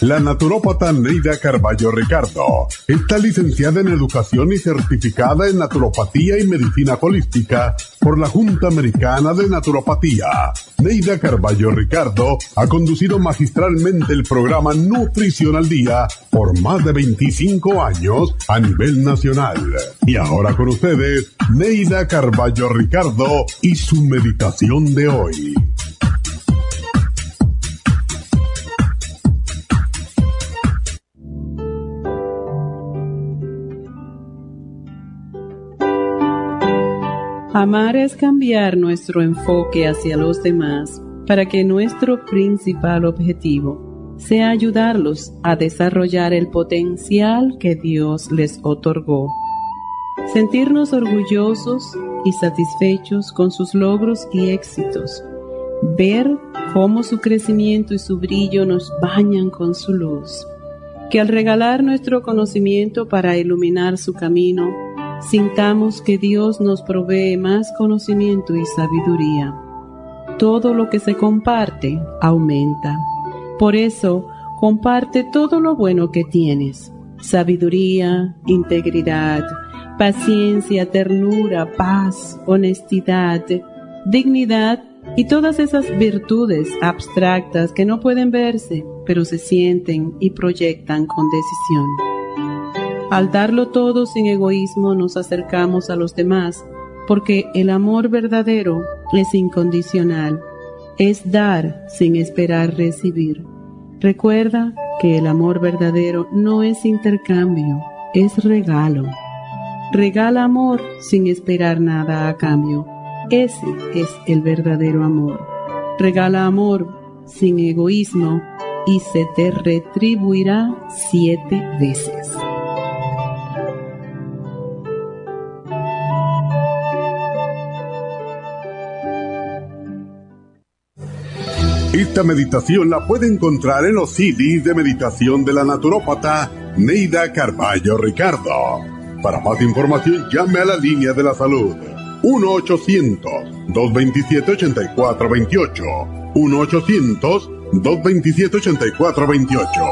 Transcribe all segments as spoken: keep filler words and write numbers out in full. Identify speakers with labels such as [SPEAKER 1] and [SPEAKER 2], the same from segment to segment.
[SPEAKER 1] La naturópata Neida Carballo Ricardo está licenciada en Educación y certificada en Naturopatía y Medicina Holística por la Junta Americana de Naturopatía. Neida Carballo Ricardo ha conducido magistralmente el programa Nutrición al Día por más de veinticinco años a nivel nacional. Y ahora con ustedes, Neida Carballo Ricardo y su meditación de hoy.
[SPEAKER 2] Amar es cambiar nuestro enfoque hacia los demás para que nuestro principal objetivo sea ayudarlos a desarrollar el potencial que Dios les otorgó. Sentirnos orgullosos y satisfechos con sus logros y éxitos. Ver cómo su crecimiento y su brillo nos bañan con su luz. Que al regalar nuestro conocimiento para iluminar su camino, sintamos que Dios nos provee más conocimiento y sabiduría. Todo lo que se comparte aumenta. Por eso, comparte todo lo bueno que tienes. Sabiduría, integridad, paciencia, ternura, paz, honestidad, dignidad y todas esas virtudes abstractas que no pueden verse, pero se sienten y proyectan con decisión. Al darlo todo sin egoísmo nos acercamos a los demás, porque el amor verdadero es incondicional, es dar sin esperar recibir. Recuerda que el amor verdadero no es intercambio, es regalo. Regala amor sin esperar nada a cambio. Ese es el verdadero amor. Regala amor sin egoísmo y se te retribuirá siete veces.
[SPEAKER 1] Esta meditación la puede encontrar en los C Ds de meditación de la naturópata Neida Carballo Ricardo. Para más información, llame a la línea de la salud uno ochocientos, dos veintisiete, ochenta y cuatro veintiocho. uno ochocientos, dos veintisiete, ochenta y cuatro veintiocho.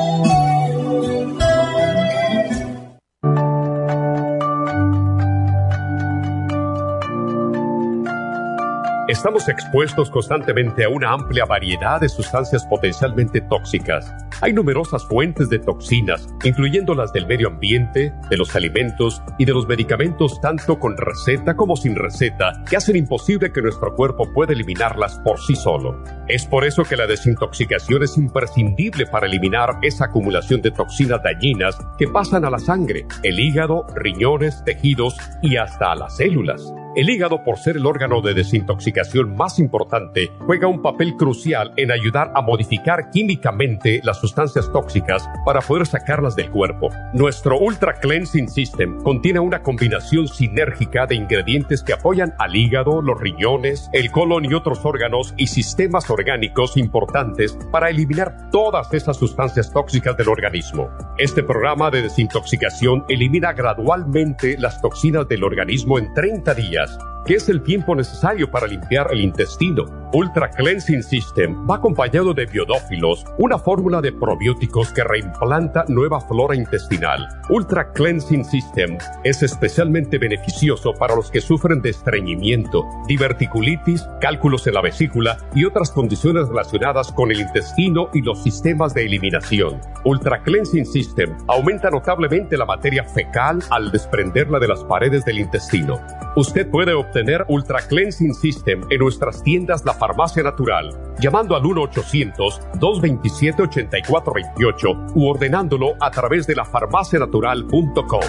[SPEAKER 3] Estamos expuestos constantemente a una amplia variedad de sustancias potencialmente tóxicas. Hay numerosas fuentes de toxinas, incluyendo las del medio ambiente, de los alimentos y de los medicamentos, tanto con receta como sin receta, que hacen imposible que nuestro cuerpo pueda eliminarlas por sí solo. Es por eso que la desintoxicación es imprescindible para eliminar esa acumulación de toxinas dañinas que pasan a la sangre, el hígado, riñones, tejidos y hasta a las células. El hígado, por ser el órgano de desintoxicación más importante, juega un papel crucial en ayudar a modificar químicamente las sustancias tóxicas para poder sacarlas del cuerpo. Nuestro Ultra Cleansing System contiene una combinación sinérgica de ingredientes que apoyan al hígado, los riñones, el colon y otros órganos y sistemas orgánicos importantes para eliminar todas esas sustancias tóxicas del organismo. Este programa de desintoxicación elimina gradualmente las toxinas del organismo en treinta días, que es el tiempo necesario para limpiar el intestino. Ultra Cleansing System va acompañado de biodófilos, una fórmula de probióticos que reimplanta nueva flora intestinal. Ultra Cleansing System es especialmente beneficioso para los que sufren de estreñimiento, diverticulitis, cálculos en la vesícula y otras condiciones relacionadas con el intestino y los sistemas de eliminación. Ultra Cleansing System aumenta notablemente la materia fecal al desprenderla de las paredes del intestino. Usted puede obtener Ultra Cleansing System en nuestras tiendas La Farmacia Natural, llamando al uno ochocientos, dos veintisiete, ochenta y cuatro veintiocho u ordenándolo a través de la farmacia natural punto com.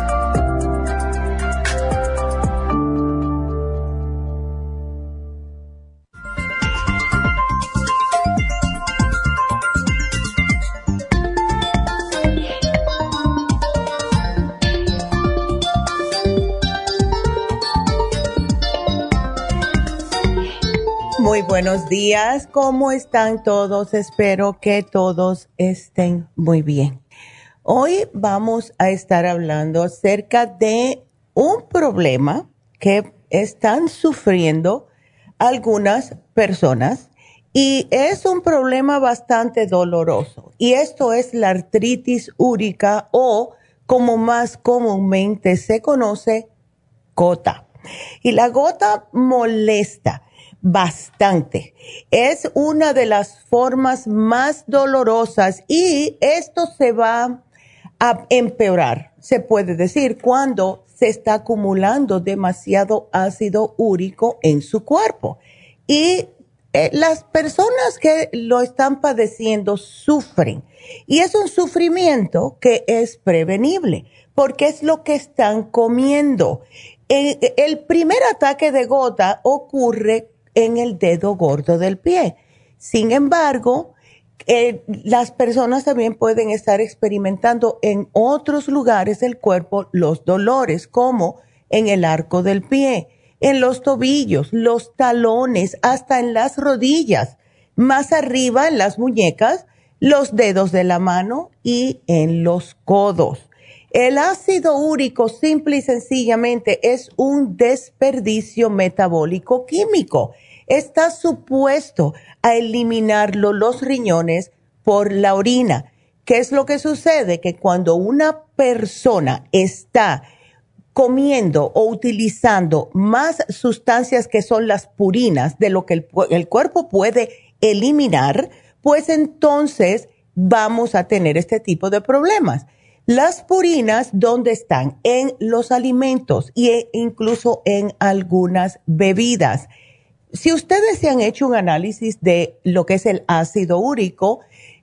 [SPEAKER 4] Muy buenos días, ¿cómo están todos? Espero que todos estén muy bien. Hoy vamos a estar hablando acerca de un problema que están sufriendo algunas personas Y es un problema bastante doloroso. Y esto es la artritis úrica o, como más comúnmente se conoce, gota. Y la gota molesta bastante. Es una de las formas más dolorosas y esto se va a empeorar, se puede decir, cuando se está acumulando demasiado ácido úrico en su cuerpo. Y eh, las personas que lo están padeciendo sufren. Y es un sufrimiento que es prevenible, porque es lo que están comiendo. El, el primer ataque de gota ocurre en el dedo gordo del pie. Sin embargo, eh, las personas también pueden estar experimentando en otros lugares del cuerpo los dolores, como en el arco del pie, en los tobillos, los talones, hasta en las rodillas, más arriba en las muñecas, los dedos de la mano y en los codos. El ácido úrico simple y sencillamente es un desperdicio metabólico químico. Está supuesto a eliminarlo los riñones por la orina. ¿Qué es lo que sucede? Que cuando una persona está comiendo o utilizando más sustancias que son las purinas de lo que el, el cuerpo puede eliminar, pues entonces vamos a tener este tipo de problemas. Las purinas, ¿dónde están? En los alimentos e incluso en algunas bebidas. Si ustedes se han hecho un análisis de lo que es el ácido úrico,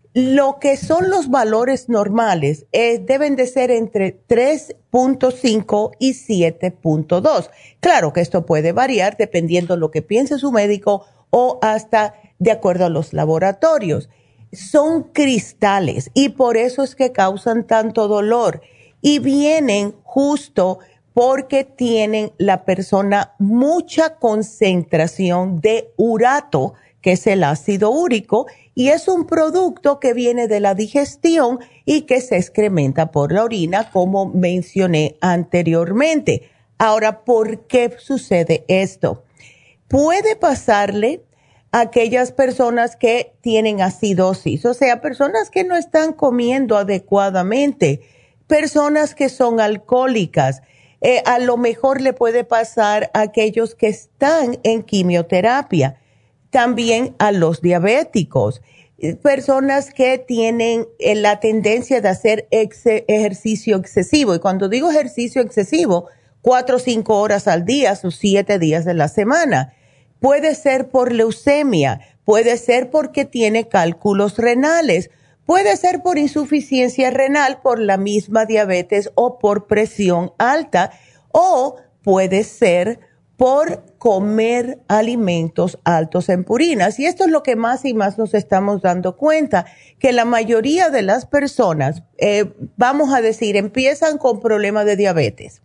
[SPEAKER 4] lo que son los valores normales eh, deben de ser entre tres punto cinco y siete punto dos. Claro que esto puede variar dependiendo de lo que piense su médico o hasta de acuerdo a los laboratorios. Son cristales y por eso es que causan tanto dolor y vienen justo porque tienen la persona mucha concentración de urato, que es el ácido úrico, y es un producto que viene de la digestión y que se excrementa por la orina, como mencioné anteriormente. Ahora, ¿por qué sucede esto? Puede pasarle a aquellas personas que tienen acidosis, o sea, personas que no están comiendo adecuadamente, personas que son alcohólicas. Eh, a lo mejor le puede pasar a aquellos que están en quimioterapia, también a los diabéticos, personas que tienen eh, la tendencia de hacer ex ejercicio excesivo. Y cuando digo ejercicio excesivo, cuatro o cinco horas al día, sus siete días de la semana. Puede ser por leucemia, puede ser porque tiene cálculos renales, puede ser por insuficiencia renal, por la misma diabetes o por presión alta, o puede ser por comer alimentos altos en purinas. Y esto es lo que más y más nos estamos dando cuenta, que la mayoría de las personas, eh, vamos a decir, empiezan con problemas de diabetes.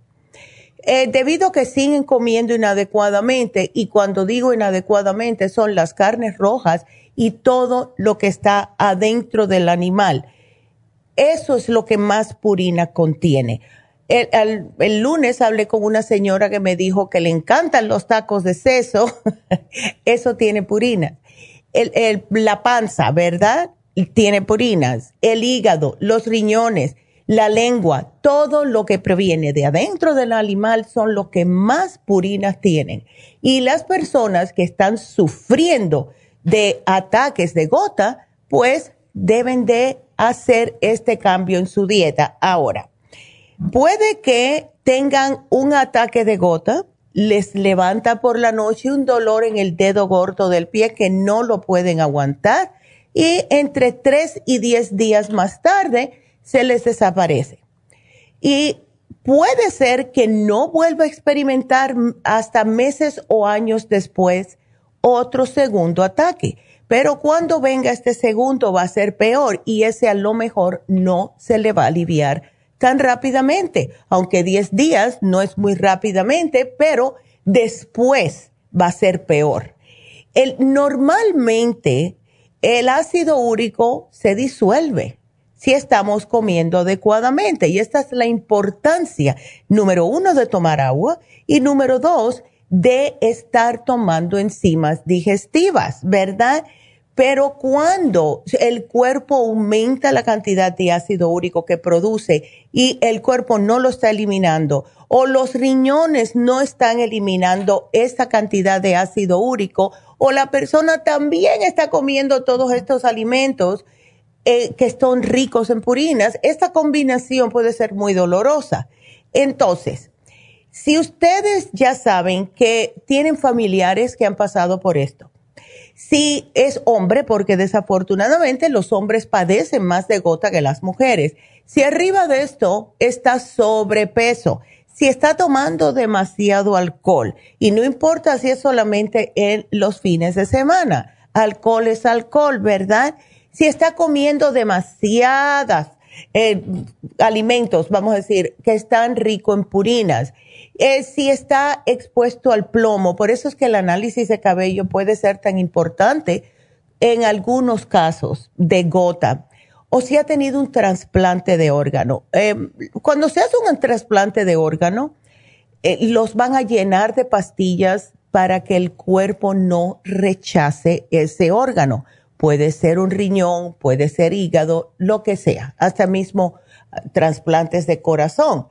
[SPEAKER 4] Eh, debido a que siguen comiendo inadecuadamente, y cuando digo inadecuadamente son las carnes rojas y todo lo que está adentro del animal. Eso es lo que más purina contiene. El, el, el lunes hablé con una señora que me dijo que le encantan los tacos de seso. Eso tiene purina. El, el, la panza, ¿verdad? Tiene purinas. El hígado, los riñones, la lengua, todo lo que proviene de adentro del animal son los que más purinas tienen. Y las personas que están sufriendo de ataques de gota, pues deben de hacer este cambio en su dieta. Ahora, puede que tengan un ataque de gota, les levanta por la noche un dolor en el dedo gordo del pie que no lo pueden aguantar y entre tres y diez días más tarde se les desaparece. Y puede ser que no vuelva a experimentar hasta meses o años después otro segundo ataque. Pero cuando venga este segundo va a ser peor y ese a lo mejor no se le va a aliviar tan rápidamente. Aunque diez días no es muy rápidamente, pero después va a ser peor. El, normalmente el ácido úrico se disuelve si estamos comiendo adecuadamente. Y esta es la importancia, número uno, de tomar agua y número dos, de estar tomando enzimas digestivas, ¿verdad? Pero cuando el cuerpo aumenta la cantidad de ácido úrico que produce y el cuerpo no lo está eliminando, o los riñones no están eliminando esta cantidad de ácido úrico, o la persona también está comiendo todos estos alimentos eh, que son ricos en purinas, esta combinación puede ser muy dolorosa. Entonces, si ustedes ya saben que tienen familiares que han pasado por esto, si es hombre, porque desafortunadamente los hombres padecen más de gota que las mujeres, si arriba de esto está sobrepeso, si está tomando demasiado alcohol, y no importa si es solamente en los fines de semana, alcohol es alcohol, ¿verdad? Si está comiendo demasiadas eh, alimentos, vamos a decir, que están ricos en purinas, eh, si está expuesto al plomo, por eso es que el análisis de cabello puede ser tan importante en algunos casos de gota, o si ha tenido un trasplante de órgano. Eh, cuando se hace un trasplante de órgano, eh, los van a llenar de pastillas para que el cuerpo no rechace ese órgano. Puede ser un riñón, puede ser hígado, lo que sea, hasta mismo uh, trasplantes de corazón.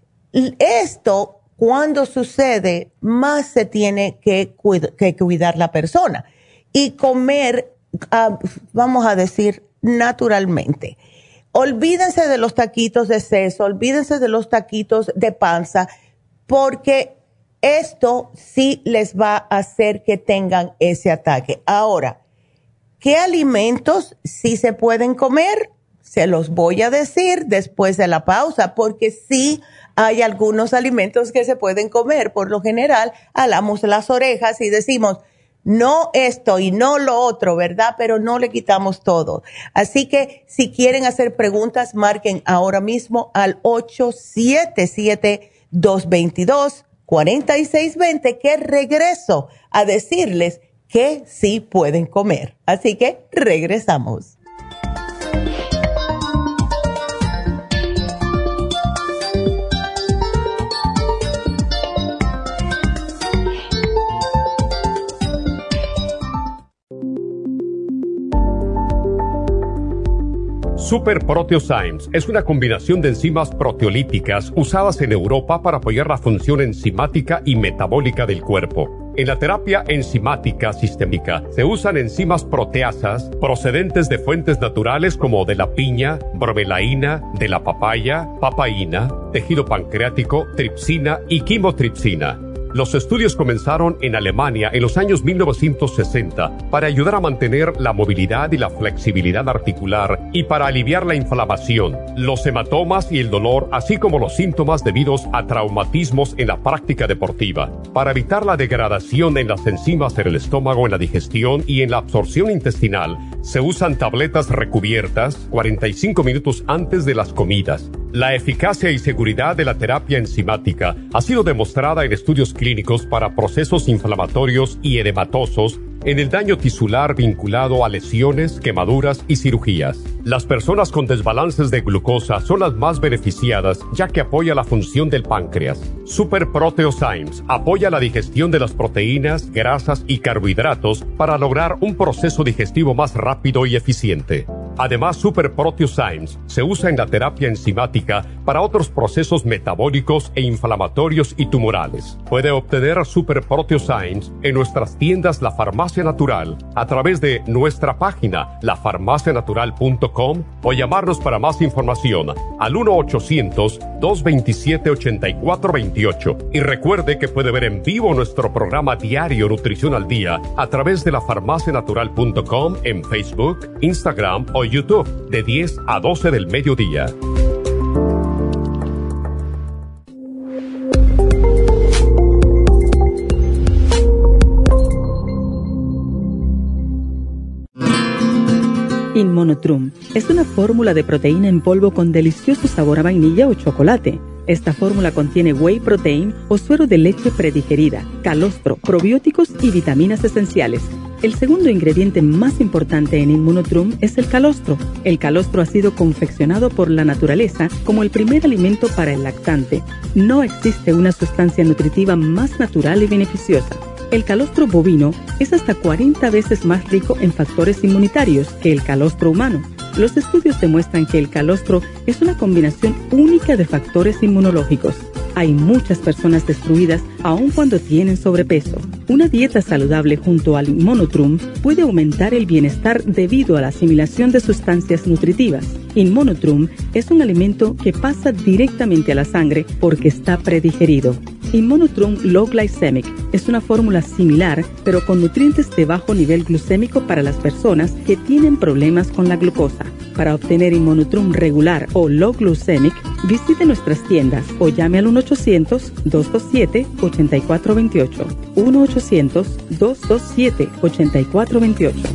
[SPEAKER 4] Esto, cuando sucede, más se tiene que, cuid- que cuidar la persona y comer, uh, vamos a decir, naturalmente. Olvídense de los taquitos de seso, olvídense de los taquitos de panza, porque esto sí les va a hacer que tengan ese ataque. Ahora, ¿qué alimentos sí se pueden comer? Se los voy a decir después de la pausa, porque sí hay algunos alimentos que se pueden comer. Por lo general, alamos las orejas y decimos, no esto y no lo otro, ¿verdad? Pero no le quitamos todo. Así que si quieren hacer preguntas, marquen ahora mismo al ocho siete siete, dos dos dos, cuatro seis dos cero, que regreso a decirles que sí pueden comer. Así que regresamos.
[SPEAKER 3] Super Proteosymes es una combinación de enzimas proteolíticas usadas en Europa para apoyar la función enzimática y metabólica del cuerpo. En la terapia enzimática sistémica se usan enzimas proteasas procedentes de fuentes naturales como de la piña, bromelaína, de la papaya, papaína, tejido pancreático, tripsina y quimotripsina. Los estudios comenzaron en Alemania en los años mil novecientos sesenta para ayudar a mantener la movilidad y la flexibilidad articular y para aliviar la inflamación, los hematomas y el dolor, así como los síntomas debidos a traumatismos en la práctica deportiva. Para evitar la degradación en las enzimas en el estómago, en la digestión y en la absorción intestinal, se usan tabletas recubiertas cuarenta y cinco minutos antes de las comidas. La eficacia y seguridad de la terapia enzimática ha sido demostrada en estudios clínicos para procesos inflamatorios y edematosos en el daño tisular vinculado a lesiones, quemaduras y cirugías. Las personas con desbalances de glucosa son las más beneficiadas, ya que apoya la función del páncreas. Super Proteosymes apoya la digestión de las proteínas, grasas y carbohidratos para lograr un proceso digestivo más rápido y eficiente. Además, Super Proteosymes se usa en la terapia enzimática para otros procesos metabólicos e inflamatorios y tumorales. Puede obtener Super Proteosymes en nuestras tiendas La Farmacia Natural a través de nuestra página la farmacia natural punto com o llamarnos para más información al uno ochocientos, dos veintisiete, ochenta y cuatro veintiocho. Y recuerde que puede ver en vivo nuestro programa diario Nutrición al Día a través de la farmacia natural punto com en Facebook, Instagram o YouTube de diez a doce del mediodía.
[SPEAKER 5] Inmunotrum es una fórmula de proteína en polvo con delicioso sabor a vainilla o chocolate. Esta fórmula contiene whey protein o suero de leche predigerida, calostro, probióticos y vitaminas esenciales. El segundo ingrediente más importante en Inmunotrum es el calostro. El calostro ha sido confeccionado por la naturaleza como el primer alimento para el lactante. No existe una sustancia nutritiva más natural y beneficiosa. El calostro bovino es hasta cuarenta veces más rico en factores inmunitarios que el calostro humano. Los estudios demuestran que el calostro es una combinación única de factores inmunológicos. Hay muchas personas destruidas aun cuando tienen sobrepeso. Una dieta saludable junto al Inmonotrum puede aumentar el bienestar debido a la asimilación de sustancias nutritivas. Inmonotrum es un alimento que pasa directamente a la sangre porque está predigerido. Inmonotrum Low Glycemic es una fórmula similar, pero con nutrientes de bajo nivel glucémico para las personas que tienen problemas con la glucosa. Para obtener Inmonotrum regular o Low Glycemic, visite nuestras tiendas o llame al uno ochocientos, dos dos siete, ocho cuatro dos ocho. uno ochocientos, dos dos siete, ocho cuatro dos ocho.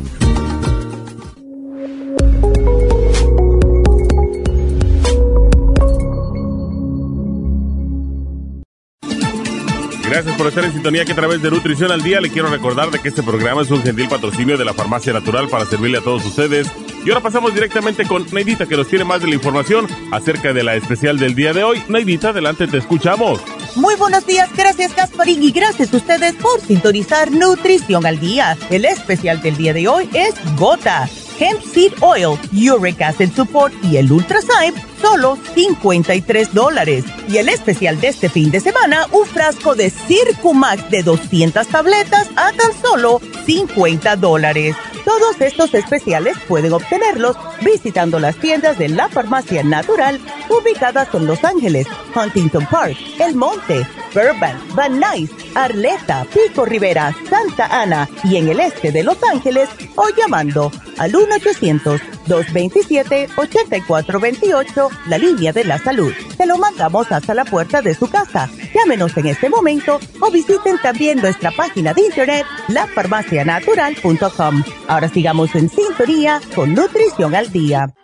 [SPEAKER 6] Gracias por estar en sintonía que a través de Nutrición al Día le quiero recordar de que este programa es un gentil patrocinio de la Farmacia Natural para servirle a todos ustedes. Y ahora pasamos directamente con Neidita, que nos tiene más de la información acerca de la especial del día de hoy. Neidita, adelante, te escuchamos.
[SPEAKER 7] Muy buenos días, gracias Gasparín y gracias a ustedes por sintonizar Nutrición al Día. El especial del día de hoy es Gota, Hemp Seed Oil, Uric Acid Support y el Ultrazyme, solo cincuenta y tres dólares. Y el especial de este fin de semana, un frasco de Circumax de doscientas tabletas a tan solo cincuenta dólares. Todos estos especiales pueden obtenerlos visitando las tiendas de la Farmacia Natural ubicadas en Los Ángeles, Huntington Park, El Monte, Burbank, Van Nuys, Arleta, Pico Rivera, Santa Ana y en el este de Los Ángeles o llamando al uno ochocientos, dos dos siete, ocho cuatro dos ocho, la línea de la salud. Se lo mandamos hasta la puerta de su casa. Llámenos en este momento o visiten también nuestra página de internet, la farmacia natural punto com. Ahora sigamos en sintonía con Nutrición al Día.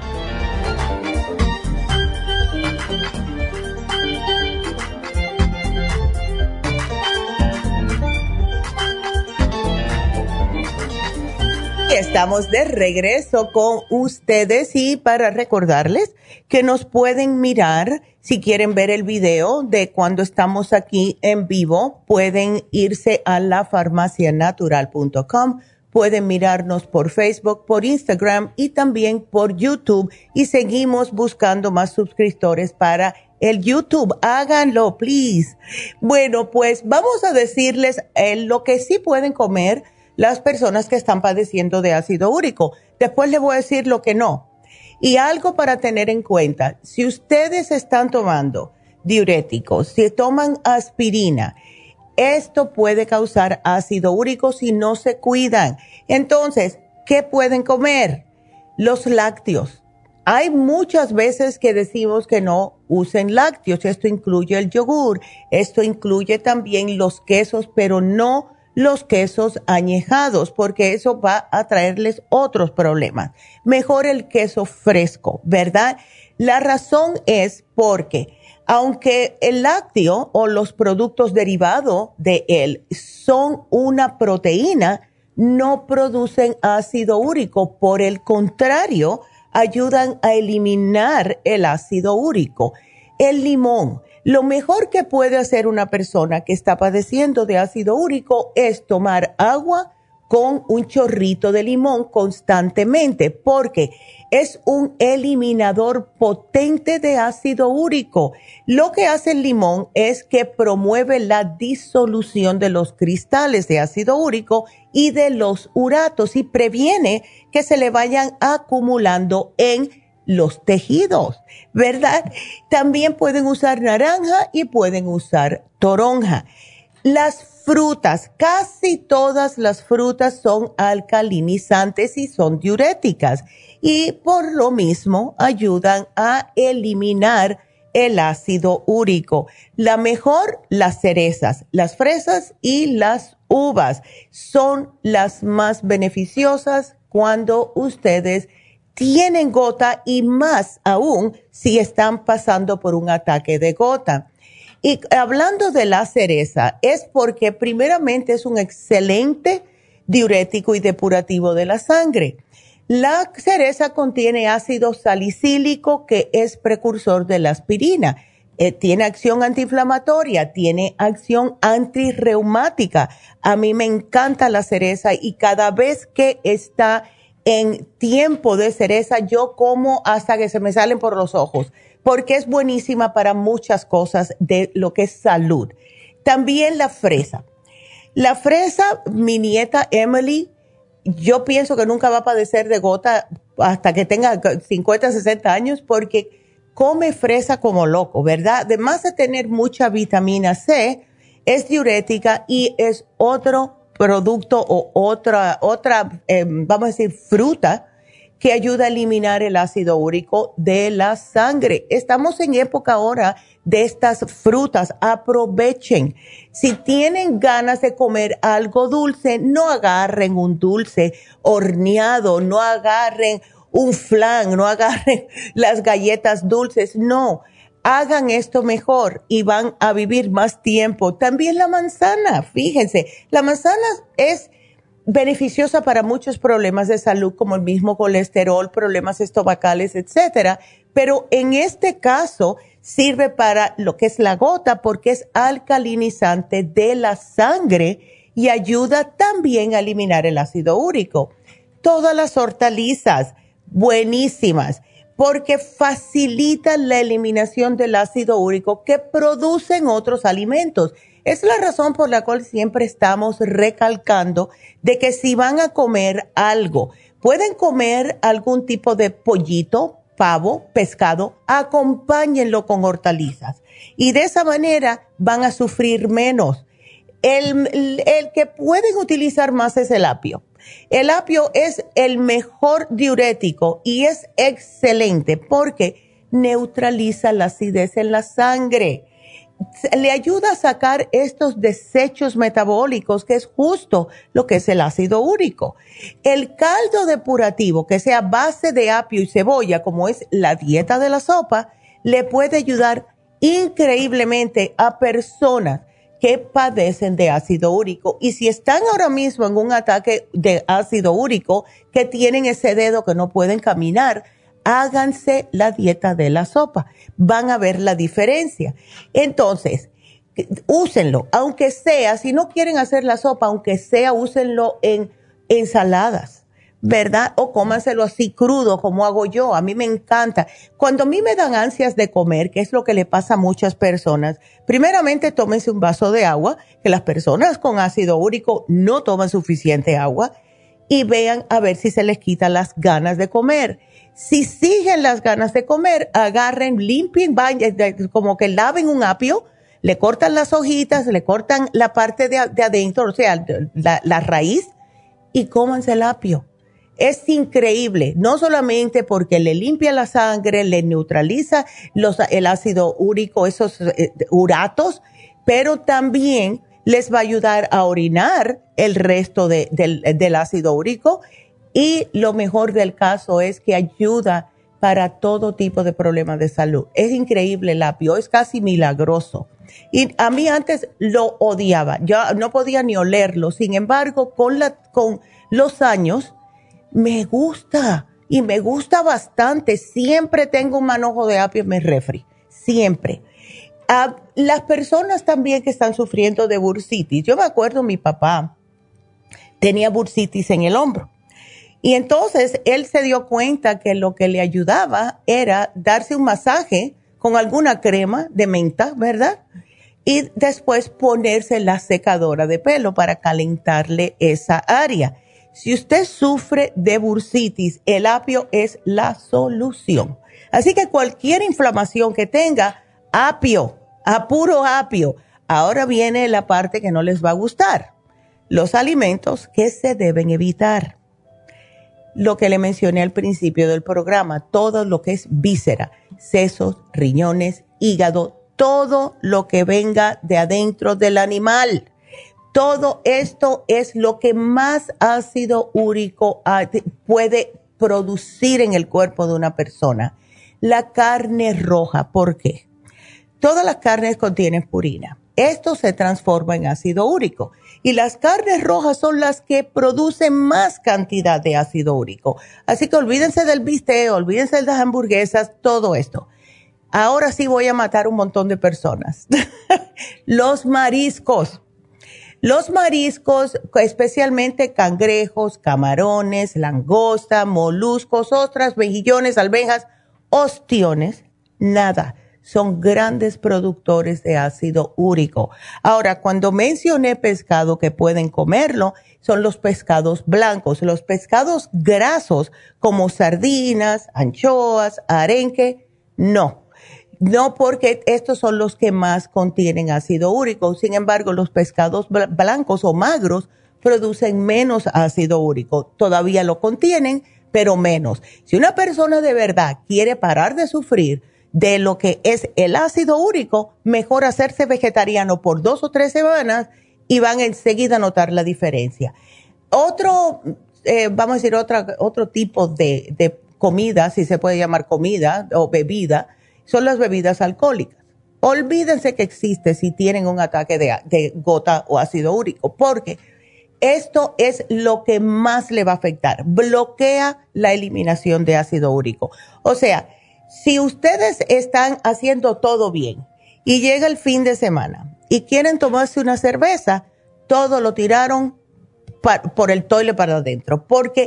[SPEAKER 4] Estamos de regreso con ustedes y para recordarles que nos pueden mirar, si quieren ver el video de cuando estamos aquí en vivo, pueden irse a la farmacia natural punto com, pueden mirarnos por Facebook, por Instagram y también por YouTube y seguimos buscando más suscriptores para el YouTube. Háganlo, please. Bueno, pues vamos a decirles eh, lo que sí pueden comer las personas que están padeciendo de ácido úrico. Después les voy a decir lo que no. Y algo para tener en cuenta, si ustedes están tomando diuréticos, si toman aspirina, esto puede causar ácido úrico si no se cuidan. Entonces, ¿qué pueden comer? Los lácteos. Hay muchas veces que decimos que no usen lácteos. Esto incluye el yogur, esto incluye también los quesos, pero no los quesos añejados, porque eso va a traerles otros problemas. Mejor el queso fresco, ¿verdad? La razón es porque, aunque el lácteo o los productos derivados de él son una proteína, no producen ácido úrico. Por el contrario, ayudan a eliminar el ácido úrico. El limón. Lo mejor que puede hacer una persona que está padeciendo de ácido úrico es tomar agua con un chorrito de limón constantemente, porque es un eliminador potente de ácido úrico. Lo que hace el limón es que promueve la disolución de los cristales de ácido úrico y de los uratos y previene que se le vayan acumulando en los tejidos, ¿verdad? También pueden usar naranja y pueden usar toronja. Las frutas, casi todas las frutas son alcalinizantes y son diuréticas y por lo mismo ayudan a eliminar el ácido úrico. La mejor, las cerezas, las fresas y las uvas son las más beneficiosas cuando ustedes tienen gota y más aún si están pasando por un ataque de gota. Y hablando de la cereza, es porque primeramente es un excelente diurético y depurativo de la sangre. La cereza contiene ácido salicílico que es precursor de la aspirina. Eh, tiene acción antiinflamatoria, tiene acción antirreumática. A mí me encanta la cereza y cada vez que está en tiempo de cereza, yo como hasta que se me salen por los ojos, porque es buenísima para muchas cosas de lo que es salud. También la fresa. La fresa, mi nieta Emily, yo pienso que nunca va a padecer de gota hasta que tenga cincuenta, sesenta años, porque come fresa como loco, ¿verdad? Además de tener mucha vitamina C, es diurética y es otro producto o otra, otra eh, vamos a decir, fruta que ayuda a eliminar el ácido úrico de la sangre. Estamos en época ahora de estas frutas, aprovechen. Si tienen ganas de comer algo dulce, no agarren un dulce horneado, no agarren un flan, no agarren las galletas dulces, no. Hagan esto mejor y van a vivir más tiempo. También la manzana, fíjense, la manzana es beneficiosa para muchos problemas de salud, como el mismo colesterol, problemas estomacales, etcétera. Pero en este caso sirve para lo que es la gota porque es alcalinizante de la sangre y ayuda también a eliminar el ácido úrico. Todas las hortalizas, buenísimas, porque facilitan la eliminación del ácido úrico que producen otros alimentos. Es la razón por la cual siempre estamos recalcando de que si van a comer algo, pueden comer algún tipo de pollito, pavo, pescado, acompáñenlo con hortalizas. Y de esa manera van a sufrir menos. El, el, el que pueden utilizar más es el apio. El apio es el mejor diurético y es excelente porque neutraliza la acidez en la sangre. Le ayuda a sacar estos desechos metabólicos, que es justo lo que es el ácido úrico. El caldo depurativo, que sea base de apio y cebolla, como es la dieta de la sopa, le puede ayudar increíblemente a personas que padecen de ácido úrico. Y si están ahora mismo en un ataque de ácido úrico, que tienen ese dedo que no pueden caminar, háganse la dieta de la sopa. Van a ver la diferencia. Entonces, úsenlo, aunque sea, si no quieren hacer la sopa, aunque sea, úsenlo en ensaladas, ¿verdad? O cómanselo así crudo, como hago yo. A mí me encanta. Cuando a mí me dan ansias de comer, que es lo que le pasa a muchas personas, primeramente tómense un vaso de agua, que las personas con ácido úrico no toman suficiente agua, y vean a ver si se les quitan las ganas de comer. Si siguen las ganas de comer, agarren, limpien, vayan, como que laven un apio, le cortan las hojitas, le cortan la parte de, de adentro, o sea, la, la raíz, y cómanse el apio. Es increíble, no solamente porque le limpia la sangre, le neutraliza los, el ácido úrico, esos eh, uratos, pero también les va a ayudar a orinar el resto de, del, del ácido úrico. Y lo mejor del caso es que ayuda para todo tipo de problemas de salud. Es increíble el apio, es casi milagroso. Y a mí antes lo odiaba, yo no podía ni olerlo. Sin embargo, con, la, con los años me gusta y me gusta bastante. Siempre tengo un manojo de apio en mi refri, siempre. Uh, las personas también que están sufriendo de bursitis. Yo me acuerdo, mi papá tenía bursitis en el hombro. Y entonces él se dio cuenta que lo que le ayudaba era darse un masaje con alguna crema de menta, ¿verdad? Y después ponerse la secadora de pelo para calentarle esa área. Si usted sufre de bursitis, el apio es la solución. Así que cualquier inflamación que tenga, apio, a puro apio. Ahora viene la parte que no les va a gustar. Los alimentos que se deben evitar. Lo que le mencioné al principio del programa, todo lo que es víscera, sesos, riñones, hígado, todo lo que venga de adentro del animal. Todo esto es lo que más ácido úrico puede producir en el cuerpo de una persona. La carne roja, ¿por qué? Todas las carnes contienen purina. Esto se transforma en ácido úrico. Y las carnes rojas son las que producen más cantidad de ácido úrico. Así que olvídense del bistec, olvídense de las hamburguesas, todo esto. ahora sí voy a matar un montón de personas. Los mariscos. Los mariscos, especialmente cangrejos, camarones, langosta, moluscos, ostras, mejillones, almejas, ostiones, nada. Son grandes productores de ácido úrico. Ahora, cuando mencioné pescado que pueden comerlo, son los pescados blancos. Los pescados grasos como sardinas, anchoas, arenque, no. No, porque estos son los que más contienen ácido úrico. Sin embargo, los pescados blancos o magros producen menos ácido úrico. Todavía lo contienen, pero menos. Si una persona de verdad quiere parar de sufrir de lo que es el ácido úrico, mejor hacerse vegetariano por dos o tres semanas y van enseguida a notar la diferencia. Otro, eh, vamos a decir, otra, otro tipo de, de comida, si se puede llamar comida o bebida, son las bebidas alcohólicas. Olvídense que existe si tienen un ataque de, de gota o ácido úrico, porque esto es lo que más le va a afectar. Bloquea la eliminación de ácido úrico. O sea, si ustedes están haciendo todo bien y llega el fin de semana y quieren tomarse una cerveza, todo lo tiraron pa- por el toile para adentro, porque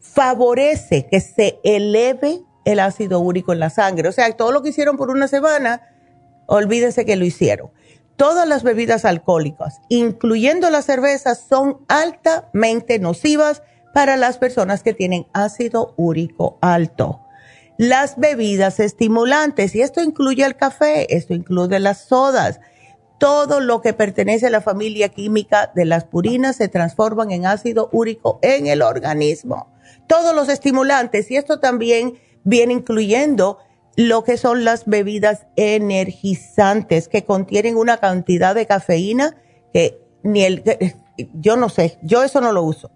[SPEAKER 4] favorece que se eleve el ácido úrico en la sangre. O sea, todo lo que hicieron por una semana, olvídense que lo hicieron. Todas las bebidas alcohólicas, incluyendo las cervezas, son altamente nocivas para las personas que tienen ácido úrico alto. Las bebidas estimulantes, y esto incluye el café, esto incluye las sodas, todo lo que pertenece a la familia química de las purinas se transforman en ácido úrico en el organismo. Todos los estimulantes, y esto también viene incluyendo lo que son las bebidas energizantes que contienen una cantidad de cafeína que ni el, yo no sé, yo eso no lo uso.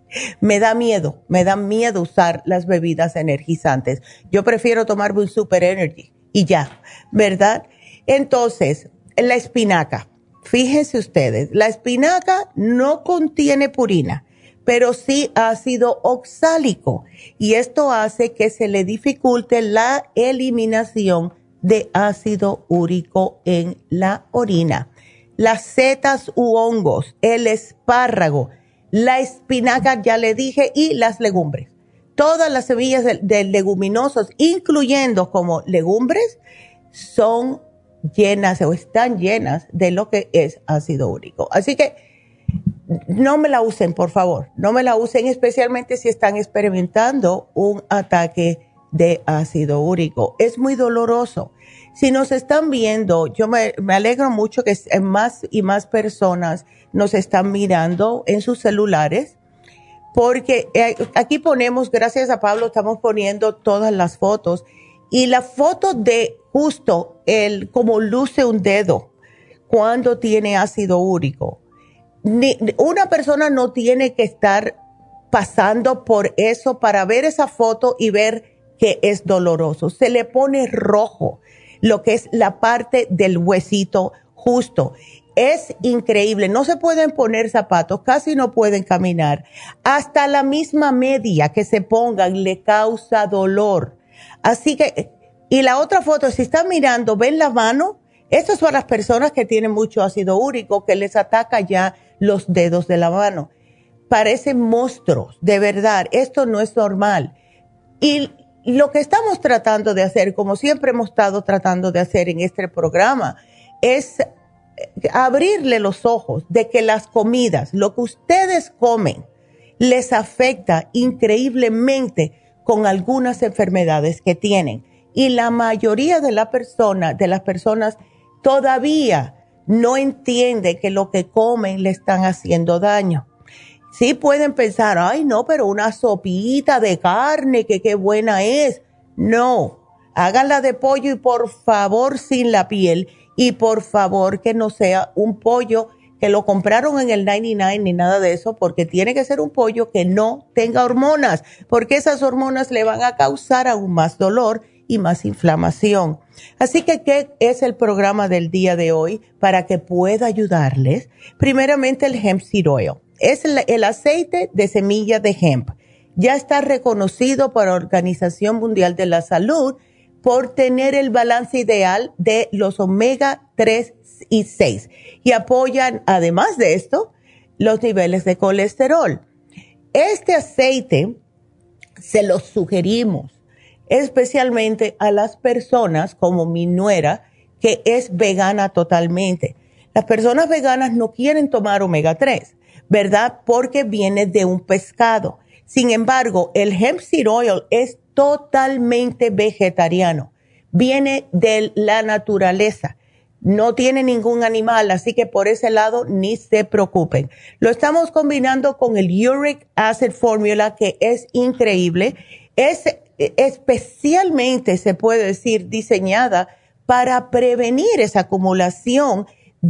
[SPEAKER 4] Me da miedo, me da miedo usar las bebidas energizantes. Yo prefiero tomarme un Super Energy y ya, ¿verdad? Entonces, la espinaca. Fíjense ustedes, la espinaca no contiene purina, pero sí ácido oxálico. Y esto hace que se le dificulte la eliminación de ácido úrico en la orina. Las setas u hongos, el espárrago, la espinaca, ya le dije, y las legumbres. Todas las semillas de, de leguminosos, incluyendo como legumbres, son llenas o están llenas de lo que es ácido úrico. Así que no me la usen, por favor. No me la usen, especialmente si están experimentando un ataque de ácido úrico. Es muy doloroso. Si nos están viendo, yo me, me alegro mucho que más y más personas nos están mirando en sus celulares, porque aquí ponemos, gracias a Pablo, estamos poniendo todas las fotos, y la foto de justo el cómo luce un dedo cuando tiene ácido úrico. Ni, una persona no tiene que estar pasando por eso para ver esa foto y ver que es doloroso. Se le pone rojo lo que es la parte del huesito justo. Es increíble. No se pueden poner zapatos, casi no pueden caminar. Hasta la misma media que se pongan le causa dolor. Así que, y la otra foto, si están mirando, ven la mano. Estas son las personas que tienen mucho ácido úrico, que les ataca ya los dedos de la mano. Parecen monstruos, de verdad. Esto no es normal. Y lo que estamos tratando de hacer, como siempre hemos estado tratando de hacer en este programa, es abrirle los ojos de que las comidas, lo que ustedes comen, les afecta increíblemente con algunas enfermedades que tienen. Y la mayoría de, la persona, de las personas todavía no entiende que lo que comen le están haciendo daño. Sí pueden pensar, ay no, pero una sopita de carne, que qué buena es. No, háganla de pollo y por favor sin la piel, y por favor que no sea un pollo que lo compraron en el noventa y nueve ni nada de eso, porque tiene que ser un pollo que no tenga hormonas, porque esas hormonas le van a causar aún más dolor y más inflamación. Así que, ¿qué es el programa del día de hoy para que pueda ayudarles? Primeramente, el Hemp Seed Oil. Es el, el aceite de semilla de hemp. Ya está reconocido por la Organización Mundial de la Salud por tener el balance ideal de los omega tres y seis y apoyan, además de esto, los niveles de colesterol. Este aceite se lo sugerimos especialmente a las personas como mi nuera, que es vegana totalmente. Las personas veganas no quieren tomar omega tres, ¿verdad? Porque viene de un pescado. Sin embargo, el hemp seed oil es totalmente vegetariano. Viene de la naturaleza. No tiene ningún animal, así que por ese lado ni se preocupen. Lo estamos combinando con el Uric Acid Formula, que es increíble. Es especialmente, se puede decir, diseñada para prevenir esa acumulación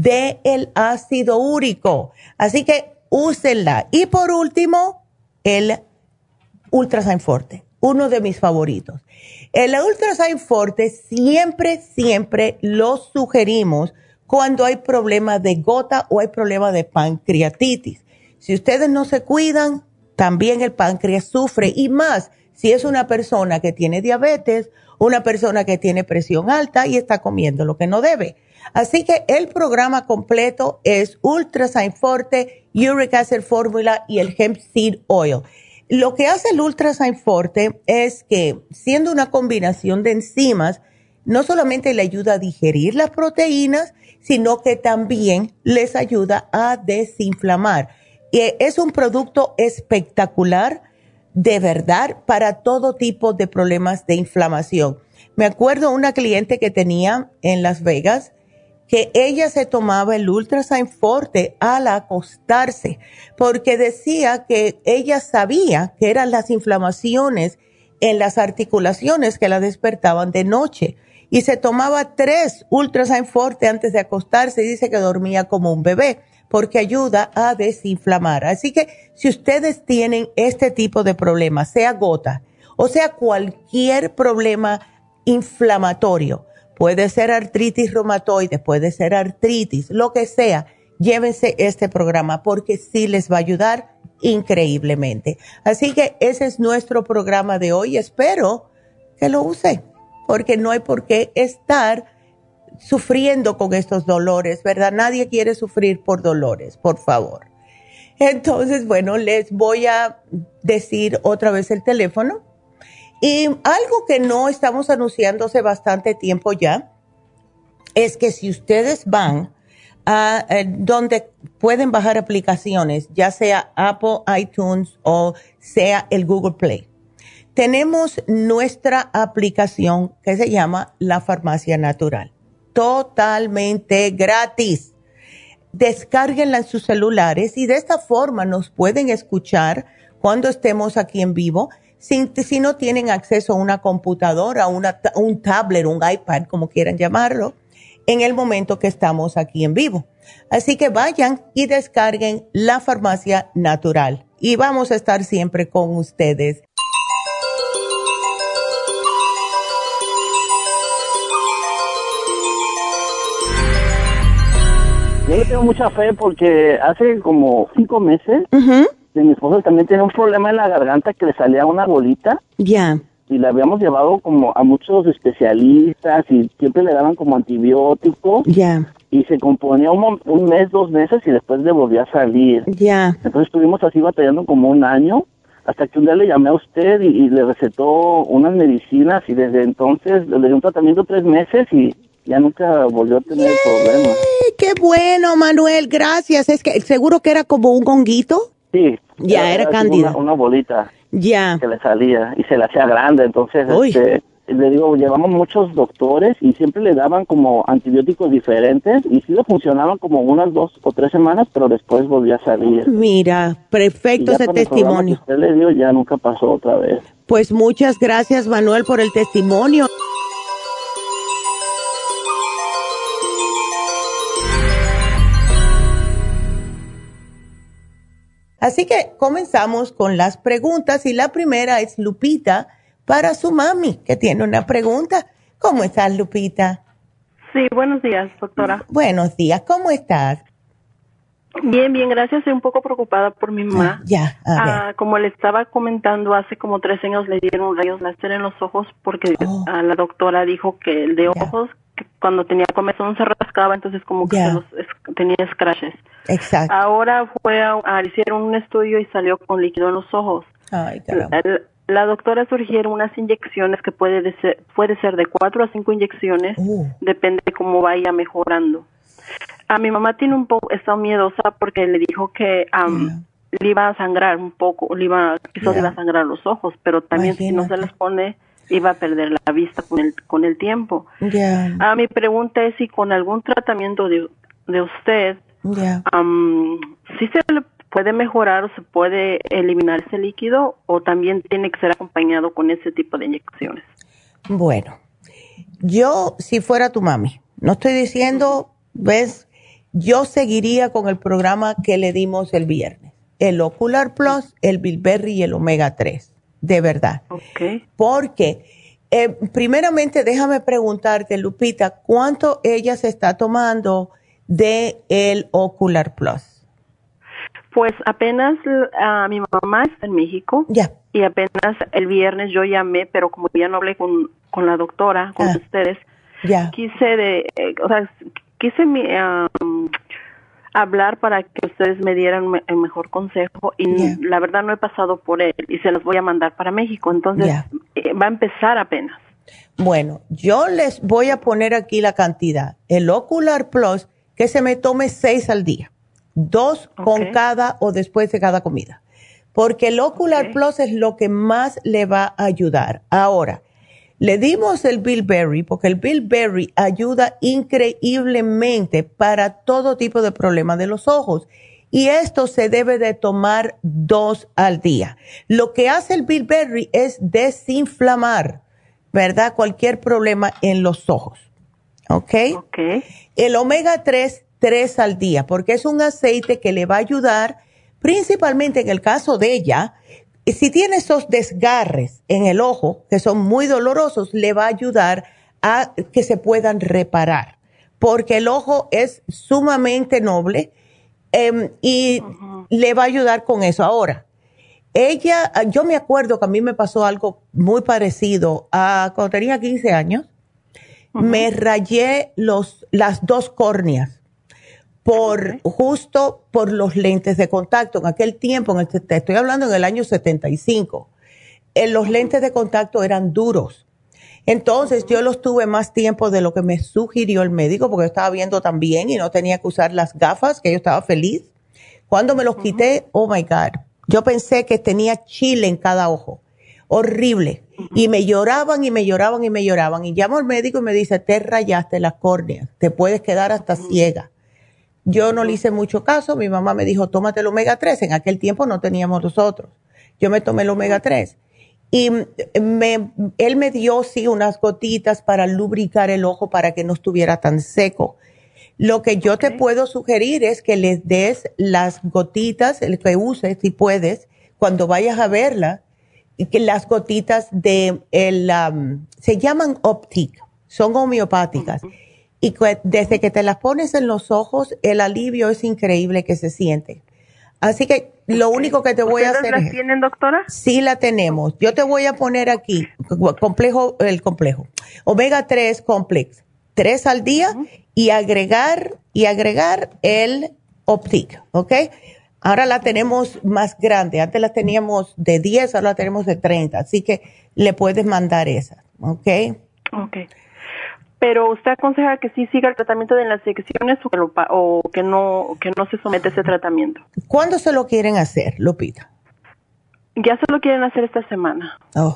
[SPEAKER 4] del ácido úrico. Así que úsenla. Y por último, el Ultrasign Forte, uno de mis favoritos. El Ultrasign Forte siempre, siempre lo sugerimos cuando hay problemas de gota o hay problemas de pancreatitis. Si ustedes no se cuidan, también el páncreas sufre, y más si es una persona que tiene diabetes, una persona que tiene presión alta y está comiendo lo que no debe. Así que el programa completo es Ultrasign Forte, Uric Acid Formula y el Hemp Seed Oil. Lo que hace el Ultrasign Forte es que, siendo una combinación de enzimas, no solamente le ayuda a digerir las proteínas, sino que también les ayuda a desinflamar. Y es un producto espectacular, de verdad, para todo tipo de problemas de inflamación. Me acuerdo una cliente que tenía en Las Vegas, que ella se tomaba el Ultrasign Forte al acostarse, porque decía que ella sabía que eran las inflamaciones en las articulaciones que la despertaban de noche. Y se tomaba tres Ultrasign Forte antes de acostarse y dice que dormía como un bebé, porque ayuda a desinflamar. Así que si ustedes tienen este tipo de problema, sea gota o sea cualquier problema inflamatorio, puede ser artritis reumatoide, puede ser artritis, lo que sea, llévense este programa porque sí les va a ayudar increíblemente. Así que ese es nuestro programa de hoy. Espero que lo usen, porque no hay por qué estar sufriendo con estos dolores, ¿verdad? Nadie quiere sufrir por dolores, por favor. Entonces, bueno, les voy a decir otra vez el teléfono. Y algo que no estamos anunciando hace bastante tiempo ya, es que si ustedes van a, a donde pueden bajar aplicaciones, ya sea Apple, iTunes o sea el Google Play, tenemos nuestra aplicación que se llama La Farmacia Natural. Totalmente gratis. Descárguenla en sus celulares y de esta forma nos pueden escuchar cuando estemos aquí en vivo. Si, si no tienen acceso a una computadora, una, un tablet, un iPad, como quieran llamarlo, en el momento que estamos aquí en vivo. Así que vayan y descarguen La Farmacia Natural. Y vamos a estar siempre con ustedes.
[SPEAKER 8] Yo le tengo mucha fe porque hace como cinco meses
[SPEAKER 4] Uh-huh.
[SPEAKER 8] mi esposo también tenía un problema en la garganta que le salía una bolita.
[SPEAKER 4] Ya. Yeah.
[SPEAKER 8] Y le habíamos llevado como a muchos especialistas y siempre le daban como antibiótico.
[SPEAKER 4] Ya. Yeah.
[SPEAKER 8] Y se componía un, un mes, dos meses y después le volvía a salir.
[SPEAKER 4] Ya. Yeah.
[SPEAKER 8] Entonces estuvimos así batallando como un año hasta que un día le llamé a usted y, y le recetó unas medicinas y desde entonces le dio un tratamiento tres meses y ya nunca volvió a tener
[SPEAKER 4] ¡Yay!
[SPEAKER 8] problemas.
[SPEAKER 4] ¡Qué bueno, Manuel! Gracias. Es que seguro que era como un honguito.
[SPEAKER 8] Sí.
[SPEAKER 4] Ya, era, era cándida.
[SPEAKER 8] Una, una bolita.
[SPEAKER 4] Ya.
[SPEAKER 8] Que le salía y se le hacía grande. Entonces, este, le digo, llevamos muchos doctores y siempre le daban como antibióticos diferentes y sí le funcionaban como unas dos o tres semanas, pero después volvía a salir.
[SPEAKER 4] Mira, perfecto ese testimonio.
[SPEAKER 8] Que usted le dio ya nunca pasó otra vez.
[SPEAKER 4] Pues muchas gracias, Manuel, por el testimonio. Así que comenzamos con las preguntas y la primera es Lupita para su mami, que tiene una pregunta. ¿Cómo estás, Lupita?
[SPEAKER 9] Sí, buenos días, doctora.
[SPEAKER 4] Buenos días, ¿cómo estás?
[SPEAKER 9] Bien, bien, gracias. Estoy un poco preocupada por mi mamá.
[SPEAKER 4] Ah, ya, a ver.
[SPEAKER 9] Ah, como le estaba comentando, hace como tres años le dieron rayos láser en los ojos porque
[SPEAKER 4] Oh.
[SPEAKER 9] ah, la doctora dijo que el de
[SPEAKER 4] Ya.
[SPEAKER 9] ojos, que cuando tenía comezón se rascaba, entonces como que
[SPEAKER 4] Ya.
[SPEAKER 9] se los, es- tenía scratches.
[SPEAKER 4] Exacto.
[SPEAKER 9] Ahora fue a, a- hicieron un estudio y salió con líquido en los ojos.
[SPEAKER 4] Ay, caramba.
[SPEAKER 9] La, la doctora sugiere unas inyecciones que puede de ser, puede ser de cuatro a cinco inyecciones,
[SPEAKER 4] Uh.
[SPEAKER 9] depende de cómo vaya mejorando. A mi mamá tiene un poco, está miedosa porque le dijo que am, le iba a sangrar un poco, le iba, quizás
[SPEAKER 4] Yeah.
[SPEAKER 9] le iba a sangrar los ojos, pero también si no se
[SPEAKER 4] Imagínate.
[SPEAKER 9] las pone, iba a perder la vista con el, con el tiempo.
[SPEAKER 4] Ya,
[SPEAKER 9] Ah, mi pregunta es si con algún tratamiento de, de usted,
[SPEAKER 4] ya.
[SPEAKER 9] am, si se le puede mejorar o se puede eliminar ese líquido o también tiene que ser acompañado con ese tipo de inyecciones.
[SPEAKER 4] Bueno, yo si fuera tu mami, no estoy diciendo, ves, yo seguiría con el programa que le dimos el viernes, el Ocular Plus, el Bilberry y el Omega tres, de verdad.
[SPEAKER 9] Okay.
[SPEAKER 4] Porque, eh, primeramente, déjame preguntarte, Lupita, ¿cuánto ella se está tomando de el Ocular Plus?
[SPEAKER 9] Pues apenas a mi mamá está en México.
[SPEAKER 4] Ya.
[SPEAKER 9] Y apenas el viernes yo llamé, pero como ya no hablé con, con la doctora, con
[SPEAKER 4] Ah.
[SPEAKER 9] ustedes,
[SPEAKER 4] Ya.
[SPEAKER 9] quise de, eh, o sea, quise mi, um, hablar para que ustedes me dieran me- el mejor consejo y
[SPEAKER 4] Ya.
[SPEAKER 9] la verdad no he pasado por él y se los voy a mandar para México, entonces
[SPEAKER 4] Ya.
[SPEAKER 9] eh, va a empezar apenas.
[SPEAKER 4] Bueno, yo les voy a poner aquí la cantidad. El Ocular Plus, que se me tome seis al día. Dos con
[SPEAKER 9] Ok.
[SPEAKER 4] cada o después de cada comida. Porque el Ocular
[SPEAKER 9] Ok.
[SPEAKER 4] Plus es lo que más le va a ayudar. Ahora, le dimos el Bilberry porque el Bilberry ayuda increíblemente para todo tipo de problemas de los ojos. Y esto se debe de tomar dos al día. Lo que hace el Bilberry es desinflamar, ¿verdad? Cualquier problema en los ojos. ¿Ok?
[SPEAKER 9] Ok.
[SPEAKER 4] El omega tres, tres al día, porque es un aceite que le va a ayudar, principalmente en el caso de ella, si tiene esos desgarres en el ojo, que son muy dolorosos, le va a ayudar a que se puedan reparar, porque el ojo es sumamente noble eh, y uh-huh. le va a ayudar con eso. Ahora, ella, yo me acuerdo que a mí me pasó algo muy parecido a cuando tenía quince años, uh-huh. me rayé los, las dos córneas. Por, okay. justo por los lentes de contacto. En aquel tiempo, en el, te estoy hablando en el año setenta y cinco, en los lentes de contacto eran duros. Entonces, yo los tuve más tiempo de lo que me sugirió el médico, porque yo estaba viendo también y no tenía que usar las gafas, que yo estaba feliz. Cuando me los uh-huh. quité, oh my God, yo pensé que tenía chile en cada ojo. Horrible. Uh-huh. Y me lloraban y me lloraban y me lloraban. Y llamo al médico y me dice, te rayaste las córneas, te puedes quedar hasta uh-huh. ciega. Yo no le hice mucho caso, mi mamá me dijo, tómate el omega tres, en aquel tiempo no teníamos nosotros. Yo me tomé el omega tres y me, él me dio, sí, unas gotitas para lubricar el ojo para que no estuviera tan seco. Lo que yo okay. te puedo sugerir es que les des las gotitas, el que uses, si puedes, cuando vayas a verla, y que las gotitas de, el, um, se llaman Optic, son homeopáticas. Uh-huh. Y desde que te las pones en los ojos, el alivio es increíble que se siente. Así que lo único que te voy a hacer
[SPEAKER 9] ¿Ustedes
[SPEAKER 4] es...
[SPEAKER 9] la tienen, doctora?
[SPEAKER 4] Sí la tenemos. Yo te voy a poner aquí, complejo, el complejo, omega tres complex, tres al día uh-huh. y agregar, y agregar el Optic, ¿ok? Ahora la tenemos más grande. Antes la teníamos de diez, ahora la tenemos de treinta. Así que le puedes mandar esa, ¿ok?
[SPEAKER 9] Ok. Pero usted aconseja que sí siga el tratamiento de las inyecciones o que, lo, o que no que no se somete a ese tratamiento.
[SPEAKER 4] ¿Cuándo se lo quieren hacer, Lupita?
[SPEAKER 9] Ya se lo quieren hacer esta semana.
[SPEAKER 4] Oh.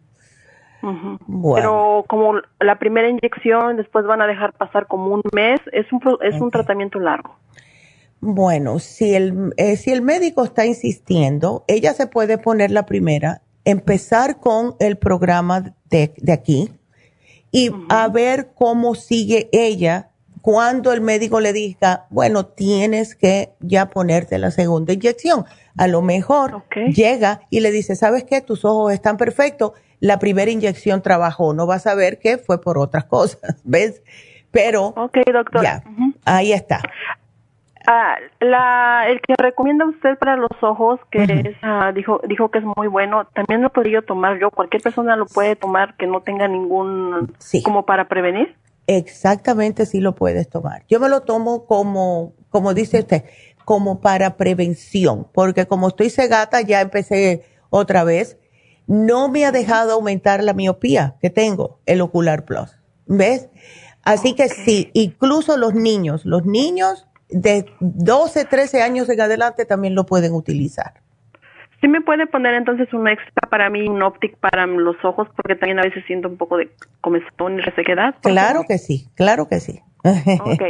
[SPEAKER 9] Uh-huh.
[SPEAKER 4] Bueno.
[SPEAKER 9] Pero como la primera inyección, después van a dejar pasar como un mes, es un es okay. un tratamiento largo.
[SPEAKER 4] Bueno, si el eh, si el médico está insistiendo, ella se puede poner la primera, empezar con el programa de, de aquí. Y uh-huh. a ver cómo sigue ella cuando el médico le diga, bueno, tienes que ya ponerte la segunda inyección. A lo mejor okay. llega y le dice, ¿sabes qué? Tus ojos están perfectos. La primera inyección trabajó. No vas a ver que fue por otras cosas, ¿ves? Pero
[SPEAKER 9] ok, doctora.
[SPEAKER 4] Ya, uh-huh. ahí está.
[SPEAKER 9] Ah, la, el que recomienda usted para los ojos, que
[SPEAKER 4] Uh-huh.
[SPEAKER 9] es, ah, dijo, dijo que es muy bueno, también lo podría tomar yo. Cualquier persona lo puede tomar que no tenga ningún,
[SPEAKER 4] Sí.
[SPEAKER 9] como para prevenir.
[SPEAKER 4] Exactamente, sí lo puedes tomar. Yo me lo tomo como, como dice usted, como para prevención, porque como estoy cegata, ya empecé otra vez, no me ha dejado aumentar la miopía que tengo, el Ocular Plus, ¿ves? Así que sí, incluso los niños, los niños de doce, trece años en adelante también lo pueden utilizar.
[SPEAKER 9] ¿Sí me puede poner entonces un extra para mí, un Optic para los ojos? Porque también a veces siento un poco de comezón y resequedad.
[SPEAKER 4] Claro que sí, claro que sí.
[SPEAKER 9] Ok.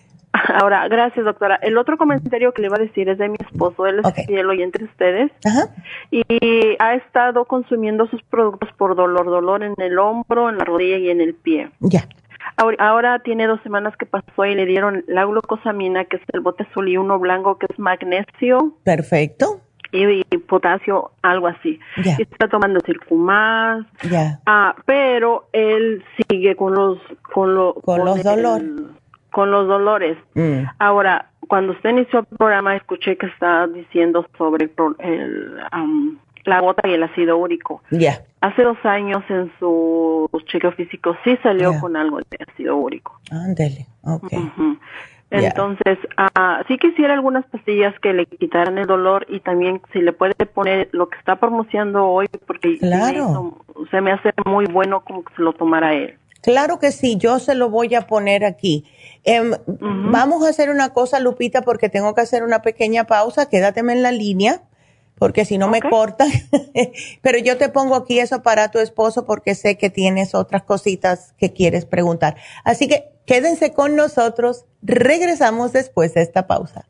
[SPEAKER 9] Ahora, gracias, doctora. El otro comentario que le iba a decir es de mi esposo. Él es
[SPEAKER 4] Okay.
[SPEAKER 9] fiel oyente de ustedes.
[SPEAKER 4] Ajá.
[SPEAKER 9] Y ha estado consumiendo sus productos por dolor, dolor en el hombro, en la rodilla y en el pie.
[SPEAKER 4] Ya.
[SPEAKER 9] Ahora, ahora tiene dos semanas que pasó y le dieron la glucosamina, que es el bote azul, y uno blanco, que es magnesio.
[SPEAKER 4] Perfecto.
[SPEAKER 9] Y, y potasio, algo así.
[SPEAKER 4] Ya.
[SPEAKER 9] Y está tomando Circumax.
[SPEAKER 4] Ya.
[SPEAKER 9] Ah, pero él sigue con los con, lo,
[SPEAKER 4] Con los
[SPEAKER 9] el-
[SPEAKER 4] dolores.
[SPEAKER 9] con los dolores.
[SPEAKER 4] Mm.
[SPEAKER 9] Ahora, cuando usted inició el programa, escuché que estaba diciendo sobre el, pro- el, am, la gota y el ácido úrico.
[SPEAKER 4] Ya.
[SPEAKER 9] Hace dos años en su chequeo físico sí salió
[SPEAKER 4] Ya.
[SPEAKER 9] con algo de ácido úrico.
[SPEAKER 4] Ándele. Ok.
[SPEAKER 9] Ujú.
[SPEAKER 4] Ya.
[SPEAKER 9] Entonces, ah, sí quisiera algunas pastillas que le quitaran el dolor, y también si le puede poner lo que está promocionando hoy, porque
[SPEAKER 4] Claro.
[SPEAKER 9] me hizo- se me hace muy bueno como que se lo tomara él.
[SPEAKER 4] Claro que sí, yo se lo voy a poner aquí. Em, Vamos a hacer una cosa, Lupita, porque tengo que hacer una pequeña pausa. Quédateme en la línea, porque si no me
[SPEAKER 9] Ok.
[SPEAKER 4] cortan. Pero yo te pongo aquí eso para tu esposo, porque sé que tienes otras cositas que quieres preguntar. Así que quédense con nosotros. Regresamos después de esta pausa.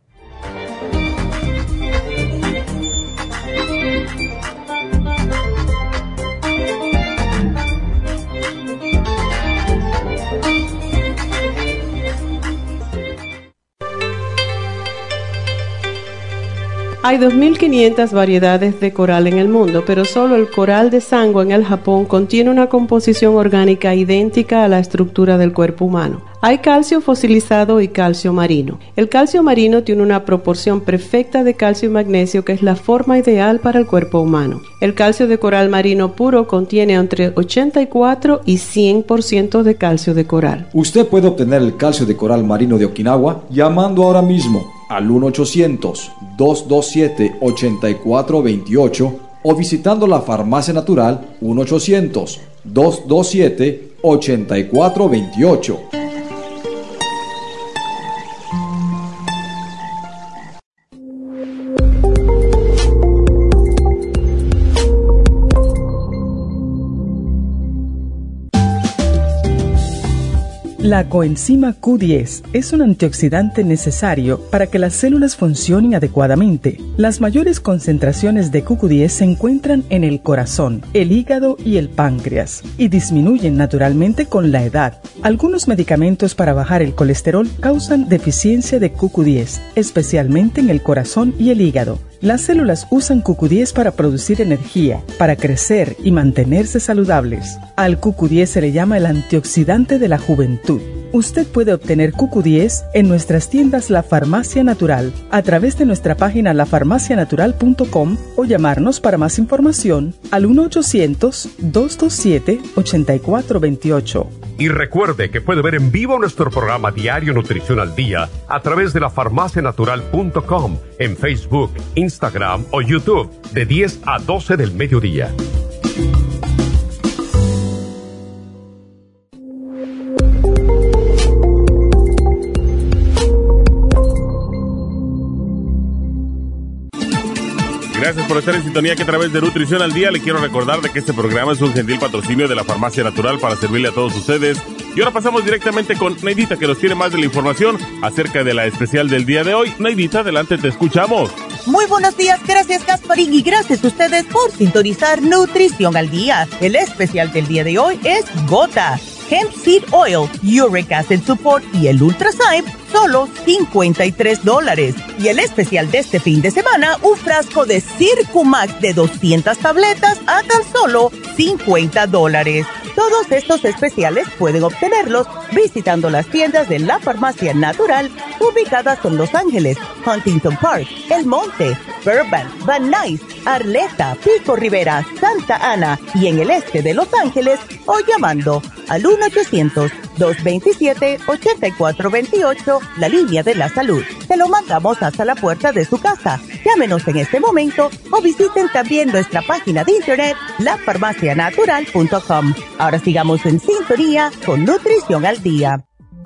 [SPEAKER 2] Hay dos mil quinientas variedades de coral en el mundo, pero solo el coral de Sango en el Japón contiene una composición orgánica idéntica a la estructura del cuerpo humano. Hay calcio fosilizado y calcio marino. El calcio marino tiene una proporción perfecta de calcio y magnesio, que es la forma ideal para el cuerpo humano. El calcio de coral marino puro contiene entre ochenta y cuatro y cien por ciento de calcio de coral.
[SPEAKER 10] Usted puede obtener el calcio de coral marino de Okinawa llamando ahora mismo al uno ochocientos, dos dos siete, ocho cuatro dos ocho o visitando la Farmacia Natural uno ochocientos, dos dos siete, ocho cuatro dos ocho.
[SPEAKER 5] La coenzima Q diez es un antioxidante necesario para que las células funcionen adecuadamente. Las mayores concentraciones de Q diez se encuentran en el corazón, el hígado y el páncreas, y disminuyen naturalmente con la edad. Algunos medicamentos para bajar el colesterol causan deficiencia de Q diez, especialmente en el corazón y el hígado. Las células usan Q diez para producir energía, para crecer y mantenerse saludables. Al Q diez se le llama el antioxidante de la juventud. Usted puede obtener Q diez en nuestras tiendas La Farmacia Natural, a través de nuestra página la farmacia natural punto com o llamarnos para más información al uno ochocientos, dos dos siete, ocho cuatro dos ocho.
[SPEAKER 3] Y recuerde que puede ver en vivo nuestro programa Diario Nutrición al Día a través de la farmacia natural punto com en Facebook, Instagram o YouTube de diez a doce del mediodía.
[SPEAKER 6] Gracias por estar en sintonía, que a través de Nutrición al Día le quiero recordar de que este programa es un gentil patrocinio de la Farmacia Natural para servirle a todos ustedes. Y ahora pasamos directamente con Neidita, que nos tiene más de la información acerca de la especial del día de hoy. Neidita, adelante, te escuchamos.
[SPEAKER 7] Muy buenos días, gracias Gasparín y gracias a ustedes por sintonizar Nutrición al Día. El especial del día de hoy es Gota, Hemp Seed Oil, Uric Acid Support y el Ultrazyme, solo cincuenta y tres dólares. Y el especial de este fin de semana, un frasco de Circumax de doscientas tabletas a tan solo cincuenta dólares. Todos estos especiales pueden obtenerlos visitando las tiendas de la Farmacia Natural ubicadas en Los Ángeles, Huntington Park, El Monte, Burbank, Van Nuys, Arleta, Pico Rivera, Santa Ana y en el este de Los Ángeles o llamando al uno ochocientos, dos veintisiete, ochenta y cuatro veintiocho, la línea de la salud. Te lo mandamos hasta la puerta de su casa. Llámenos en este momento o visiten también nuestra página de internet la farmacia natural punto com. Ahora sigamos en sintonía con Nutrición al Día.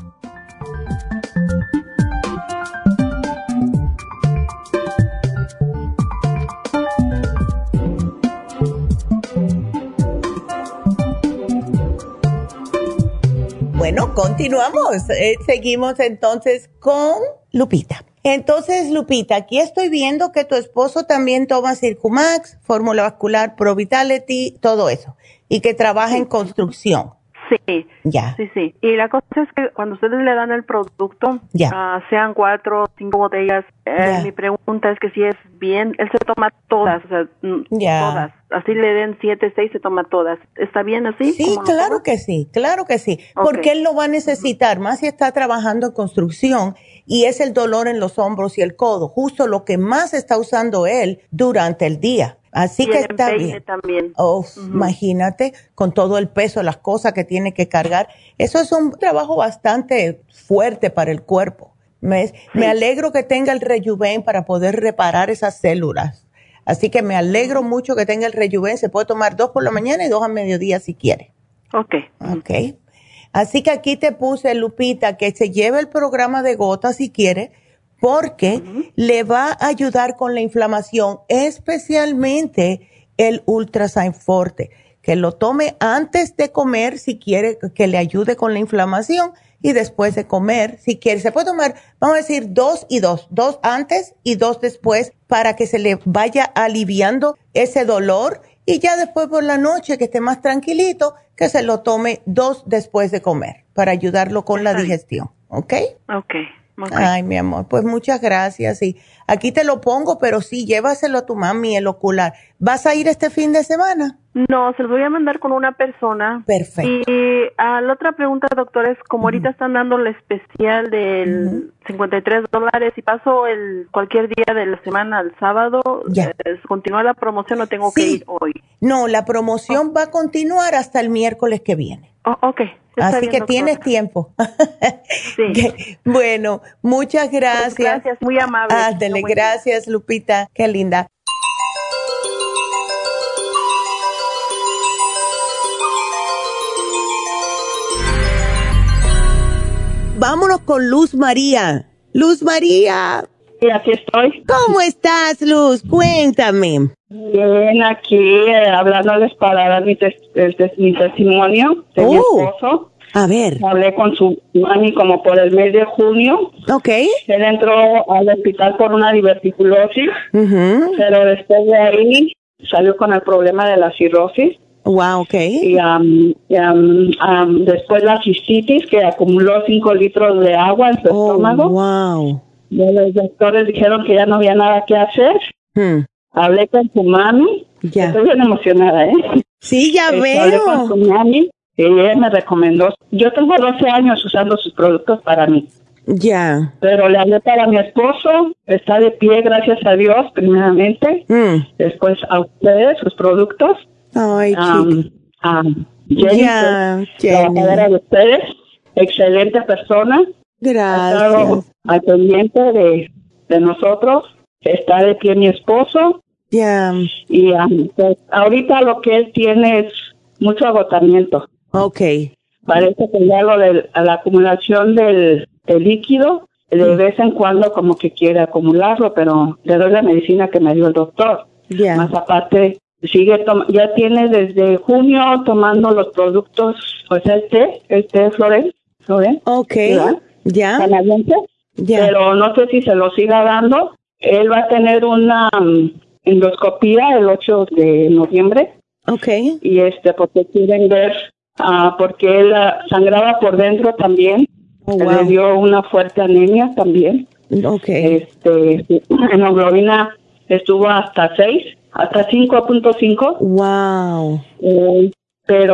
[SPEAKER 7] Bueno, continuamos. Eh, seguimos entonces con Lupita. Entonces, Lupita, aquí estoy viendo que tu esposo también toma Circumax, fórmula vascular Pro Vitality, todo eso, y que trabaja en construcción.
[SPEAKER 9] Sí,
[SPEAKER 7] ya.
[SPEAKER 9] Sí, sí. Y la cosa es que cuando ustedes le dan el producto,
[SPEAKER 7] ya.
[SPEAKER 9] uh, sean cuatro o cinco botellas, eh, mi pregunta es que si es bien, él se toma todas, o sea,
[SPEAKER 7] ya.
[SPEAKER 9] todas. Así le den siete, seis, se toma todas. ¿Está bien así?
[SPEAKER 7] Sí, claro que sí, claro que sí. Okay. Porque él lo va a necesitar, más si está trabajando en construcción y es el dolor en los hombros y el codo, justo lo que más está usando él durante el día. Así y que está bien.
[SPEAKER 9] También.
[SPEAKER 7] Oh, uh-huh. Imagínate, con todo el peso, las cosas que tiene que cargar. Eso es un trabajo bastante fuerte para el cuerpo. Me, sí. me alegro que tenga el Rejuven para poder reparar esas células. Así que me alegro uh-huh. mucho que tenga el Rejuven. Se puede tomar dos por la mañana y dos a mediodía si quiere.
[SPEAKER 9] Ok.
[SPEAKER 7] Ok. Así que aquí te puse, Lupita, que se lleve el programa de gotas si quiere, porque uh-huh. le va a ayudar con la inflamación, especialmente el Ultrasign Forte. Que lo tome antes de comer si quiere que le ayude con la inflamación y después de comer si quiere. Se puede tomar, vamos a decir, dos y dos, dos antes y dos después para que se le vaya aliviando ese dolor y ya después por la noche que esté más tranquilito, que se lo tome dos después de comer para ayudarlo con la digestión. ¿Ok?
[SPEAKER 9] Ok. Okay.
[SPEAKER 7] Ay, mi amor, pues muchas gracias. Y aquí te lo pongo, pero sí, llévaselo a tu mami, el ocular. ¿Vas a ir este fin de semana?
[SPEAKER 9] No, se los voy a mandar con una persona.
[SPEAKER 7] Perfecto.
[SPEAKER 9] Y a la otra pregunta, doctor, es como uh-huh. ahorita están dando el especial del uh-huh. cincuenta y tres dólares y paso el cualquier día de la semana al sábado,
[SPEAKER 7] ya.
[SPEAKER 9] Eh, ¿continúa la promoción o tengo
[SPEAKER 7] sí.
[SPEAKER 9] que ir hoy?
[SPEAKER 7] No, la promoción oh. va a continuar hasta el miércoles que viene.
[SPEAKER 9] Oh, ok.
[SPEAKER 7] Está Así
[SPEAKER 9] bien,
[SPEAKER 7] que
[SPEAKER 9] doctora.
[SPEAKER 7] Tienes tiempo.
[SPEAKER 9] Sí.
[SPEAKER 7] Bueno, muchas gracias.
[SPEAKER 9] Gracias, muy amable.
[SPEAKER 7] Ándale, no, gracias, Lupita. Qué linda. Vámonos con Luz María. Luz María.
[SPEAKER 11] Sí, aquí estoy.
[SPEAKER 7] ¿Cómo estás, Luz? Cuéntame.
[SPEAKER 11] Bien, aquí eh, hablándoles para dar mi, tes el tes mi testimonio de oh, mi esposo.
[SPEAKER 7] A ver.
[SPEAKER 11] Hablé con su mami como por el mes de junio.
[SPEAKER 7] Ok.
[SPEAKER 11] Él entró al hospital por una diverticulosis,
[SPEAKER 7] uh-huh.
[SPEAKER 11] pero después de ahí salió con el problema de la cirrosis.
[SPEAKER 7] Wow, ok.
[SPEAKER 11] Y um, um, um, después la cistitis, que acumuló cinco litros de agua en su
[SPEAKER 7] oh,
[SPEAKER 11] estómago.
[SPEAKER 7] Wow.
[SPEAKER 11] Y los doctores dijeron que ya no había nada que hacer.
[SPEAKER 7] Hmm.
[SPEAKER 11] Hablé con su mami.
[SPEAKER 7] Ya.
[SPEAKER 11] Estoy bien emocionada, ¿eh?
[SPEAKER 7] Sí, ya
[SPEAKER 11] este,
[SPEAKER 7] veo.
[SPEAKER 11] Hablé con su mami y ella me recomendó. Yo tengo doce años usando sus productos para mí.
[SPEAKER 7] Ya.
[SPEAKER 11] Pero le hablé para mi esposo. Está de pie, gracias a Dios, primeramente.
[SPEAKER 7] Hmm.
[SPEAKER 11] Después a ustedes, sus productos.
[SPEAKER 7] Ay,
[SPEAKER 11] um, um, Jenny,
[SPEAKER 7] ya,
[SPEAKER 11] trabajadora de ustedes. Excelente persona.
[SPEAKER 7] Gracias.
[SPEAKER 11] Al pendiente de, de nosotros. Está de pie mi esposo.
[SPEAKER 7] Ya. Yeah.
[SPEAKER 11] Y um, pues, ahorita lo que él tiene es mucho agotamiento.
[SPEAKER 7] Okay.
[SPEAKER 11] Parece que ya lo de la acumulación del, del líquido, de vez en cuando como que quiere acumularlo, pero le doy la medicina que me dio el doctor.
[SPEAKER 7] Ya. Yeah.
[SPEAKER 11] Más aparte, sigue ya tiene desde junio tomando los productos, o sea, el té, el té Florent, Florent.
[SPEAKER 7] Okay. Ya. Yeah.
[SPEAKER 11] Canadiense.
[SPEAKER 7] Ya. Yeah.
[SPEAKER 11] Pero no sé si se lo siga dando. Él va a tener una um, endoscopía el ocho de noviembre.
[SPEAKER 7] Okay.
[SPEAKER 11] Y este, porque quieren ver, uh, porque él uh, sangraba por dentro también.
[SPEAKER 7] Oh, wow.
[SPEAKER 11] Le dio una fuerte anemia también.
[SPEAKER 7] Okay.
[SPEAKER 11] Este, hemoglobina estuvo hasta seis, hasta cinco punto cinco.
[SPEAKER 7] Wow.
[SPEAKER 11] Eh, pero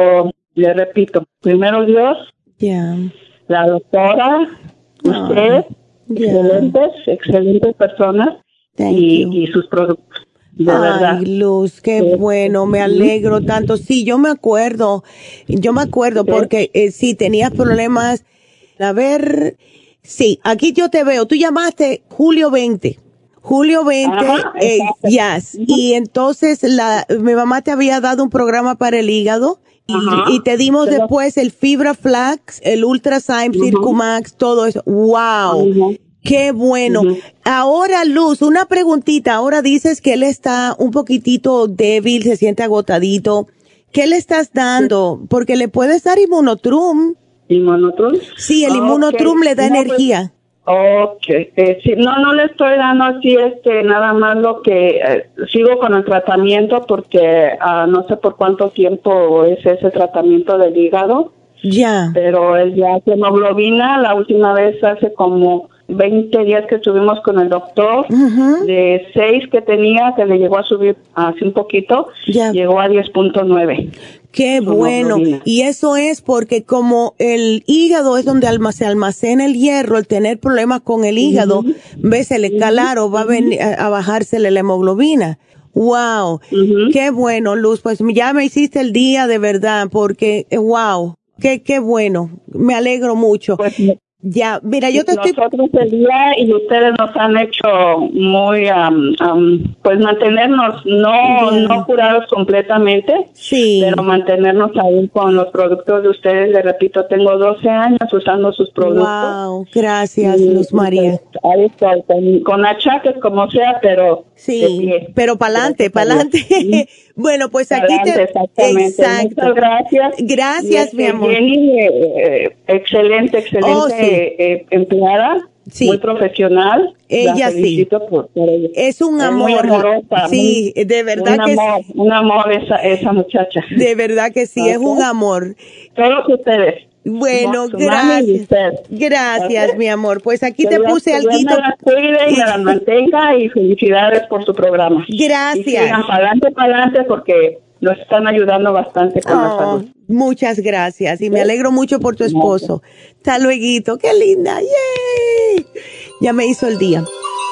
[SPEAKER 11] le repito, primero Dios,
[SPEAKER 4] yeah.
[SPEAKER 11] la doctora, usted,
[SPEAKER 4] oh, yeah.
[SPEAKER 11] excelentes, excelentes personas y, y sus productos. De
[SPEAKER 4] Ay,
[SPEAKER 11] verdad.
[SPEAKER 4] Luz, qué sí. bueno, me alegro tanto. Sí, yo me acuerdo, yo me acuerdo ¿sí? porque eh, sí, tenías problemas. A ver, sí, aquí yo te veo. Tú llamaste julio veinte. Julio veinte, Ajá, eh, yes. Uh-huh. Y entonces la, mi mamá te había dado un programa para el hígado y, y te dimos Pero, después el Fibra Flax, el Ultrazyme, uh-huh. Circumax, todo eso. ¡Wow! Uh-huh. ¡Qué bueno! Uh-huh. Ahora, Luz, una preguntita. Ahora dices que él está un poquitito débil, se siente agotadito. ¿Qué le estás dando? Porque le puedes dar Inmunotrum.
[SPEAKER 11] ¿Inmunotrum?
[SPEAKER 4] Sí, el okay. Inmunotrum le da no, energía.
[SPEAKER 11] Pues, Ok, eh, sí, no, no le estoy dando así, este, nada más lo que eh, sigo con el tratamiento porque uh, no sé por cuánto tiempo es ese tratamiento del hígado.
[SPEAKER 4] Ya. Yeah.
[SPEAKER 11] Pero él ya hace hemoglobina, la última vez hace como veinte días que estuvimos con el doctor, uh-huh. de seis que tenía, que le llegó a subir así un poquito, yeah. llegó a diez punto nueve.
[SPEAKER 4] Qué bueno. Y eso es porque como el hígado es donde alma, se almacena el hierro, el tener problemas con el hígado, uh-huh. ves el escalar uh-huh. va a, venir a, a bajársele la hemoglobina. Wow. Uh-huh. Qué bueno, Luz. Pues ya me hiciste el día de verdad porque, wow. Qué, qué bueno. Me alegro mucho. Pues, ya, mira, yo te
[SPEAKER 11] nosotros
[SPEAKER 4] estoy...
[SPEAKER 11] Nosotros el día y ustedes nos han hecho muy, um, um, pues mantenernos no yeah. no curados completamente,
[SPEAKER 4] sí.
[SPEAKER 11] pero mantenernos ahí con los productos de ustedes. Le repito, tengo doce años usando sus productos.
[SPEAKER 4] Wow, gracias, y, Luz María.
[SPEAKER 11] Pues, ahí está, con, con achaques como sea, pero...
[SPEAKER 4] Sí, pero pa'lante, pa'lante. Sí. Bueno, pues aquí te...
[SPEAKER 11] Exactamente.
[SPEAKER 4] Exacto.
[SPEAKER 11] Muchas gracias.
[SPEAKER 4] Gracias, mi amor.
[SPEAKER 11] Jenny, eh, excelente, excelente oh, sí. eh, empleada. Sí. Muy profesional.
[SPEAKER 4] Ella sí.
[SPEAKER 11] Por, por ella.
[SPEAKER 4] Es un
[SPEAKER 11] es
[SPEAKER 4] amor.
[SPEAKER 11] Muy amorosa,
[SPEAKER 4] sí,
[SPEAKER 11] muy,
[SPEAKER 4] de verdad
[SPEAKER 11] un
[SPEAKER 4] que
[SPEAKER 11] amor,
[SPEAKER 4] sí.
[SPEAKER 11] Un amor esa, esa muchacha.
[SPEAKER 4] De verdad que sí, okay. Es un amor.
[SPEAKER 11] Todos ustedes.
[SPEAKER 4] Bueno, no, gracias. Gracias, ¿okay? Mi amor. Pues aquí que te Dios, puse algo.
[SPEAKER 11] Que Dios me las cuide y me las mantenga y felicidades por su programa.
[SPEAKER 4] Gracias.
[SPEAKER 11] Y sigan para adelante, para adelante porque nos están ayudando bastante con oh, la salud.
[SPEAKER 4] Muchas gracias y me alegro mucho por tu esposo. Hasta luego, qué linda. ¡Yay! Ya me hizo el día.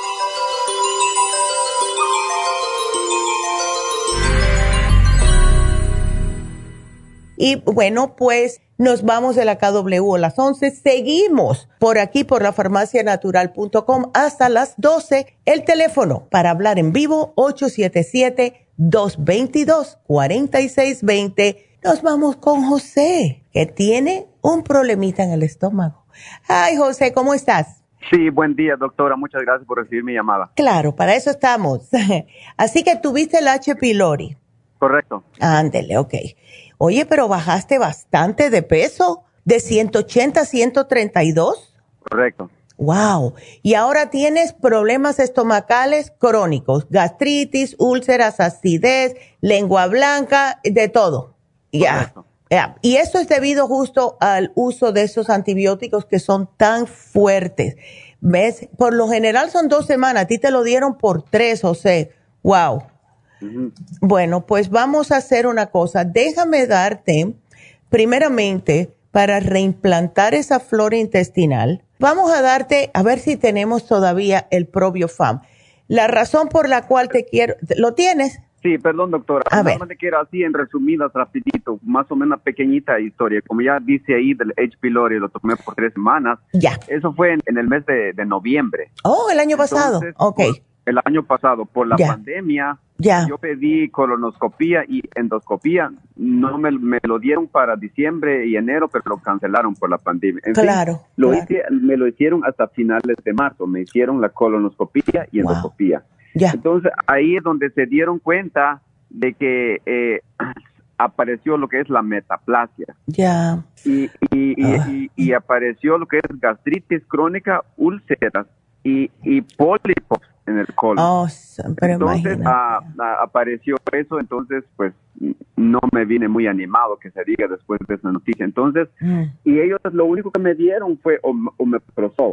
[SPEAKER 4] Y bueno, pues nos vamos de la K W a las once. Seguimos por aquí por la farmacia natural punto com hasta las doce. El teléfono para hablar en vivo ocho siete siete, dos dos dos, cuatro seis dos cero. Nos vamos con José, que tiene un problemita en el estómago. Ay, José, ¿cómo estás?
[SPEAKER 12] Sí, buen día, doctora. Muchas gracias por recibir mi llamada.
[SPEAKER 4] Claro, para eso estamos. Así que tuviste el H. pylori.
[SPEAKER 12] Correcto.
[SPEAKER 4] Ándele, ok. Oye, pero bajaste bastante de peso, de ciento ochenta a ciento treinta y dos.
[SPEAKER 12] Correcto.
[SPEAKER 4] Wow. Y ahora tienes problemas estomacales crónicos, gastritis, úlceras, acidez, lengua blanca, de todo. Ya. Yeah. Y eso es debido justo al uso de esos antibióticos que son tan fuertes. ¿Ves? Por lo general son dos semanas. A ti te lo dieron por tres, José. Wow. Uh-huh. Bueno, pues vamos a hacer una cosa. Déjame darte, primeramente, para reimplantar esa flora intestinal, vamos a darte, a ver si tenemos todavía el Probiofam. La razón por la cual te quiero, ¿lo tienes?
[SPEAKER 12] Sí, perdón, doctora.
[SPEAKER 4] A ver.
[SPEAKER 12] Solamente quiero así en resumidas, rapidito, más o menos una pequeñita historia. Como ya dice ahí del H. pylori, lo tomé por tres semanas.
[SPEAKER 4] Ya.
[SPEAKER 12] Eso fue en, en el mes de, de noviembre.
[SPEAKER 4] Oh, el año
[SPEAKER 12] Entonces,
[SPEAKER 4] pasado. Ok.
[SPEAKER 12] El año pasado, por la
[SPEAKER 4] ya.
[SPEAKER 12] pandemia,
[SPEAKER 4] ya.
[SPEAKER 12] yo pedí colonoscopía y endoscopía. No me, me lo dieron para diciembre y enero, pero lo cancelaron por la pandemia. En
[SPEAKER 4] claro.
[SPEAKER 12] Fin, lo
[SPEAKER 4] claro.
[SPEAKER 12] Hice, me lo hicieron hasta finales de marzo. Me hicieron la colonoscopía y endoscopía.
[SPEAKER 4] Wow. Ya.
[SPEAKER 12] Entonces, ahí es donde se dieron cuenta de que eh, apareció lo que es la metaplasia.
[SPEAKER 4] Ya.
[SPEAKER 12] Y, y,
[SPEAKER 4] uh.
[SPEAKER 12] y, y, y apareció lo que es gastritis crónica, úlceras y, y pólipos en el colon.
[SPEAKER 4] Oh, pero
[SPEAKER 12] entonces a, a, apareció eso, entonces pues no me vine muy animado que se diga después de esa noticia. Entonces, mm. y ellos lo único que me dieron fue omeprazol.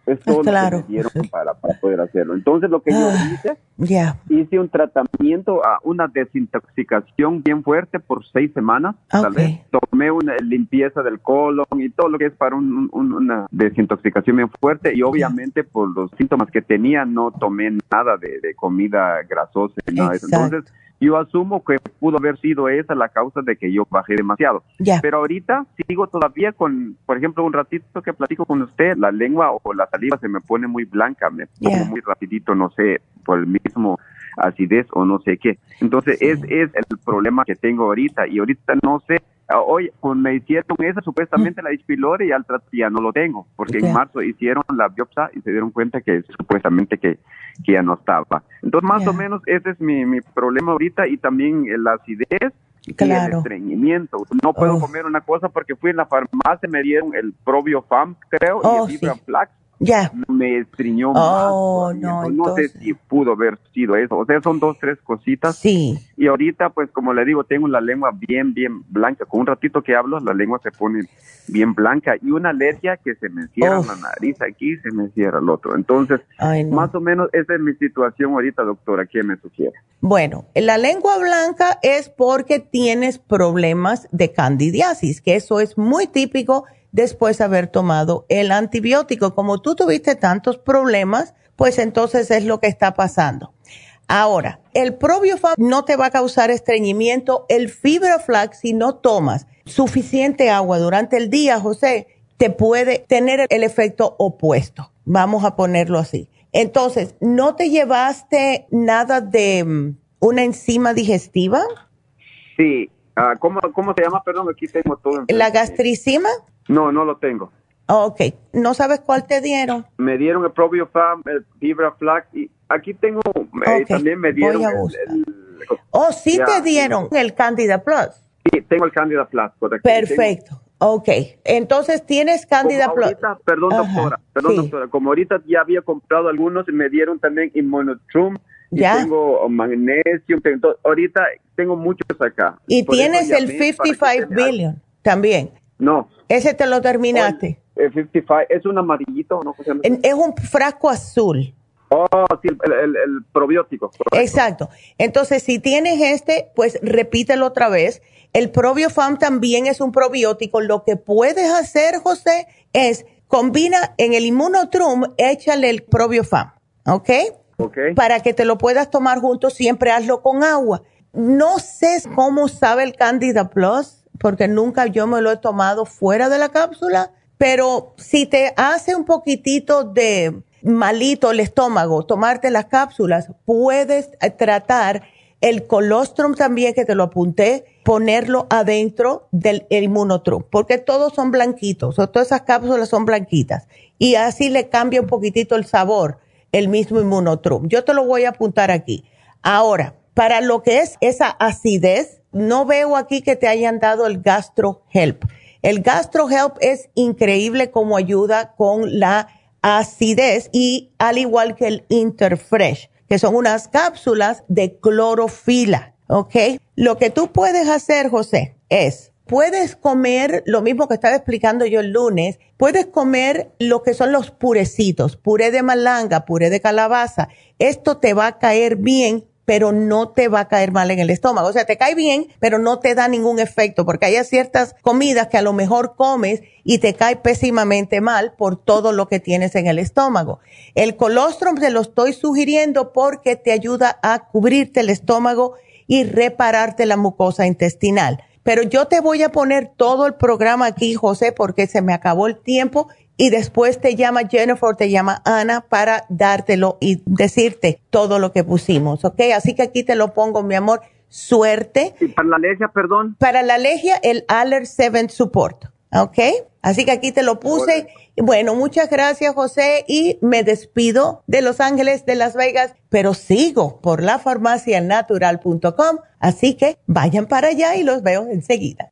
[SPEAKER 12] Es todo
[SPEAKER 4] claro.
[SPEAKER 12] lo que me dieron para, para poder hacerlo. Entonces, lo que yo hice,
[SPEAKER 4] yeah.
[SPEAKER 12] hice un tratamiento, una desintoxicación bien fuerte por seis semanas,
[SPEAKER 4] okay.
[SPEAKER 12] tal vez. Tomé una limpieza del colon y todo lo que es para un, un, una desintoxicación bien fuerte, y obviamente yeah. por los síntomas que tenía no tomé nada de, de comida grasosa y nada de eso. Entonces, yo asumo que pudo haber sido esa la causa de que yo bajé demasiado.
[SPEAKER 4] Yeah.
[SPEAKER 12] Pero ahorita sigo todavía con, por ejemplo, un ratito que platico con usted, la lengua o la saliva se me pone muy blanca, me pongo yeah. muy rapidito, no sé, por el mismo acidez o no sé qué. Entonces, sí. es, es el problema que tengo ahorita, y ahorita no sé. Hoy pues, me hicieron esa, supuestamente la H. pylori, y al trato ya no lo tengo, porque yeah. en marzo hicieron la biopsia y se dieron cuenta que supuestamente que, que ya no estaba. Entonces, más yeah. o menos, ese es mi, mi problema ahorita, y también la acidez claro. y el estreñimiento. No puedo oh. comer una cosa porque fui en la farmacia, me dieron el Probiofam, creo, oh, y el Fibra sí. Flax.
[SPEAKER 4] Ya.
[SPEAKER 12] Me estriñó
[SPEAKER 4] oh,
[SPEAKER 12] más.
[SPEAKER 4] No,
[SPEAKER 12] no
[SPEAKER 4] entonces...
[SPEAKER 12] sé si pudo haber sido eso. O sea, son dos, tres cositas.
[SPEAKER 4] Sí.
[SPEAKER 12] Y ahorita, pues, como le digo, tengo la lengua bien, bien blanca. Con un ratito que hablo, la lengua se pone bien blanca. Y una alergia que se me cierra Uf. la nariz aquí y se me cierra el otro. Entonces, Ay, no. más o menos, esa es mi situación ahorita, doctora. ¿Qué me sugiere?
[SPEAKER 4] Bueno, la lengua blanca es porque tienes problemas de candidiasis, que eso es muy típico después de haber tomado el antibiótico. Como tú tuviste tantos problemas, pues entonces es lo que está pasando. Ahora, el Probiofam no te va a causar estreñimiento. El Fibra Flax, si no tomas suficiente agua durante el día, José, te puede tener el efecto opuesto. Vamos a ponerlo así. Entonces, ¿no te llevaste nada de um, una enzima digestiva?
[SPEAKER 12] Sí. Uh, ¿cómo, ¿Cómo se llama? Perdón, aquí tengo todo.
[SPEAKER 4] ¿La gastricima?
[SPEAKER 12] No, no lo tengo.
[SPEAKER 4] Ok. ¿No sabes cuál te dieron?
[SPEAKER 12] Me dieron el Probiofam, el Fibra Flax, y aquí tengo, okay. eh, también me dieron el, el, el...
[SPEAKER 4] Oh, sí ya, te dieron sí. el Candida Plus.
[SPEAKER 12] Sí, tengo el Candida Plus, correcto.
[SPEAKER 4] Perfecto. Tengo... Ok. Entonces, ¿tienes Candida Plus?
[SPEAKER 12] Ahorita, perdón, Ajá. doctora, perdón, sí. doctora. Como ahorita ya había comprado algunos, me dieron también Immunotrum. Y ¿Ya? tengo magnesio, tengo, ahorita tengo muchos acá.
[SPEAKER 4] Y Por tienes el cincuenta y cinco billion también.
[SPEAKER 12] No.
[SPEAKER 4] ¿Ese te lo terminaste?
[SPEAKER 12] El cincuenta y cinco, ¿es un amarillito? ¿No?
[SPEAKER 4] Es un frasco azul.
[SPEAKER 12] Oh, sí, el, el, el probiótico. Correcto.
[SPEAKER 4] Exacto. Entonces, si tienes este, pues repítelo otra vez. El Probiofam también es un probiótico. Lo que puedes hacer, José, es combina en el Immunotrum, échale el Probiofam, ¿ok?
[SPEAKER 12] Okay.
[SPEAKER 4] Para que te lo puedas tomar juntos, siempre hazlo con agua. No sé cómo sabe el Candida Plus, porque nunca yo me lo he tomado fuera de la cápsula, pero si te hace un poquitito de malito el estómago, tomarte las cápsulas, puedes tratar el colostrum también, que te lo apunté, ponerlo adentro del Immunotrum, porque todos son blanquitos, o todas esas cápsulas son blanquitas, y así le cambia un poquitito el sabor. El mismo Immunotrum. Yo te lo voy a apuntar aquí. Ahora, para lo que es esa acidez, no veo aquí que te hayan dado el Gastro Help. El Gastro Help es increíble como ayuda con la acidez, y al igual que el Interfresh, que son unas cápsulas de clorofila, ¿ok? Lo que tú puedes hacer, José, es... Puedes comer lo mismo que estaba explicando yo el lunes. Puedes comer lo que son los purecitos, puré de malanga, puré de calabaza. Esto te va a caer bien, pero no te va a caer mal en el estómago. O sea, te cae bien, pero no te da ningún efecto, porque hay ciertas comidas que a lo mejor comes y te cae pésimamente mal por todo lo que tienes en el estómago. El colostrum te lo estoy sugiriendo porque te ayuda a cubrirte el estómago y repararte la mucosa intestinal. Pero yo te voy a poner todo el programa aquí, José, porque se me acabó el tiempo, y después te llama Jennifer, te llama Ana para dártelo y decirte todo lo que pusimos, ¿ok? Así que aquí te lo pongo, mi amor. Suerte.
[SPEAKER 12] ¿Y para la alergia, perdón?
[SPEAKER 4] Para la alergia, el Aller siete Support, ¿ok? Así que aquí te lo puse. Bueno, muchas gracias, José, y me despido de Los Ángeles, de Las Vegas, pero sigo por la farmacia natural punto com, así que vayan para allá y los veo enseguida.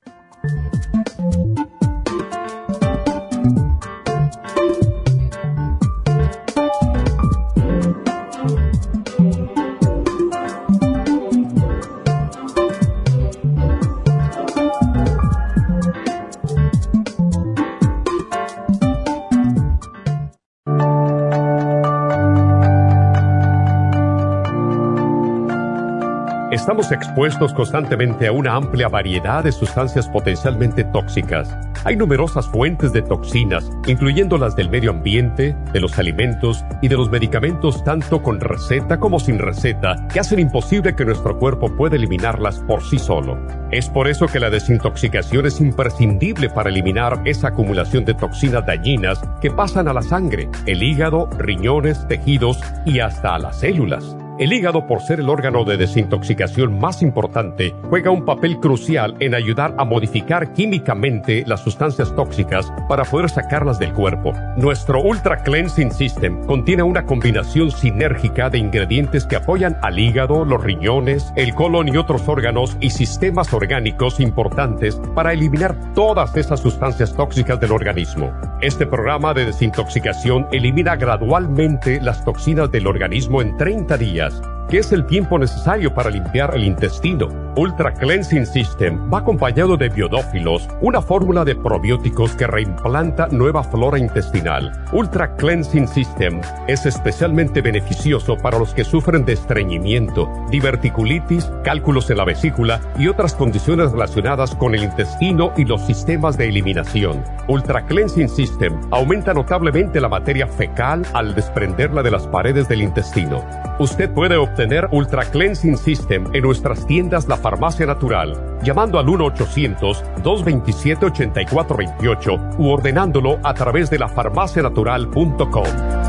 [SPEAKER 3] Estamos expuestos constantemente a una amplia variedad de sustancias potencialmente tóxicas. Hay numerosas fuentes de toxinas, incluyendo las del medio ambiente, de los alimentos y de los medicamentos, tanto con receta como sin receta, que hacen imposible que nuestro cuerpo pueda eliminarlas por sí solo. Es por eso que la desintoxicación es imprescindible para eliminar esa acumulación de toxinas dañinas que pasan a la sangre, el hígado, riñones, tejidos y hasta a las células. El hígado, por ser el órgano de desintoxicación más importante, juega un papel crucial en ayudar a modificar químicamente las sustancias tóxicas para poder sacarlas del cuerpo. Nuestro Ultra Cleansing System contiene una combinación sinérgica de ingredientes que apoyan al hígado, los riñones, el colon y otros órganos y sistemas orgánicos importantes para eliminar todas esas sustancias tóxicas del organismo. Este programa de desintoxicación elimina gradualmente las toxinas del organismo en treinta días, que es el tiempo necesario para limpiar el intestino. Ultra Cleansing System va acompañado de biodófilos, una fórmula de probióticos que reimplanta nueva flora intestinal. Ultra Cleansing System es especialmente beneficioso para los que sufren de estreñimiento, diverticulitis, cálculos en la vesícula y otras condiciones relacionadas con el intestino y los sistemas de eliminación. Ultra Cleansing System aumenta notablemente la materia fecal al desprenderla de las paredes del intestino. Usted puede obtener Ultra Cleansing System en nuestras tiendas La Farmacia Natural, llamando al uno ochocientos, dos veintisiete, ochenta y cuatro veintiocho u ordenándolo a través de la farmacia natural punto com.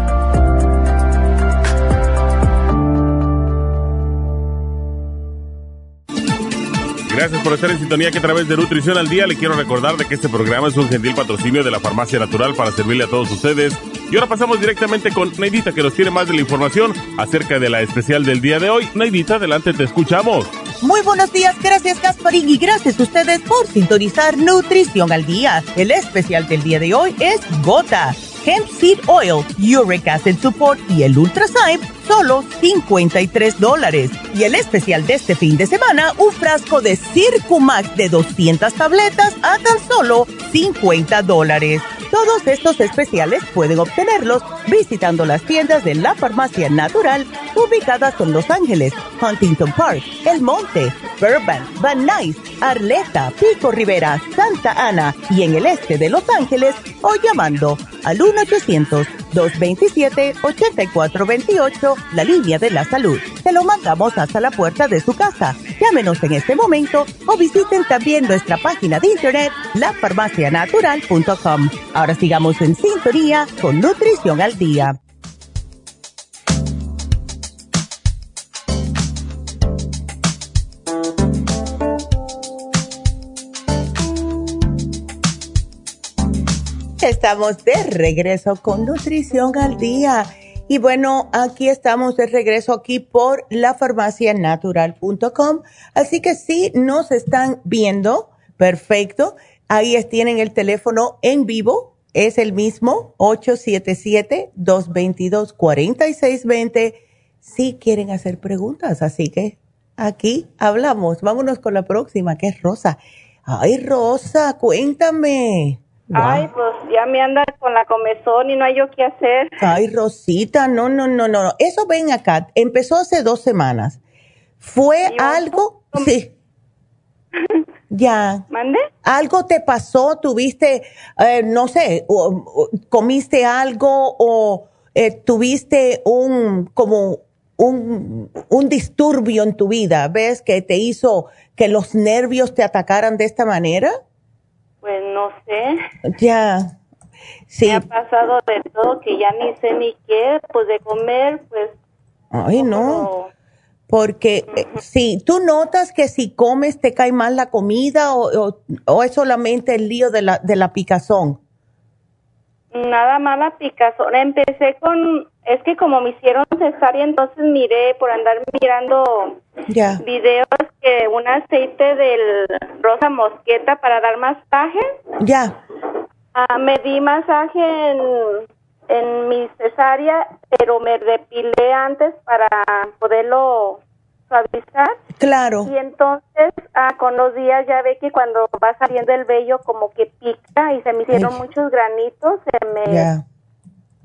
[SPEAKER 6] Gracias por estar en sintonía, que a través de Nutrición al Día le quiero recordar de que este programa es un gentil patrocinio de la Farmacia Natural para servirle a todos ustedes. Y ahora pasamos directamente con Neidita, que nos tiene más de la información acerca de la especial del día de hoy. Neidita, adelante, te escuchamos.
[SPEAKER 7] Muy buenos días, gracias Gasparín y gracias a ustedes por sintonizar Nutrición al Día. El especial del día de hoy es Gota, Hemp Seed Oil, Uric Acid Support y el Ultrazyme, solo cincuenta y tres dólares. Y el especial de este fin de semana, un frasco de Circumax de doscientas tabletas a tan solo cincuenta dólares. Todos estos especiales pueden obtenerlos visitando las tiendas de la Farmacia Natural ubicadas en Los Ángeles, Huntington Park, El Monte, Burbank, Van Nuys, Arleta, Pico Rivera, Santa Ana y en el este de Los Ángeles, o llamando al uno ochocientos, dos veintisiete, ochenta y cuatro veintiocho, la línea de la salud. Se lo mandamos hasta la puerta de su casa. Llámenos en este momento o visiten también nuestra página de internet, la farmacia natural punto com. Ahora sigamos en sintonía con Nutrición al Día.
[SPEAKER 4] Estamos de regreso con Nutrición al Día. Y bueno, aquí estamos de regreso aquí por la farmacia natural punto com. Así que si nos están viendo, perfecto. Ahí tienen el teléfono en vivo. Es el mismo, ocho siete siete, dos dos dos, cuatro seis dos cero. Si quieren hacer preguntas. Así que aquí hablamos. Vámonos con la próxima, que es Rosa. Ay, Rosa, cuéntame.
[SPEAKER 13] Wow. Ay, pues ya me anda con la comezón y no hay yo qué hacer.
[SPEAKER 4] Ay, Rosita, no, no, no, no. Eso ven acá, empezó hace dos semanas. ¿Fue algo? Sí. Ya.
[SPEAKER 13] ¿Mande?
[SPEAKER 4] ¿Algo te pasó? ¿Tuviste, eh, no sé, o, o, comiste algo o eh, tuviste un, como un, un disturbio en tu vida? ¿Ves que te hizo que los nervios te atacaran de esta manera?
[SPEAKER 13] Pues no sé.
[SPEAKER 4] Ya, sí.
[SPEAKER 13] Me ha pasado de todo que ya ni sé ni qué, pues de comer, pues.
[SPEAKER 4] Ay, no. Porque uh-huh. Si tú notas que si comes te cae mal la comida o, o, o es solamente el lío de la, de la picazón.
[SPEAKER 13] Nada más la picazón. Empecé con, es que como me hicieron cesárea, entonces miré, por andar mirando
[SPEAKER 4] ya.
[SPEAKER 13] videos, que un aceite del rosa mosqueta para dar masaje.
[SPEAKER 4] Ya.
[SPEAKER 13] Uh, me di masaje en, en mi cesárea, pero me depilé antes para poderlo suavizar.
[SPEAKER 4] Claro.
[SPEAKER 13] Y entonces, uh, con los días ya ve que cuando va saliendo el vello como que pica y se me hicieron Ay. muchos granitos, se me...
[SPEAKER 4] Ya.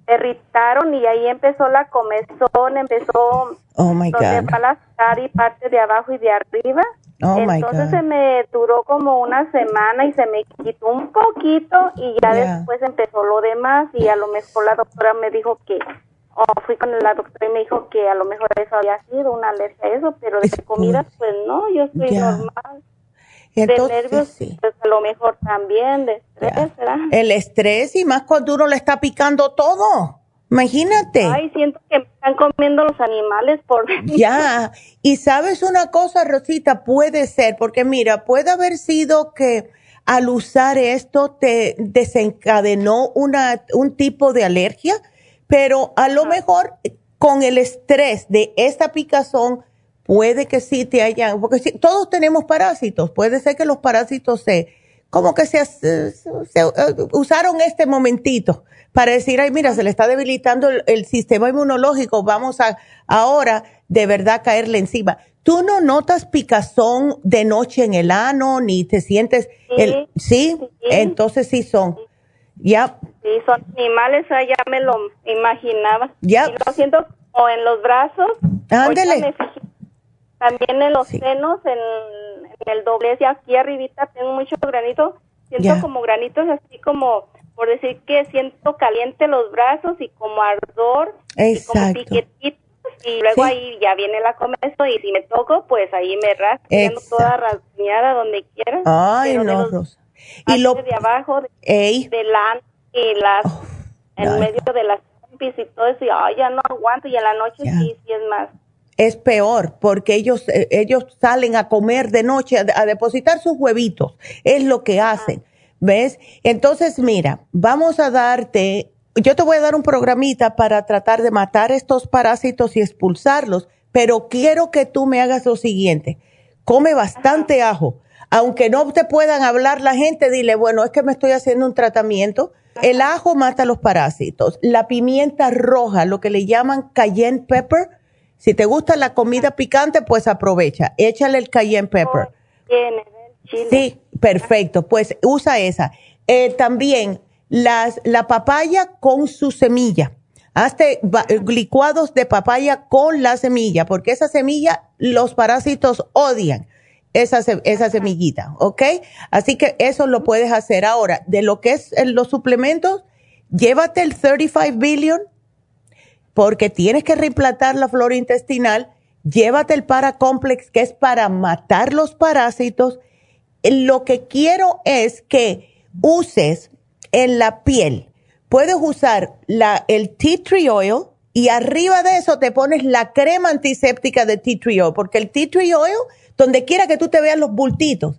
[SPEAKER 13] irritaron y ahí empezó la comezón, empezó
[SPEAKER 4] oh my
[SPEAKER 13] donde
[SPEAKER 4] God.
[SPEAKER 13] va la cara y parte de abajo y de arriba.
[SPEAKER 4] Oh my
[SPEAKER 13] Entonces
[SPEAKER 4] God.
[SPEAKER 13] se me duró como una semana y se me quitó un poquito y ya
[SPEAKER 4] Yeah.
[SPEAKER 13] después empezó lo demás y a lo mejor la doctora me dijo que, o oh, fui con la doctora y me dijo que a lo mejor eso había sido una alergia a eso, pero de comidas pues no, yo estoy
[SPEAKER 4] Yeah.
[SPEAKER 13] normal.
[SPEAKER 4] Entonces,
[SPEAKER 13] de nervios
[SPEAKER 4] sí.
[SPEAKER 13] pues a lo mejor también, de estrés, ¿verdad?
[SPEAKER 4] El estrés y más cuando uno le está picando todo. Imagínate.
[SPEAKER 13] Ay, siento que me están comiendo los animales por dentro.
[SPEAKER 4] Ya, y sabes una cosa, Rosita, puede ser, porque mira, puede haber sido que al usar esto te desencadenó una, un tipo de alergia, pero a lo mejor con el estrés de esta picazón puede que sí te hayan, porque sí, todos tenemos parásitos, puede ser que los parásitos se, como que se, se, se uh, usaron este momentito para decir, ay, mira, se le está debilitando el, el sistema inmunológico, vamos a ahora de verdad caerle encima. ¿Tú no notas picazón de noche en el ano, ni te sientes,
[SPEAKER 13] Sí,
[SPEAKER 4] el, ¿sí?
[SPEAKER 13] sí.
[SPEAKER 4] Entonces sí son, ya.
[SPEAKER 13] Sí, son animales, ah, ya me lo imaginaba.
[SPEAKER 4] Ya.
[SPEAKER 13] Y lo siento como en los brazos.
[SPEAKER 4] Ándele.
[SPEAKER 13] Ahorita me fijé también en los senos, en, en el doblez y aquí arribita tengo muchos granitos. Siento
[SPEAKER 4] Ya.
[SPEAKER 13] como granitos así como, por decir que siento caliente los brazos y como ardor. Y como
[SPEAKER 4] Exacto.
[SPEAKER 13] piquetitos. Y luego
[SPEAKER 4] Sí.
[SPEAKER 13] ahí ya viene la comezón y si me toco, pues ahí me rasco, quedando
[SPEAKER 4] Exacto.
[SPEAKER 13] toda rasguñada donde quiera.
[SPEAKER 4] Ay,
[SPEAKER 13] Pero de
[SPEAKER 4] no,
[SPEAKER 13] los
[SPEAKER 4] Rosa. Y lo,
[SPEAKER 13] de abajo, de,
[SPEAKER 4] ey,
[SPEAKER 13] de la y las en
[SPEAKER 4] ay.
[SPEAKER 13] medio de las pompis y todo eso, y ay, ya no aguanto, y en la noche
[SPEAKER 4] Ya.
[SPEAKER 13] sí, sí es más.
[SPEAKER 4] es peor porque ellos, eh, ellos salen a comer de noche, a, a depositar sus huevitos, es lo que hacen, ¿ves? Entonces, mira, vamos a darte, yo te voy a dar un programita para tratar de matar estos parásitos y expulsarlos, pero quiero que tú me hagas lo siguiente, come bastante ajo, aunque no te puedan hablar la gente, dile, bueno, es que me estoy haciendo un tratamiento. El ajo mata los parásitos, la pimienta roja, lo que le llaman cayenne pepper. Si te gusta la comida picante, pues aprovecha. Échale el cayenne pepper.
[SPEAKER 13] Tiene chile.
[SPEAKER 4] Sí, perfecto. Pues usa esa. Eh, también las, la papaya con su semilla. Hazte va- licuados de papaya con la semilla, porque esa semilla los parásitos odian. Esa, se- esa semillita, ¿ok? Así que eso lo puedes hacer ahora. De lo que es eh, los suplementos, llévate el treinta y cinco billion, porque tienes que reimplantar la flora intestinal. Llévate el Paracomplex, que es para matar los parásitos. Lo que quiero es que uses en la piel, puedes usar la, el tea tree oil y arriba de eso te pones la crema antiséptica de tea tree oil, porque el tea tree oil, donde quiera que tú te veas los bultitos,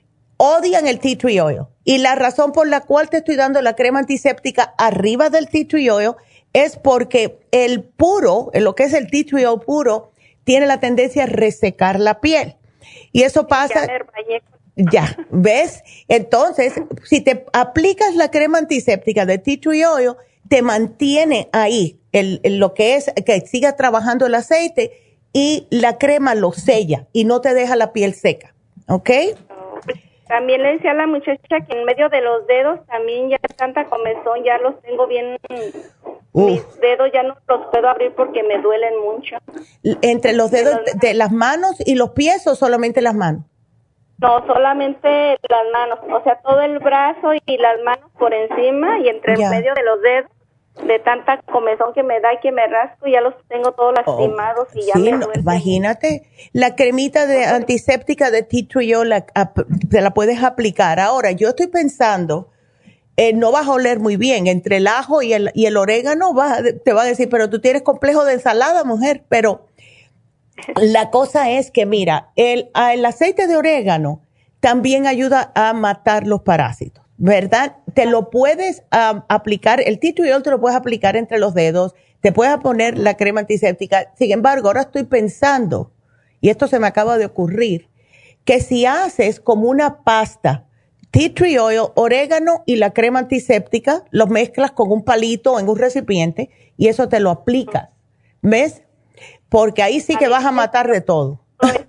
[SPEAKER 4] odian el tea tree oil. Y la razón por la cual te estoy dando la crema antiséptica arriba del tea tree oil es porque el puro, lo que es el tea tree oil puro, tiene la tendencia a resecar la piel. Y eso pasa...
[SPEAKER 13] Ya me bañé con-
[SPEAKER 4] Ya, ¿ves? Entonces, si te aplicas la crema antiséptica de tea tree oil, te mantiene ahí el, el- lo que es que siga trabajando el aceite y la crema lo sella y no te deja la piel seca, ¿ok?
[SPEAKER 13] También le decía a la muchacha que en medio de los dedos también ya tanta comezón, ya los tengo bien,
[SPEAKER 4] Uf.
[SPEAKER 13] mis dedos ya no los puedo abrir porque me duelen mucho.
[SPEAKER 4] Entre los dedos de, de las manos y los pies o solamente las manos.
[SPEAKER 13] No, solamente las manos, o sea, todo el brazo y las manos por encima y entre
[SPEAKER 4] Ya.
[SPEAKER 13] el medio de los dedos, de tanta comezón que me da y que me rasco, ya los tengo todos lastimados y ya
[SPEAKER 4] Sí,
[SPEAKER 13] me
[SPEAKER 4] no,
[SPEAKER 13] duele.
[SPEAKER 4] imagínate, la cremita de antiséptica de tea tree oil la, ap- te la puedes aplicar. Ahora, yo estoy pensando, eh, no vas a oler muy bien, entre el ajo y el, y el orégano vas a- te va a decir, pero tú tienes complejo de ensalada, mujer, pero la cosa es que, mira, el, a- el aceite de orégano también ayuda a matar los parásitos, ¿verdad? Te lo puedes um, aplicar, el tea tree oil te lo puedes aplicar entre los dedos, te puedes poner la crema antiséptica. Sin embargo, ahora estoy pensando, y esto se me acaba de ocurrir, que si haces como una pasta, tea tree oil, orégano y la crema antiséptica, los mezclas con un palito en un recipiente y eso te lo aplicas, ¿ves? Porque ahí sí que vas a matar de todo.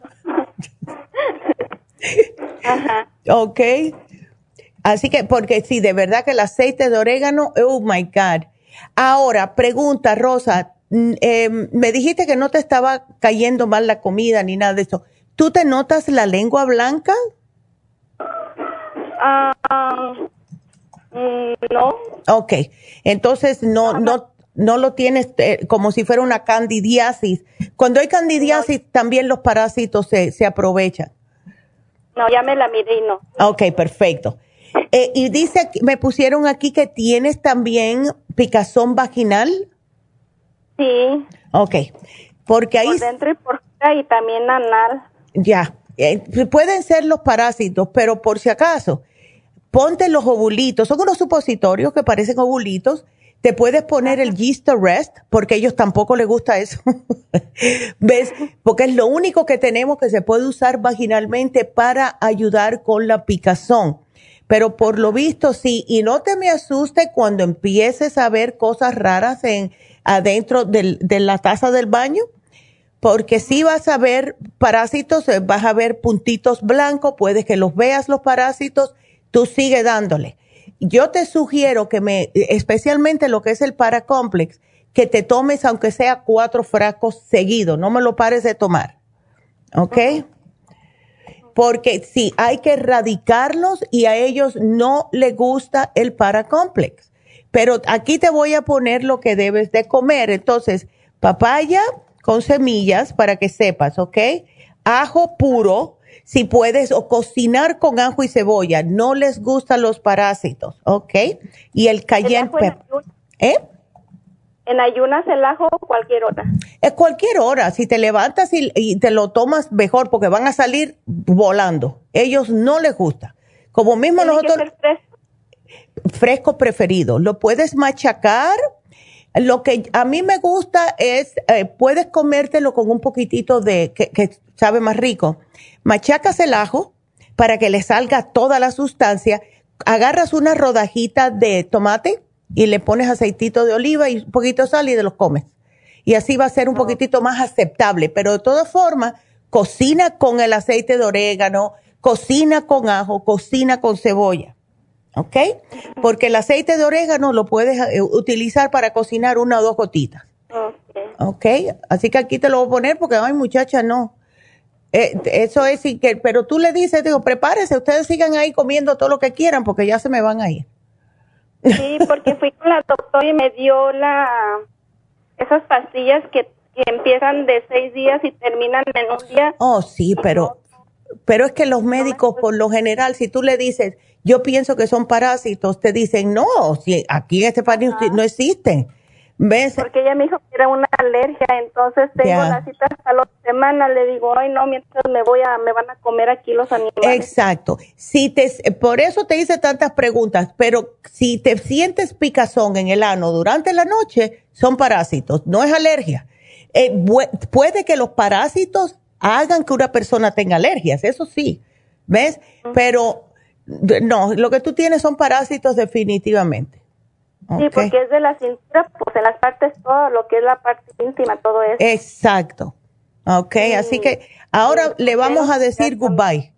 [SPEAKER 13] Ajá.
[SPEAKER 4] Ok. Así que, porque sí, de verdad que el aceite de orégano, oh my God. Ahora, pregunta, Rosa, eh, me dijiste que no te estaba cayendo mal la comida ni nada de eso. ¿Tú te notas la lengua blanca?
[SPEAKER 13] Ah, um, no.
[SPEAKER 4] Ok, entonces no, no, no lo tienes eh, como si fuera una candidiasis. Cuando hay candidiasis, no. También los parásitos se, se aprovechan.
[SPEAKER 13] No, ya me la miré y no.
[SPEAKER 4] Ok, perfecto. Eh, y dice, me pusieron aquí que tienes también picazón vaginal.
[SPEAKER 13] Sí.
[SPEAKER 4] Ok, porque ahí...
[SPEAKER 13] Por dentro y por fuera y también anal.
[SPEAKER 4] Ya, eh, pueden ser los parásitos, pero por si acaso, ponte los ovulitos, son unos supositorios que parecen ovulitos, te puedes poner el Yeast Arrest, porque a ellos tampoco les gusta eso, ¿ves? Porque es lo único que tenemos que se puede usar vaginalmente para ayudar con la picazón. Pero por lo visto sí, y no te me asuste cuando empieces a ver cosas raras en adentro del, de la taza del baño, porque sí vas a ver parásitos, vas a ver puntitos blancos, puedes que los veas los parásitos, tú sigue dándole. Yo te sugiero que me, especialmente lo que es el Paracomplex, que te tomes aunque sea cuatro frascos seguidos, no me lo pares de tomar, ¿ok? Porque sí, hay que erradicarlos y a ellos no les gusta el Paracomplex. Pero aquí te voy a poner lo que debes de comer. Entonces, papaya con semillas para que sepas, ¿ok? Ajo puro, si puedes, o cocinar con ajo y cebolla. No les gustan los parásitos, ¿ok? Y el cayenne pepper. ¿Eh?
[SPEAKER 13] ¿En ayunas el ajo o cualquier hora?
[SPEAKER 4] Es cualquier hora. Si te levantas y, y te lo tomas mejor porque van a salir volando. Ellos no les gusta. Como mismo nosotros...
[SPEAKER 13] ¿Tiene que ser fresco?
[SPEAKER 4] Fresco preferido. Lo puedes machacar. Lo que a mí me gusta es, eh, puedes comértelo con un poquitito de, que, que sabe más rico. Machacas el ajo para que le salga toda la sustancia. Agarras una rodajita de tomate y le pones aceitito de oliva y un poquito de sal y te los comes. Y así va a ser un poquitito más aceptable. Pero de todas formas, cocina con el aceite de orégano, cocina con ajo, cocina con cebolla. ¿Ok? Porque el aceite de orégano lo puedes eh, utilizar para cocinar una o dos gotitas. ¿Ok? Así que aquí te lo voy a poner porque, ay, muchacha, no. Eh, eso es, sí que, pero tú le dices, digo, prepárese, ustedes sigan ahí comiendo todo lo que quieran porque ya se me van a ir.
[SPEAKER 13] Sí, porque fui con la doctora y me dio la esas pastillas que, que empiezan de seis días y terminan en un día.
[SPEAKER 4] Oh, sí, pero, pero es que los médicos, por lo general, si tú le dices, yo pienso que son parásitos, te dicen, no, si aquí en este país no existen. ¿Ves?
[SPEAKER 13] Porque ella me dijo que era una alergia, entonces tengo yeah. la cita hasta la semana, le digo, ay no, mientras me voy a, me van a comer aquí los animales.
[SPEAKER 4] Exacto. Si te, por eso te hice tantas preguntas, pero si te sientes picazón en el ano durante la noche, son parásitos, no es alergia. Eh, puede que los parásitos hagan que una persona tenga alergias, eso sí, ¿ves? Uh-huh. Pero no, lo que tú tienes son parásitos definitivamente.
[SPEAKER 13] Sí, okay. Porque es de la cintura, pues en las partes, todo lo que es la parte íntima, todo eso.
[SPEAKER 4] Exacto. Ok, sí. Así que ahora sí, le vamos a decir goodbye.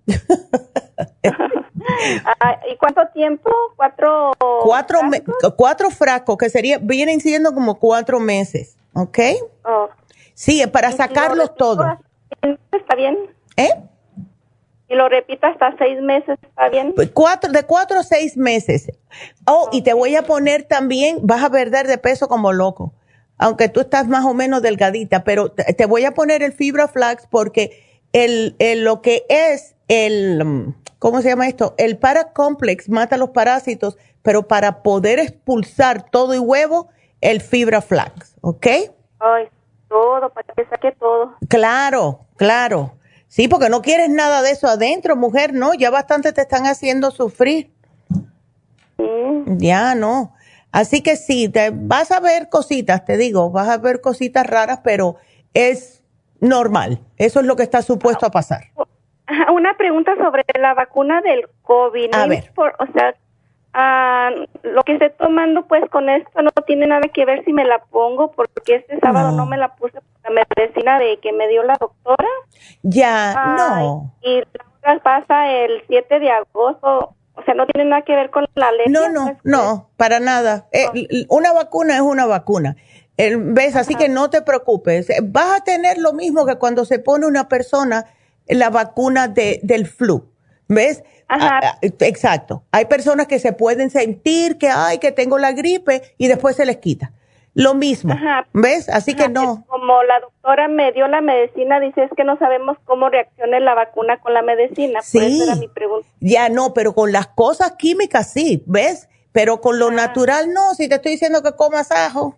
[SPEAKER 13] ah, ¿Y cuánto tiempo? ¿Cuatro
[SPEAKER 4] cuatro
[SPEAKER 13] frascos?
[SPEAKER 4] Me, cuatro frascos, que sería, vienen siendo como cuatro meses, ¿ok?
[SPEAKER 13] Oh.
[SPEAKER 4] Sí, para sacarlos todos.
[SPEAKER 13] ¿Está bien?
[SPEAKER 4] ¿Eh?
[SPEAKER 13] Y lo repito hasta seis meses, ¿está bien?
[SPEAKER 4] Cuatro, de cuatro a seis meses. Oh, okay. Y te voy a poner también, vas a perder de peso como loco, aunque tú estás más o menos delgadita, pero te, te voy a poner el Fibra Flax porque el, el, lo que es el, ¿cómo se llama esto? El Paracomplex mata los parásitos, pero para poder expulsar todo y huevo, el Fibra Flax, ¿ok?
[SPEAKER 13] Ay, todo, para que saque todo.
[SPEAKER 4] Claro, claro. Sí, porque no quieres nada de eso adentro, mujer, ¿no? Ya bastante te están haciendo sufrir.
[SPEAKER 13] Mm.
[SPEAKER 4] Ya, no. Así que sí, te vas a ver cositas, te digo, vas a ver cositas raras, pero es normal. Eso es lo que está supuesto a pasar.
[SPEAKER 13] Una pregunta sobre la vacuna del COVID.
[SPEAKER 4] A ver.
[SPEAKER 13] Por, o sea, uh, lo que estoy tomando, pues, con esto no tiene nada que ver si me la pongo, porque este sábado no, no me la puse por la medicina de que me dio la doctora.
[SPEAKER 4] Ya,
[SPEAKER 13] uh,
[SPEAKER 4] no.
[SPEAKER 13] Y la otra pasa el siete de agosto. O sea, no tiene nada que ver con la alergia.
[SPEAKER 4] No, no, no, para nada. Eh, una vacuna es una vacuna. Eh, ¿Ves? Así que no te preocupes. Vas a tener lo mismo que cuando se pone una persona la vacuna de, del flu. ¿Ves?
[SPEAKER 13] Ajá.
[SPEAKER 4] Ah, exacto. Hay personas que se pueden sentir que, ay, que tengo la gripe y después se les quita. Lo mismo. Ajá. ¿Ves? Así Ajá. que no.
[SPEAKER 13] Como la doctora me dio la medicina, dice, es que no sabemos cómo reaccione la vacuna con la medicina.
[SPEAKER 4] Sí.
[SPEAKER 13] Por eso era mi pregunta.
[SPEAKER 4] Ya no, pero con las cosas químicas sí, ¿ves? Pero con lo Ajá. natural no. Si te estoy diciendo que comas ajo.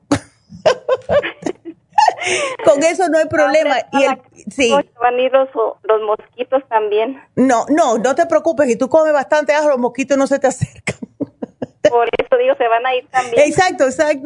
[SPEAKER 4] Con eso no hay problema.
[SPEAKER 13] No,
[SPEAKER 4] y el, sí.
[SPEAKER 13] Van a ir los, los mosquitos también.
[SPEAKER 4] No, no, no te preocupes. Si tú comes bastante ajo, los mosquitos no se te acercan.
[SPEAKER 13] Por eso digo, se van a ir también.
[SPEAKER 4] Exacto, exacto.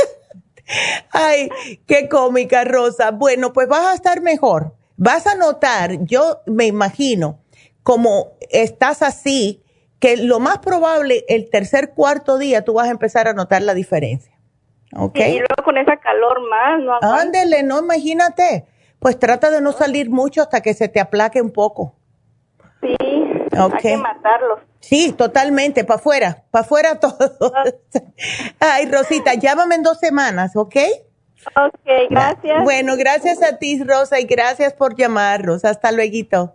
[SPEAKER 4] Ay, qué cómica, Rosa. Bueno, pues vas a estar mejor. Vas a notar, yo me imagino, como estás así, que lo más probable, el tercer, cuarto día, tú vas a empezar a notar la diferencia. ¿Ok?
[SPEAKER 13] Sí, y luego con esa calor más, ¿no?
[SPEAKER 4] Ándele, no, imagínate. Pues trata de no salir mucho hasta que se te aplaque un poco.
[SPEAKER 13] Sí,
[SPEAKER 4] okay.
[SPEAKER 13] Hay que matarlos.
[SPEAKER 4] Sí, totalmente, para afuera, para afuera todo. Ay, Rosita, llámame en dos semanas, ¿ok?
[SPEAKER 13] Ok, gracias.
[SPEAKER 4] Bueno, gracias a ti, Rosa, y gracias por llamarnos. Hasta luego.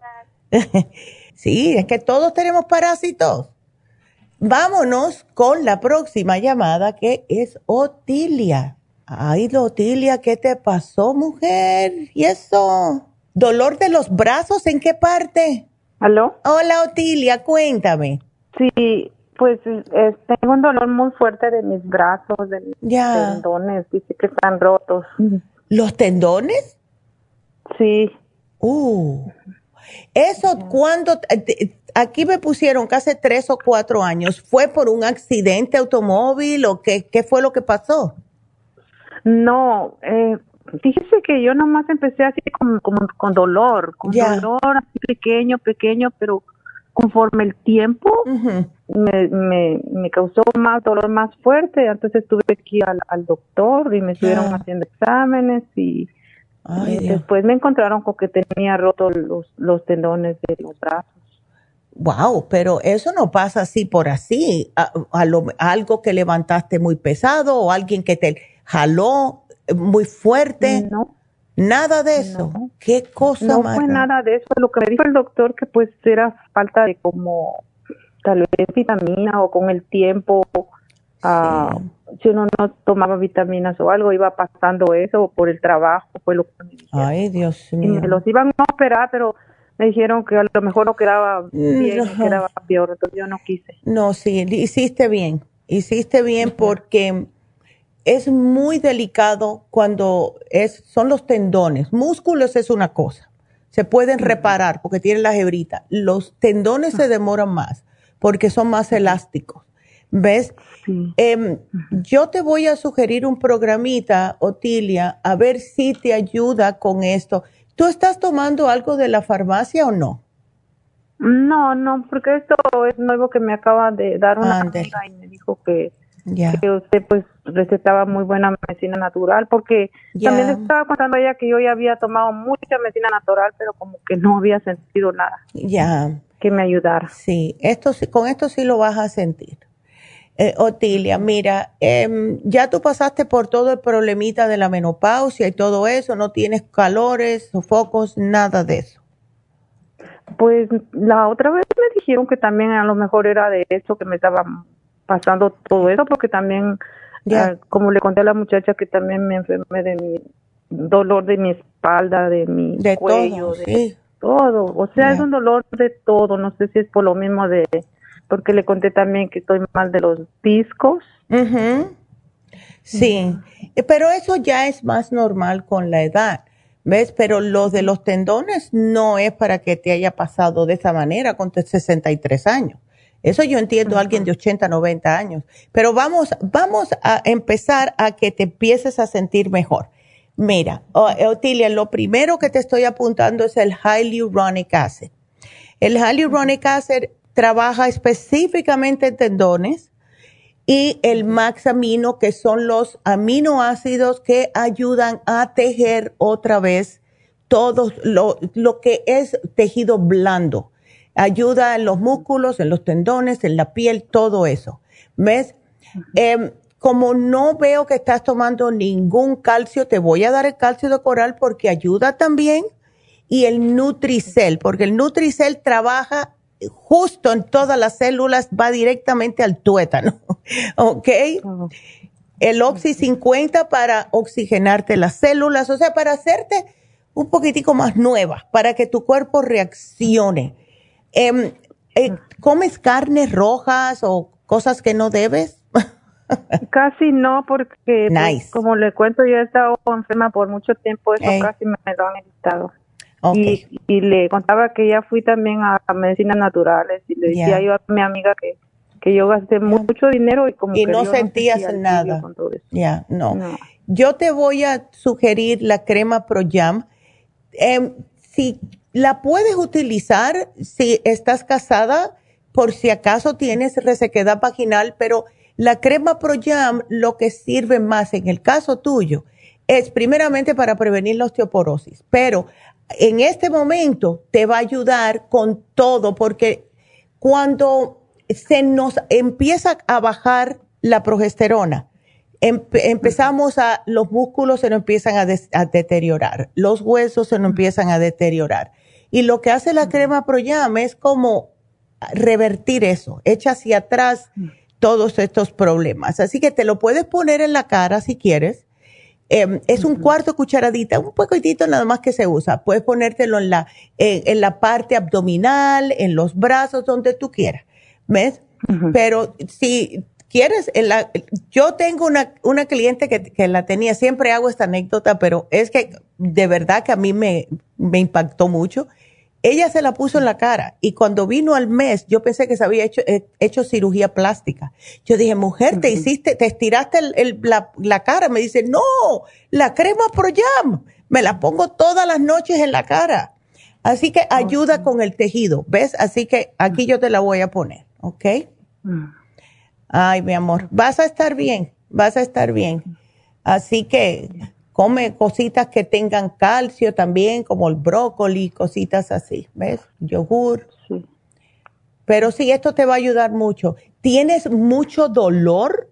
[SPEAKER 4] Sí, es que todos tenemos parásitos. Vámonos con la próxima llamada, que es Otilia. Ay, Otilia, ¿qué te pasó, mujer? ¿Y eso? ¿Dolor de los brazos? ¿En qué parte?
[SPEAKER 14] ¿Aló?
[SPEAKER 4] Hola, Otilia, cuéntame.
[SPEAKER 14] Sí, pues eh, tengo un dolor muy fuerte de mis brazos, de mis
[SPEAKER 4] ya.
[SPEAKER 14] tendones, dice que están rotos.
[SPEAKER 4] ¿Los tendones?
[SPEAKER 14] Sí.
[SPEAKER 4] Uh, eso cuando, aquí me pusieron que hace tres o cuatro años, ¿fue por un accidente automóvil o qué, qué fue lo que pasó?
[SPEAKER 14] No, eh, fíjese que yo nomás empecé así como, como con dolor, con yeah. dolor así pequeño, pequeño, pero conforme el tiempo uh-huh. me, me, me causó más dolor más fuerte. Entonces tuve que ir al, al doctor y me estuvieron yeah. haciendo exámenes y, Ay, y después me encontraron con que tenía rotos los, los tendones de los brazos.
[SPEAKER 4] Wow, pero eso no pasa así por así. A, a lo, a algo que levantaste muy pesado o alguien que te jaló muy fuerte.
[SPEAKER 14] No.
[SPEAKER 4] Nada de eso. No. Qué cosa
[SPEAKER 14] No
[SPEAKER 4] más.
[SPEAKER 14] No fue nada de eso. Lo que me dijo el doctor que pues era falta de como tal vez vitamina o con el tiempo. Sí. Uh, si uno no tomaba vitaminas o algo, iba pasando eso o por el trabajo, fue lo que me dijeron.
[SPEAKER 4] Ay, Dios mío.
[SPEAKER 14] Y me los iban a operar, pero me dijeron que a lo mejor no quedaba bien, no. quedaba peor, entonces yo no quise.
[SPEAKER 4] No, sí, hiciste bien. Hiciste bien porque es muy delicado cuando es, son los tendones. Músculos es una cosa. Se pueden reparar porque tienen las hebritas. Los tendones se demoran más porque son más elásticos. ¿Ves? Sí. Eh, yo te voy a sugerir un programita, Otilia, a ver si te ayuda con esto. ¿Tú estás tomando algo de la farmacia o no?
[SPEAKER 14] No, no, porque esto es nuevo que me acaba de dar una amiga y me dijo que Yeah. que usted pues recetaba muy buena medicina natural, porque yeah. también le estaba contando a ella que yo ya había tomado mucha medicina natural, pero como que no había sentido nada
[SPEAKER 4] yeah.
[SPEAKER 14] que me ayudara.
[SPEAKER 4] Sí, esto con esto sí lo vas a sentir. Eh, Otilia, mira, eh, ya tú pasaste por todo el problemita de la menopausia y todo eso, no tienes calores, sofocos, nada de eso.
[SPEAKER 14] Pues la otra vez me dijeron que también a lo mejor era de eso que me estaba pasando todo eso, porque también, yeah. uh, como le conté a la muchacha, que también me enfermé de mi dolor de mi espalda, de mi
[SPEAKER 4] de
[SPEAKER 14] cuello,
[SPEAKER 4] todo,
[SPEAKER 14] de
[SPEAKER 4] sí.
[SPEAKER 14] todo. O sea, yeah. es un dolor de todo. No sé si es por lo mismo de, porque le conté también que estoy mal de los discos.
[SPEAKER 4] Uh-huh. Sí, uh-huh. pero eso ya es más normal con la edad, ¿ves? Pero los de los tendones no es para que te haya pasado de esa manera con sesenta y tres años. Eso yo entiendo a alguien de ochenta, noventa años. Pero vamos, vamos a empezar a que te empieces a sentir mejor. Mira, Otilia, lo primero que te estoy apuntando es el Hyaluronic Acid. El Hyaluronic Acid trabaja específicamente en tendones y el Max Amino, que son los aminoácidos que ayudan a tejer otra vez todo lo, lo que es tejido blando. Ayuda en los músculos, en los tendones, en la piel, todo eso. ¿Ves? Eh, como no veo que estás tomando ningún calcio, te voy a dar el calcio de coral porque ayuda también. Y el Nutricel, porque el Nutricel trabaja justo en todas las células, va directamente al tuétano. ¿Ok? Uh-huh. El Oxy cincuenta para oxigenarte las células, o sea, para hacerte un poquitico más nueva, para que tu cuerpo reaccione. Eh, eh, ¿Comes carnes rojas o cosas que no debes?
[SPEAKER 14] Casi no, porque
[SPEAKER 4] nice.
[SPEAKER 14] Pues, como le cuento, yo he estado enferma por mucho tiempo, eso hey. casi me lo han evitado. Okay. Y, y le contaba que ya fui también a, a medicinas naturales y le decía yeah. yo a mi amiga que, que yo gasté mucho dinero y como
[SPEAKER 4] y
[SPEAKER 14] que
[SPEAKER 4] no
[SPEAKER 14] yo
[SPEAKER 4] sentías
[SPEAKER 14] no
[SPEAKER 4] nada. Ya, yeah, no. no. Yo te voy a sugerir la crema ProYam. Eh, si la puedes utilizar si estás casada, por si acaso tienes resequedad vaginal, pero la crema ProYam lo que sirve más en el caso tuyo es primeramente para prevenir la osteoporosis, pero en este momento te va a ayudar con todo, porque cuando se nos empieza a bajar la progesterona, empe- empezamos a, los músculos se nos empiezan a, des- a deteriorar, los huesos se nos empiezan a deteriorar. Y lo que hace la crema ProYam es como revertir eso, echa hacia atrás todos estos problemas. Así que te lo puedes poner en la cara si quieres. Eh, es un cuarto cucharadita, un poquitito nada más que se usa. Puedes ponértelo en la, en, en la parte abdominal, en los brazos, donde tú quieras. ¿Ves? Uh-huh. Pero si quieres, en la, yo tengo una, una cliente que, que la tenía, siempre hago esta anécdota, pero es que de verdad que a mí me, me impactó mucho. Ella se la puso en la cara y cuando vino al mes, yo pensé que se había hecho, eh, hecho cirugía plástica. Yo dije, mujer, te hiciste, te estiraste el, el, la, la cara. Me dice, no, la crema ProYam, me la pongo todas las noches en la cara. Así que ayuda con el tejido, ¿ves? Así que aquí yo te la voy a poner, ¿ok? Ay, mi amor, vas a estar bien, vas a estar bien. Así que come cositas que tengan calcio también, como el brócoli, cositas así, ¿ves? Yogur. Sí. Pero sí, esto te va a ayudar mucho. ¿Tienes mucho dolor?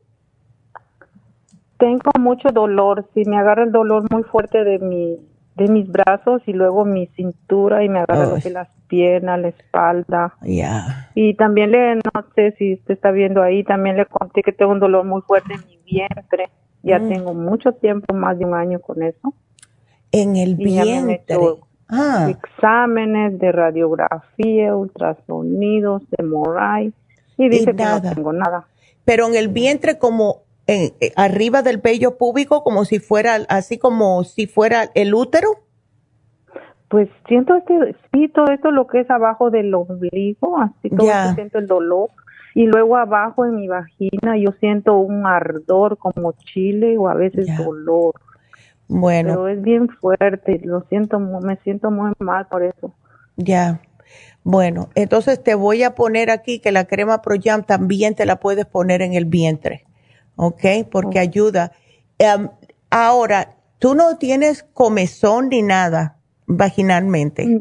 [SPEAKER 14] Tengo mucho dolor. Sí, me agarra el dolor muy fuerte de mi, de mis brazos y luego mi cintura y me agarra oh. lo que las piernas, la espalda.
[SPEAKER 4] Ya. Yeah.
[SPEAKER 14] Y también le, no sé si usted está viendo ahí, también le conté que tengo un dolor muy fuerte en mi vientre. Ya mm. tengo mucho tiempo, más de un año con eso.
[SPEAKER 4] En el y vientre.
[SPEAKER 14] Ah. Exámenes de radiografía, ultrasonidos, de M R I. Y dice y que no tengo nada.
[SPEAKER 4] Pero en el vientre como en, eh, arriba del vello púbico, como si fuera, así como si fuera el útero.
[SPEAKER 14] Pues siento este, sí, todo esto lo que es abajo del ombligo, así todo yeah. esto siento el dolor. Y luego abajo en mi vagina yo siento un ardor como chile o a veces yeah. dolor.
[SPEAKER 4] Bueno.
[SPEAKER 14] Pero es bien fuerte, lo siento, me siento muy mal por eso.
[SPEAKER 4] Ya. Yeah. Bueno, entonces te voy a poner aquí que la crema ProYam también te la puedes poner en el vientre, ¿ok? Porque okay. ayuda. Um, ahora, ¿tú no tienes comezón ni nada vaginalmente?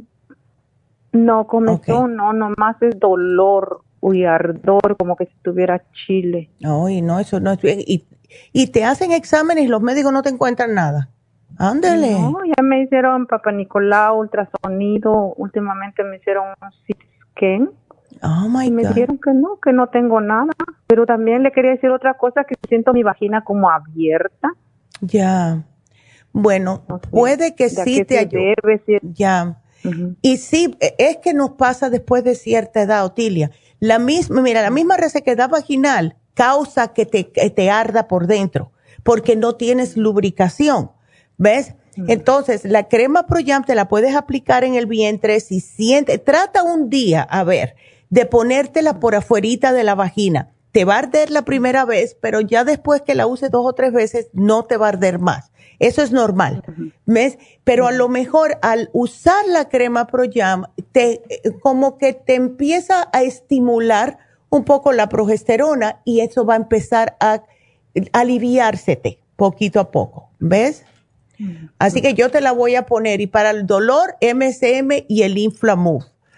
[SPEAKER 14] No, comezón okay. no, nomás es dolor. Y ardor, como que si tuviera chile.
[SPEAKER 4] Ay, no, eso no es bien. Y, y te hacen exámenes y los médicos no te encuentran nada. Ándale.
[SPEAKER 14] No, ya me hicieron Papá Nicolau, ultrasonido. Últimamente me hicieron un C T scan.
[SPEAKER 4] Oh, my
[SPEAKER 14] y me
[SPEAKER 4] God.
[SPEAKER 14] dijeron que no, que no tengo nada. Pero también le quería decir otra cosa, que siento mi vagina como abierta.
[SPEAKER 4] Ya. Bueno, no sé, puede que sí te ayude. Ya. Uh-huh. Y sí, es que nos pasa después de cierta edad, Otilia. La misma, mira, la misma resequedad vaginal causa que te, que te arda por dentro, porque no tienes lubricación, ¿ves? Mm. Entonces, la crema ProYam te la puedes aplicar en el vientre si sientes, trata un día, a ver, de ponértela por afuerita de la vagina. Te va a arder la primera vez, pero ya después que la uses dos o tres veces, no te va a arder más. Eso es normal, ¿ves? Pero a lo mejor al usar la crema ProYam, te, como que te empieza a estimular un poco la progesterona y eso va a empezar a aliviársete poquito a poco, ¿ves? Así que yo te la voy a poner y para el dolor, M S M y el Inflamuf.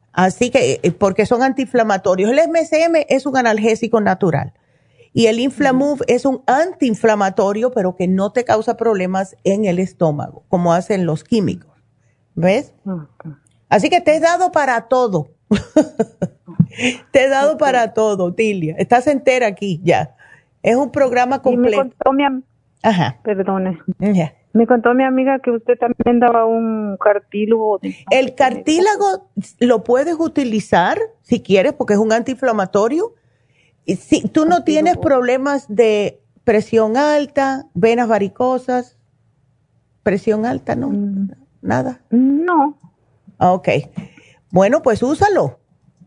[SPEAKER 4] Así que, porque son antiinflamatorios. El M S M es un analgésico natural. Y el Inflamove es un antiinflamatorio, pero que no te causa problemas en el estómago, como hacen los químicos. ¿Ves? Okay. Así que te he dado para todo. Te he dado okay. para todo, Tilia. Estás entera aquí ya. Es un programa completo.
[SPEAKER 14] Y me contó mi am- Ajá. Perdone. Yeah. Me contó mi amiga que usted también daba un cartílago.
[SPEAKER 4] El cartílago lo puedes utilizar si quieres porque es un antiinflamatorio. Si tú no tienes problemas de presión alta, venas varicosas, presión alta, ¿no? Mm. ¿Nada?
[SPEAKER 14] No.
[SPEAKER 4] Ok. Bueno, pues úsalo.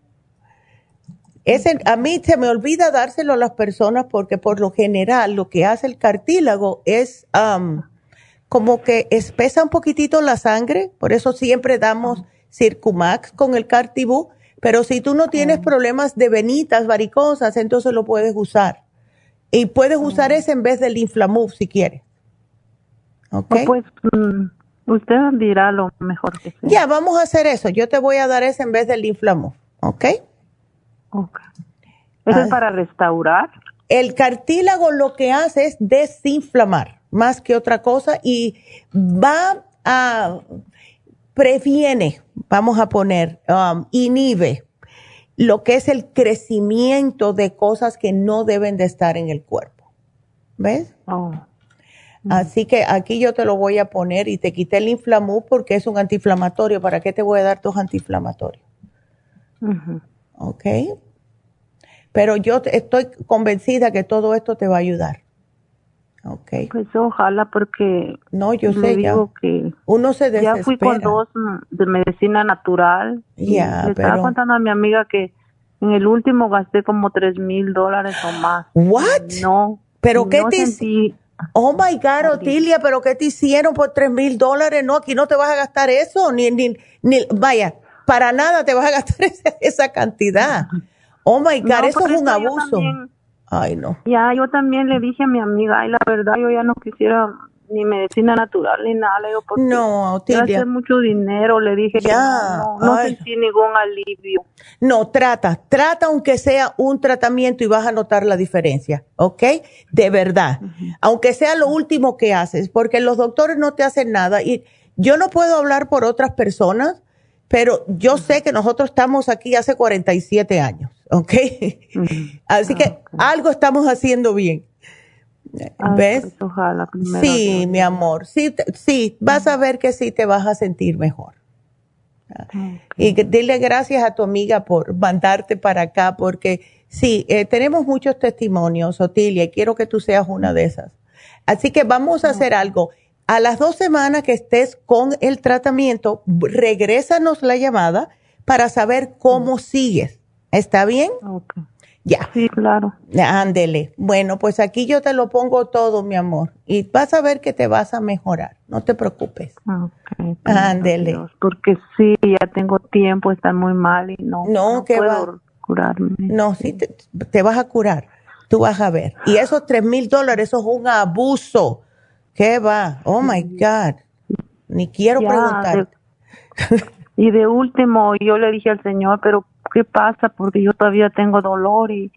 [SPEAKER 4] Ese, a mí se me olvida dárselo a las personas porque por lo general lo que hace el cartílago es um, como que espesa un poquitito la sangre, por eso siempre damos Circumax con el Cartibú, pero si tú no tienes problemas de venitas varicosas, entonces lo puedes usar. Y puedes usar ese en vez del Inflamove si quieres. ¿Ok?
[SPEAKER 14] Pues um, usted dirá lo mejor que sea.
[SPEAKER 4] Ya, vamos a hacer eso. Yo te voy a dar ese en vez del Inflamove. ¿Ok?
[SPEAKER 14] Ok. ¿Eso ah, es para restaurar?
[SPEAKER 4] El cartílago lo que hace es desinflamar, más que otra cosa, y va a, previene, vamos a poner, um, inhibe lo que es el crecimiento de cosas que no deben de estar en el cuerpo. ¿Ves?
[SPEAKER 14] Oh. Mm.
[SPEAKER 4] Así que aquí yo te lo voy a poner y te quité el Inflamú porque es un antiinflamatorio. ¿Para qué te voy a dar dos antiinflamatorios?
[SPEAKER 14] Uh-huh.
[SPEAKER 4] Ok. Pero yo estoy convencida que todo esto te va a ayudar. Ok.
[SPEAKER 14] Pues ojalá porque...
[SPEAKER 4] No, yo sé ya.
[SPEAKER 14] Que
[SPEAKER 4] uno se desespera.
[SPEAKER 14] Ya fui con dos de medicina natural.
[SPEAKER 4] Ya, yeah,
[SPEAKER 14] le
[SPEAKER 4] pero...
[SPEAKER 14] estaba contando a mi amiga que en el último gasté como tres mil dólares o más.
[SPEAKER 4] ¿What?
[SPEAKER 14] No.
[SPEAKER 4] ¿Pero qué
[SPEAKER 14] no
[SPEAKER 4] te
[SPEAKER 14] sentí...
[SPEAKER 4] Oh my God, Otilia, ¿pero qué te hicieron por tres mil dólares? No, aquí no te vas a gastar eso, ni, ni, ni, vaya, para nada te vas a gastar esa, esa cantidad. Oh my God, no, eso es un abuso. También, ay, no.
[SPEAKER 14] Ya, yo también le dije a mi amiga, ay, la verdad, yo ya no quisiera ni medicina natural ni nada. Le digo, porque
[SPEAKER 4] no, Otilia.
[SPEAKER 14] Hacer mucho dinero, le dije
[SPEAKER 4] ya,
[SPEAKER 14] que no, no, no sentí ningún alivio.
[SPEAKER 4] No, trata, trata aunque sea un tratamiento y vas a notar la diferencia, ¿ok? De verdad. Uh-huh. Aunque sea lo último que haces, porque los doctores no te hacen nada. Y yo no puedo hablar por otras personas, pero yo uh-huh. sé que nosotros estamos aquí hace cuarenta y siete años, ¿ok? Uh-huh. Así que okay. algo estamos haciendo bien. ¿Ves?
[SPEAKER 14] Pues, ojalá,
[SPEAKER 4] sí, Dios. Mi amor, sí, sí, vas a ver que sí te vas a sentir mejor. Okay. Y dile gracias a tu amiga por mandarte para acá, porque sí, eh, tenemos muchos testimonios, Otilia, y quiero que tú seas una de esas. Así que vamos a hacer algo. A las dos semanas que estés con el tratamiento, regrésanos la llamada para saber cómo sigues. ¿Está bien?
[SPEAKER 14] Okay.
[SPEAKER 4] Ya.
[SPEAKER 14] Sí, claro.
[SPEAKER 4] Ándele. Bueno, pues aquí yo te lo pongo todo, mi amor. Y vas a ver que te vas a mejorar. No te preocupes.
[SPEAKER 14] Okay,
[SPEAKER 4] ándele.
[SPEAKER 14] Dios, porque sí, ya tengo tiempo de estar muy mal y no,
[SPEAKER 4] no,
[SPEAKER 14] no
[SPEAKER 4] que
[SPEAKER 14] puedo
[SPEAKER 4] va.
[SPEAKER 14] curarme.
[SPEAKER 4] No, sí, te, te vas a curar. Tú vas a ver. Y esos tres mil dólares, eso es un abuso. ¿Qué va? Oh, my God. Ni quiero
[SPEAKER 14] ya,
[SPEAKER 4] preguntar.
[SPEAKER 14] De, y de último, yo le dije al Señor, pero ¿qué pasa? Porque yo todavía tengo dolor y,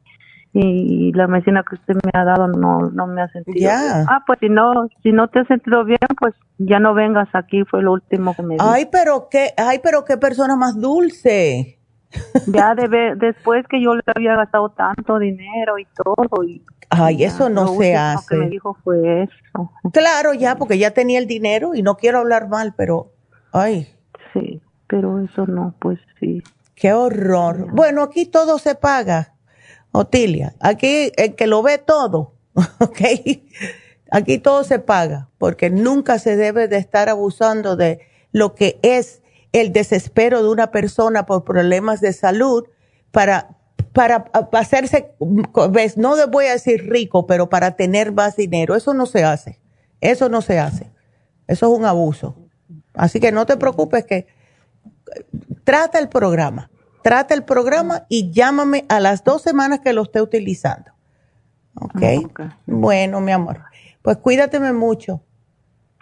[SPEAKER 14] y la medicina que usted me ha dado no, no me ha sentido
[SPEAKER 4] yeah.
[SPEAKER 14] bien. Ah, pues si no, si no te has sentido bien, pues ya no vengas aquí, fue lo último que me dijo.
[SPEAKER 4] Ay, pero qué, ay, pero qué persona más dulce.
[SPEAKER 14] Ya debe, después que yo le había gastado tanto dinero y todo. Y,
[SPEAKER 4] ay,
[SPEAKER 14] ya,
[SPEAKER 4] eso no se hace.
[SPEAKER 14] Lo que me dijo fue eso.
[SPEAKER 4] Claro, ya, porque ya tenía el dinero y no quiero hablar mal, pero, ay.
[SPEAKER 14] Sí, pero eso no, pues sí.
[SPEAKER 4] Qué horror. Bueno, aquí todo se paga, Otilia. Aquí el que lo ve todo, ¿ok? Aquí todo se paga, porque nunca se debe de estar abusando de lo que es el desespero de una persona por problemas de salud para, para hacerse, ves, no voy a decir rico, pero para tener más dinero. Eso no se hace. Eso no se hace. Eso es un abuso. Así que no te preocupes que trata el programa, trata el programa y llámame a las dos semanas que lo esté utilizando. ¿Ok?
[SPEAKER 14] Okay.
[SPEAKER 4] Bueno, mi amor, pues cuídateme mucho.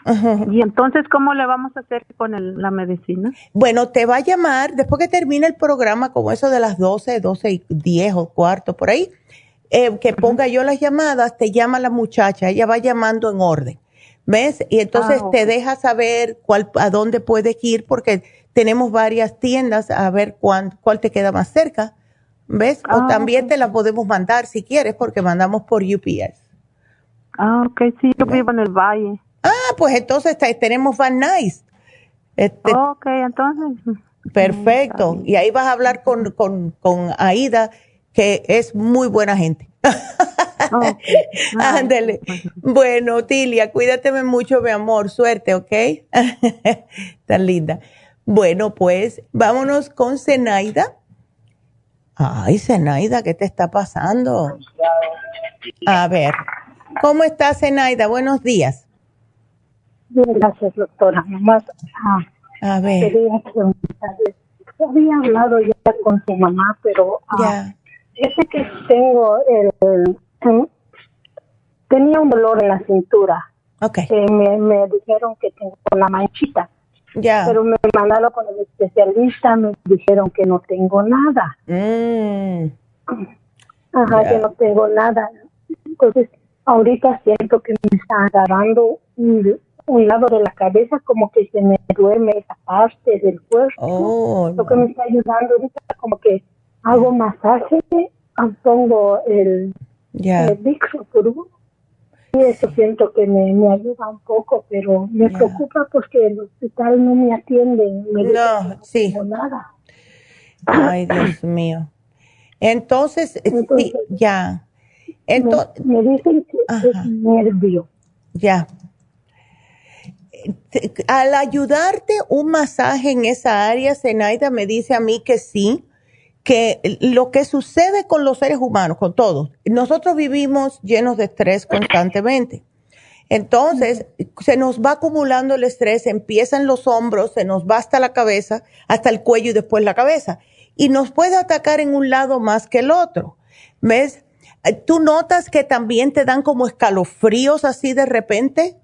[SPEAKER 14] Uh-huh. Y entonces, ¿cómo le vamos a hacer con el, la medicina?
[SPEAKER 4] Bueno, te va a llamar después que termine el programa, como eso de las doce, doce y diez o cuarto, por ahí, eh, que ponga yo las llamadas, te llama la muchacha, ella va llamando en orden, ¿ves? Y entonces ah, okay. te deja saber cuál, a dónde puedes ir, porque tenemos varias tiendas, a ver cuál, cuál te queda más cerca, ¿ves? Ah, o también okay. te la podemos mandar si quieres, porque mandamos por U P S.
[SPEAKER 14] Ah, ok, sí, yo vivo en el Valle.
[SPEAKER 4] Ah, pues entonces tenemos Van Nuys. Este,
[SPEAKER 14] ok, entonces.
[SPEAKER 4] Perfecto. Y ahí vas a hablar con, con, con Aida, que es muy buena gente. Okay. Ándale. Bueno, Tilia, cuídateme mucho, mi amor. Suerte, ¿ok? Tan linda. Bueno, pues vámonos con Zenaida. Ay, Zenaida, ¿qué te está pasando? A ver, ¿cómo estás, Zenaida? Buenos días.
[SPEAKER 15] Bien, gracias, doctora. Nomás, ah,
[SPEAKER 4] a ver.
[SPEAKER 15] Quería preguntarle. Había hablado ya con su mamá, pero ah,
[SPEAKER 4] ya.
[SPEAKER 15] ese que tengo, el, el, el, tenía un dolor en la cintura.
[SPEAKER 4] Okay.
[SPEAKER 15] Que me, me dijeron que tengo una manchita.
[SPEAKER 4] Ya.
[SPEAKER 15] Pero me mandaron con el especialista, me dijeron que no tengo nada.
[SPEAKER 4] Mm.
[SPEAKER 15] Ajá,
[SPEAKER 4] ya.
[SPEAKER 15] que no tengo nada. Entonces, ahorita siento que me está agarrando un, un lado de la cabeza, como que se me duerme esa parte del cuerpo.
[SPEAKER 4] Oh,
[SPEAKER 15] Lo que me está ayudando ahorita, como que hago masaje, pongo el,
[SPEAKER 4] yeah.
[SPEAKER 15] el Dixapuru, y eso siento que me, me ayuda un poco, pero me yeah. preocupa porque el hospital no me atiende. Me
[SPEAKER 4] no, sí.
[SPEAKER 15] No nada.
[SPEAKER 4] Ay, Dios mío. Entonces, Entonces sí, ya. Entonces,
[SPEAKER 15] me, me dicen que ajá. es nervio.
[SPEAKER 4] Ya. Al ayudarte un masaje en esa área, Zenaida me dice a mí que sí, que lo que sucede con los seres humanos, con todos, nosotros vivimos llenos de estrés constantemente. Entonces, se nos va acumulando el estrés, empieza en los hombros, se nos va hasta la cabeza, hasta el cuello y después la cabeza. Y nos puede atacar en un lado más que el otro. ¿Ves? ¿Tú notas que también te dan como escalofríos así de repente?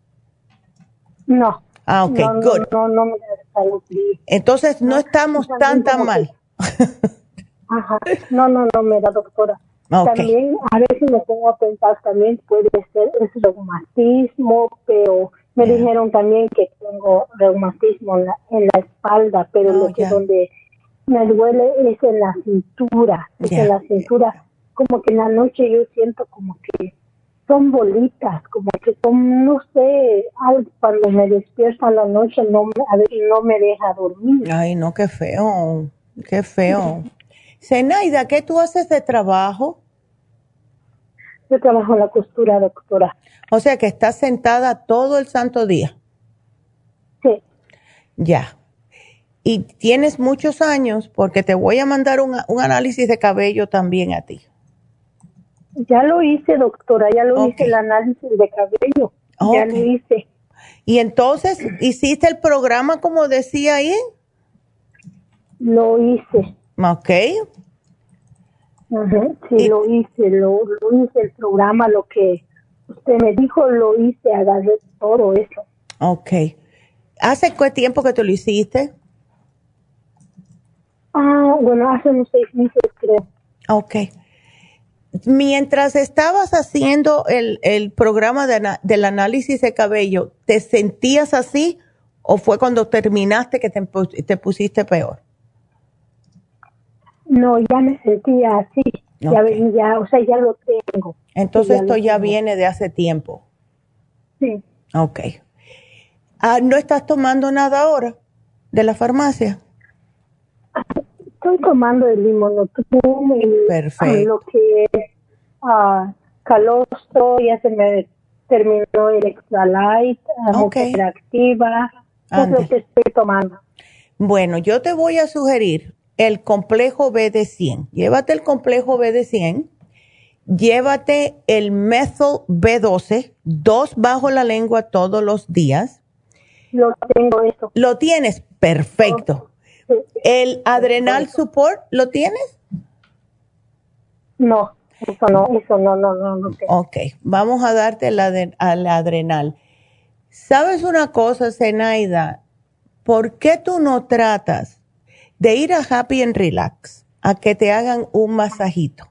[SPEAKER 15] No.
[SPEAKER 4] Ah, ok,
[SPEAKER 15] no,
[SPEAKER 4] good.
[SPEAKER 15] No, no, no me da escalofríos.
[SPEAKER 4] Entonces, no, no estamos tan, tan mal.
[SPEAKER 15] Ajá. No, no, no me da, doctora. Okay. También, a veces me pongo a pensar, también puede ser es reumatismo, pero me yeah. dijeron también que tengo reumatismo en la, en la espalda, pero oh, lo que yeah. donde me duele es en la cintura, es yeah. en la cintura. Como que en la noche yo siento como que son bolitas, como que son, no sé, algo cuando me despierto en la noche no me, a veces no me deja dormir.
[SPEAKER 4] Ay, no, qué feo, qué feo. Zenaida, ¿qué tú haces de trabajo?
[SPEAKER 15] Yo trabajo en la costura, doctora.
[SPEAKER 4] O sea que estás sentada todo el santo día.
[SPEAKER 15] Sí.
[SPEAKER 4] Ya. Y tienes muchos años, porque te voy a mandar un, un análisis de cabello también a ti.
[SPEAKER 15] Ya lo hice, doctora, ya lo okay. hice el análisis de cabello. Okay. Ya lo hice.
[SPEAKER 4] ¿Y entonces hiciste el programa como decía ahí?
[SPEAKER 15] Lo hice.
[SPEAKER 4] Ok.
[SPEAKER 15] Uh-huh. Sí, y, lo hice, lo, lo hice el programa, lo que usted me dijo, lo hice, agarré todo eso.
[SPEAKER 4] Ok. ¿Hace cuánto tiempo que tú lo hiciste?
[SPEAKER 15] Ah, bueno, hace unos seis meses creo.
[SPEAKER 4] Ok. Mientras estabas haciendo el, el programa de, del análisis de cabello, ¿te sentías así o fue cuando terminaste que te, te pusiste peor?
[SPEAKER 15] No, ya me sentía así, okay. ya, ya, o sea, ya lo tengo.
[SPEAKER 4] Entonces
[SPEAKER 15] ya
[SPEAKER 4] esto ya tengo. Viene de hace tiempo.
[SPEAKER 15] Sí.
[SPEAKER 4] Ok. Ah, ¿no estás tomando nada ahora de la farmacia?
[SPEAKER 15] Estoy tomando el limonotrum, el,
[SPEAKER 4] perfecto.
[SPEAKER 15] Lo que es uh, calostro, ya se me terminó el extra light, uh,
[SPEAKER 4] okay.
[SPEAKER 15] activa, es lo que estoy tomando.
[SPEAKER 4] Bueno, yo te voy a sugerir el complejo B de cien. Llévate el complejo B de cien, llévate el methyl B doce, dos bajo la lengua todos los días.
[SPEAKER 15] Lo tengo eso.
[SPEAKER 4] ¿Lo tienes? Perfecto. Sí. ¿El adrenal support lo tienes?
[SPEAKER 15] No, eso no, eso no, no, no, no tengo.
[SPEAKER 4] Ok, vamos a darte el, adren, al adrenal. ¿Sabes una cosa, Zenaida? ¿Por qué tú no tratas de ir a Happy and Relax a que te hagan un masajito?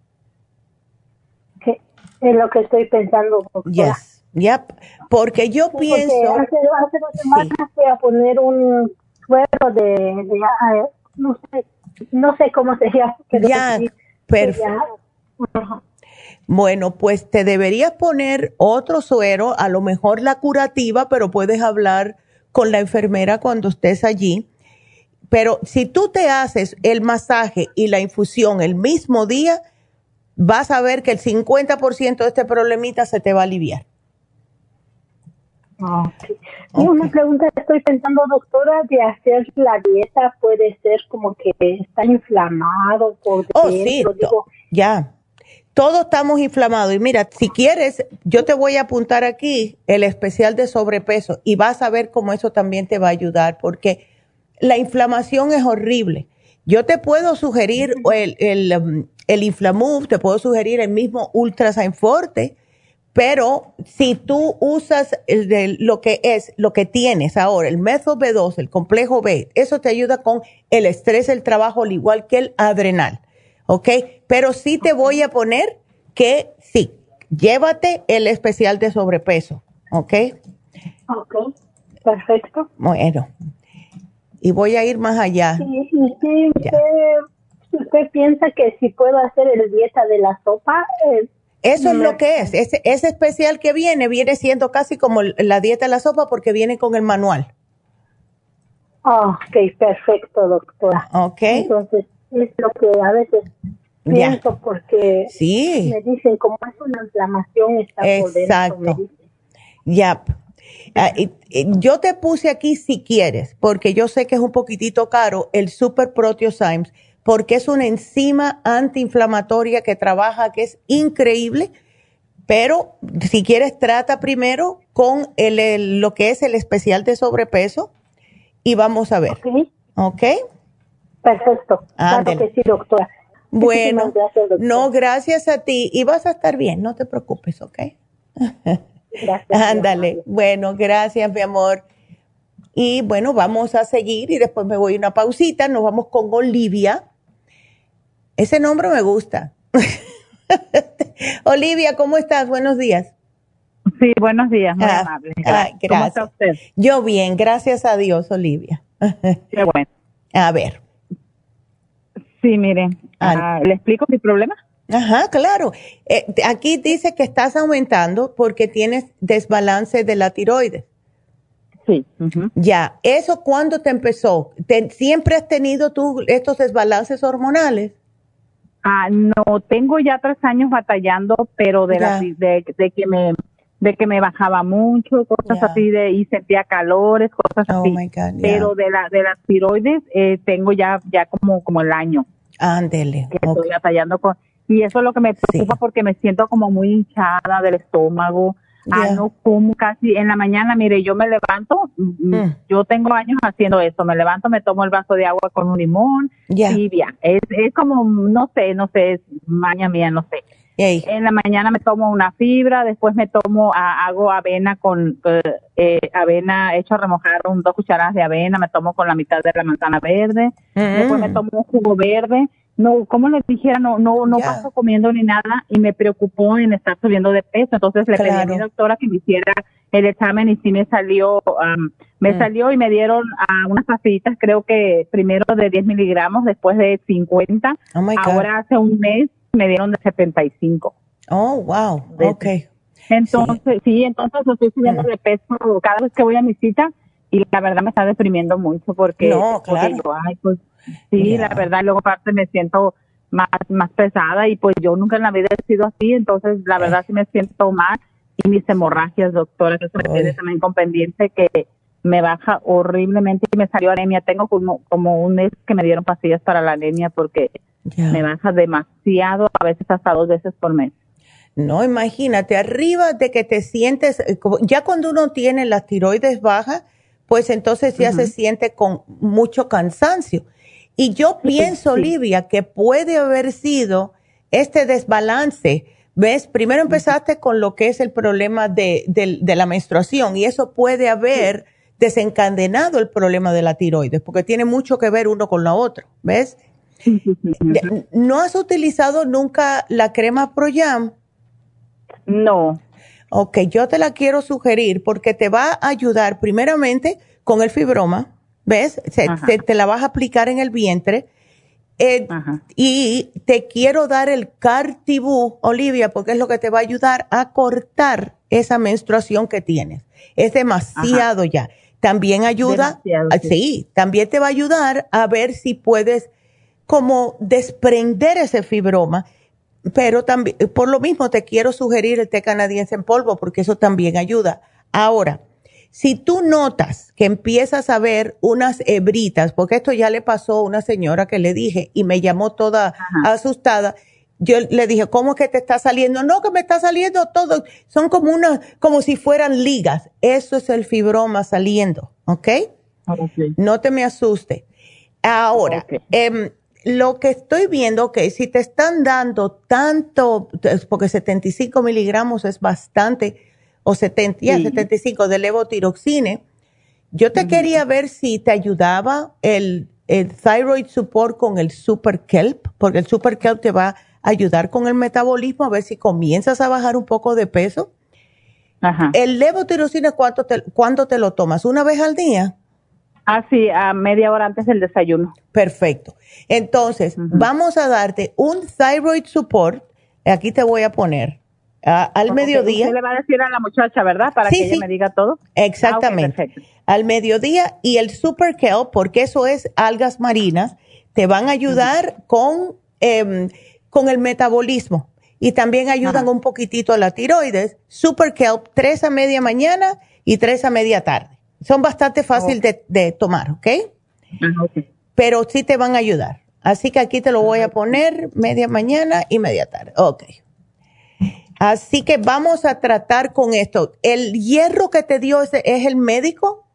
[SPEAKER 15] ¿Qué? Es lo que estoy pensando, doctora.
[SPEAKER 4] Yes, yep. Porque yo
[SPEAKER 15] sí,
[SPEAKER 4] pienso...
[SPEAKER 15] Porque hace, hace dos semanas sí. fui a poner un suero de... de, de no sé, no sé cómo se llama.
[SPEAKER 4] Ya, sí, perfecto. Uh-huh. Bueno, pues te deberías poner otro suero, a lo mejor la curativa, pero puedes hablar con la enfermera cuando estés allí. Pero si tú te haces el masaje y la infusión el mismo día, vas a ver que el cincuenta por ciento de este problemita se te va a aliviar.
[SPEAKER 15] Okay. Y okay. Una pregunta, estoy pensando, doctora, de hacer la dieta, puede ser como que está inflamado por dentro.
[SPEAKER 4] Oh, sí, digo, ya. Todos estamos inflamados. Y mira, si quieres, yo te voy a apuntar aquí el especial de sobrepeso y vas a ver cómo eso también te va a ayudar, porque la inflamación es horrible. Yo te puedo sugerir el, el, el Inflamove, te puedo sugerir el mismo Ultrasign Forte, pero si tú usas el de, lo que es, lo que tienes ahora, el Methyl B dos, el complejo B, eso te ayuda con el estrés del trabajo, al igual que el adrenal. ¿Ok? Pero sí te voy a poner que sí, llévate el especial de sobrepeso. ¿Ok?
[SPEAKER 15] Ok, perfecto.
[SPEAKER 4] Bueno, y voy a ir más allá.
[SPEAKER 15] Sí, sí, sí. Usted, ¿Usted piensa que si puedo hacer el dieta de la sopa? Eh,
[SPEAKER 4] Eso es lo que es. Ese, ese especial que viene, viene siendo casi como la dieta de la sopa porque viene con el manual.
[SPEAKER 15] Oh, ok, perfecto, doctora.
[SPEAKER 4] Ok.
[SPEAKER 15] Entonces, es lo que a veces pienso yeah. porque
[SPEAKER 4] sí.
[SPEAKER 15] me dicen como es una inflamación está por dentro.
[SPEAKER 4] Exacto. Ya. Yep. Uh, y, y yo te puse aquí si quieres, porque yo sé que es un poquitito caro, el Super Proteosymes, porque es una enzima antiinflamatoria que trabaja, que es increíble, pero si quieres trata primero con el, el, lo que es el especial de sobrepeso y vamos a ver.
[SPEAKER 15] Ok.
[SPEAKER 4] ¿Ok?
[SPEAKER 15] Perfecto. Claro que sí, doctora.
[SPEAKER 4] Bueno, gracias, doctora. No, gracias a ti. Y vas a estar bien, no te preocupes, ¿ok?
[SPEAKER 15] Gracias.
[SPEAKER 4] Ándale. Bueno, gracias, mi amor. Y bueno, vamos a seguir y después me voy a una pausita. Nos vamos con Olivia. Ese nombre me gusta. Olivia, ¿cómo estás? Buenos días.
[SPEAKER 16] Sí, buenos días, muy
[SPEAKER 4] ah,
[SPEAKER 16] amable.
[SPEAKER 4] Ah, gracias.
[SPEAKER 16] ¿Cómo está usted?
[SPEAKER 4] Yo bien, gracias a Dios, Olivia.
[SPEAKER 16] Qué bueno.
[SPEAKER 4] A ver.
[SPEAKER 16] Sí, mire, ah, ¿le explico mi problema?
[SPEAKER 4] Ajá, claro. Eh, aquí dice que estás aumentando porque tienes desbalance de la tiroides.
[SPEAKER 16] Sí. Uh-huh.
[SPEAKER 4] Ya, ¿eso cuándo te empezó? ¿Te, ¿Siempre has tenido tú estos desbalances hormonales?
[SPEAKER 16] Ah, no, tengo ya tres años batallando, pero de, la, de, de que me de que me bajaba mucho, cosas yeah. así de y sentía calores, cosas
[SPEAKER 4] oh
[SPEAKER 16] así.
[SPEAKER 4] My God, yeah.
[SPEAKER 16] Pero de la de las tiroides eh, tengo ya ya como como el año.
[SPEAKER 4] Ándele.
[SPEAKER 16] Que okay. Estoy batallando con y eso es lo que me preocupa sí. porque me siento como muy hinchada del estómago. Yeah. Ah, no como casi en la mañana, mire, yo me levanto, mm. yo tengo años haciendo eso, me levanto, me tomo el vaso de agua con un limón,
[SPEAKER 4] yeah.
[SPEAKER 16] tibia, es, es como, no sé, no sé, es maña mía, no sé.
[SPEAKER 4] Hey.
[SPEAKER 16] En la mañana me tomo una fibra, después me tomo, a, hago avena con, eh, eh, avena, hecho a remojar un, dos cucharadas de avena, me tomo con la mitad de la manzana verde, mm. después me tomo un jugo verde. No, como les dijera, no no no yeah. paso comiendo ni nada y me preocupó en estar subiendo de peso. Entonces le
[SPEAKER 4] claro.
[SPEAKER 16] pedí a mi doctora que me hiciera el examen y sí me salió, um, me mm. salió y me dieron uh, unas pastillitas, creo que primero de diez miligramos, después de cincuenta.
[SPEAKER 4] Oh my God.
[SPEAKER 16] Ahora hace un mes me dieron de setenta y cinco.
[SPEAKER 4] Oh, wow, okay.
[SPEAKER 16] Entonces, sí, sí entonces estoy subiendo mm. de peso cada vez que voy a mi cita y la verdad me está deprimiendo mucho porque,
[SPEAKER 4] no, claro.
[SPEAKER 16] porque yo, ay, pues, sí, yeah. la verdad, luego aparte me siento más más pesada y pues yo nunca en la vida he sido así, entonces la verdad eh. sí me siento mal y mis hemorragias, doctora, que eso me tiene también con pendiente que me baja horriblemente y me salió anemia. Tengo como, como un mes que me dieron pastillas para la anemia porque yeah. me baja demasiado, a veces hasta dos veces por mes.
[SPEAKER 4] No, imagínate, arriba de que te sientes, ya cuando uno tiene las tiroides bajas, pues entonces ya uh-huh. se siente con mucho cansancio. Y yo pienso, sí, sí. Olivia, que puede haber sido este desbalance ¿Ves? Primero empezaste con lo que es el problema de, de, de la menstruación y eso puede haber sí. desencadenado el problema de la tiroides porque tiene mucho que ver uno con la otra, ¿ves?
[SPEAKER 16] Sí, sí, sí, sí.
[SPEAKER 4] ¿No has utilizado nunca la crema ProYam?
[SPEAKER 16] No.
[SPEAKER 4] Ok, yo te la quiero sugerir porque te va a ayudar primeramente con el fibroma, ¿ves? Se, te, te la vas a aplicar en el vientre. Eh, y te quiero dar el Cartibú, Olivia, porque es lo que te va a ayudar a cortar esa menstruación que tienes. Es demasiado Ajá. ya. También ayuda, sí. sí, también te va a ayudar a ver si puedes como desprender ese fibroma, pero también, por lo mismo te quiero sugerir el té canadiense en polvo, porque eso también ayuda. Ahora, si tú notas que empiezas a ver unas hebritas, porque esto ya le pasó a una señora que le dije y me llamó toda Ajá. asustada, yo le dije, ¿cómo es que te está saliendo? No, que me está saliendo todo, son como unas, como si fueran ligas. Eso es el fibroma saliendo, ¿ok?
[SPEAKER 16] okay.
[SPEAKER 4] No te me asuste. Ahora, okay. eh, lo que estoy viendo, que si te están dando tanto, porque setenta y cinco miligramos es bastante, o setenta, sí. ya, setenta y cinco de levotiroxine, yo te uh-huh. quería ver si te ayudaba el, el Thyroid Support con el Super Kelp, porque el Super Kelp te va a ayudar con el metabolismo, a ver si comienzas a bajar un poco de peso.
[SPEAKER 16] Ajá.
[SPEAKER 4] El levotiroxine, ¿cuánto te, ¿cuándo te lo tomas? ¿Una vez al día?
[SPEAKER 16] Ah, sí, a media hora antes del desayuno.
[SPEAKER 4] Perfecto. Entonces, uh-huh. vamos a darte un Thyroid Support, aquí te voy a poner, Uh, al okay, mediodía.
[SPEAKER 16] Usted le va a decir a la muchacha, ¿verdad? Para
[SPEAKER 4] sí,
[SPEAKER 16] que ella
[SPEAKER 4] sí.
[SPEAKER 16] me diga todo.
[SPEAKER 4] Exactamente.
[SPEAKER 16] Ah, okay,
[SPEAKER 4] al mediodía y el Super Kelp, porque eso es algas marinas, te van a ayudar uh-huh. con, eh, con el metabolismo y también ayudan uh-huh. un poquitito a la tiroides. Super Kelp, tres a media mañana y tres a media tarde. Son bastante fáciles okay. de, de tomar, ¿ok?
[SPEAKER 16] Uh-huh, okay.
[SPEAKER 4] Pero sí te van a ayudar. Así que aquí te lo voy a poner media mañana y media tarde. Ok. Así que vamos a tratar con esto. ¿El hierro que te dio es, es el médico?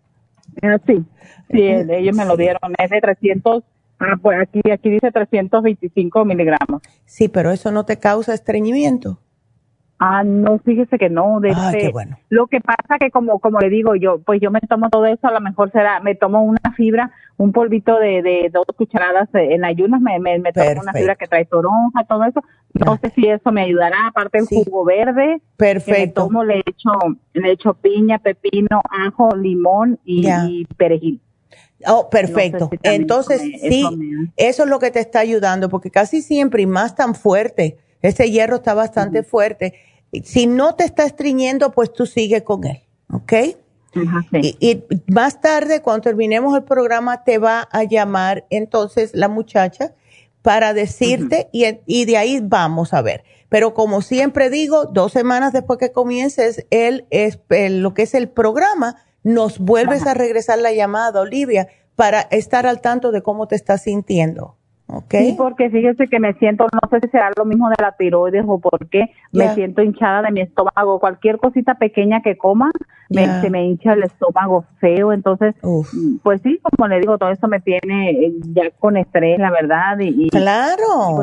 [SPEAKER 16] Sí, sí, ellos me lo dieron. Es de trescientos, ah, pues aquí, aquí dice trescientos veinticinco miligramos.
[SPEAKER 4] Sí, pero eso no te causa estreñimiento.
[SPEAKER 16] Ah, no, fíjese que no. De
[SPEAKER 4] ah,
[SPEAKER 16] este,
[SPEAKER 4] qué bueno.
[SPEAKER 16] Lo que pasa que como como le digo yo, pues yo me tomo todo eso, a lo mejor será, me tomo una fibra, un polvito de, de dos cucharadas en ayunas, me, me, me tomo una fibra que trae toronja, todo eso. No sé si eso me ayudará, aparte el sí. jugo verde.
[SPEAKER 4] Perfecto.
[SPEAKER 16] Que me tomo, le echo, le echo piña, pepino, ajo, limón y, y perejil.
[SPEAKER 4] Oh, perfecto. No sé si Entonces, me, sí, eso, me... eso es lo que te está ayudando, porque casi siempre, y más tan fuerte, ese hierro está bastante uh-huh. fuerte. Si no te está estreñiendo, pues tú sigue con él, ¿ok?
[SPEAKER 16] Uh-huh, sí.
[SPEAKER 4] y, y más tarde, cuando terminemos el programa, te va a llamar entonces la muchacha para decirte uh-huh. y, y de ahí vamos a ver. Pero como siempre digo, dos semanas después que comiences el, el, el lo que es el programa, nos vuelves uh-huh. a regresar la llamada, Olivia, para estar al tanto de cómo te estás sintiendo. Okay.
[SPEAKER 16] Sí, porque fíjese que me siento, no sé si será lo mismo de la tiroides o por qué, yeah. me siento hinchada de mi estómago. Cualquier cosita pequeña que coma, me, yeah. se me hincha el estómago feo. Entonces, Uf. pues sí, como le digo, todo eso me tiene ya con estrés, la verdad. Y, y
[SPEAKER 4] ¡Claro!
[SPEAKER 16] Pues,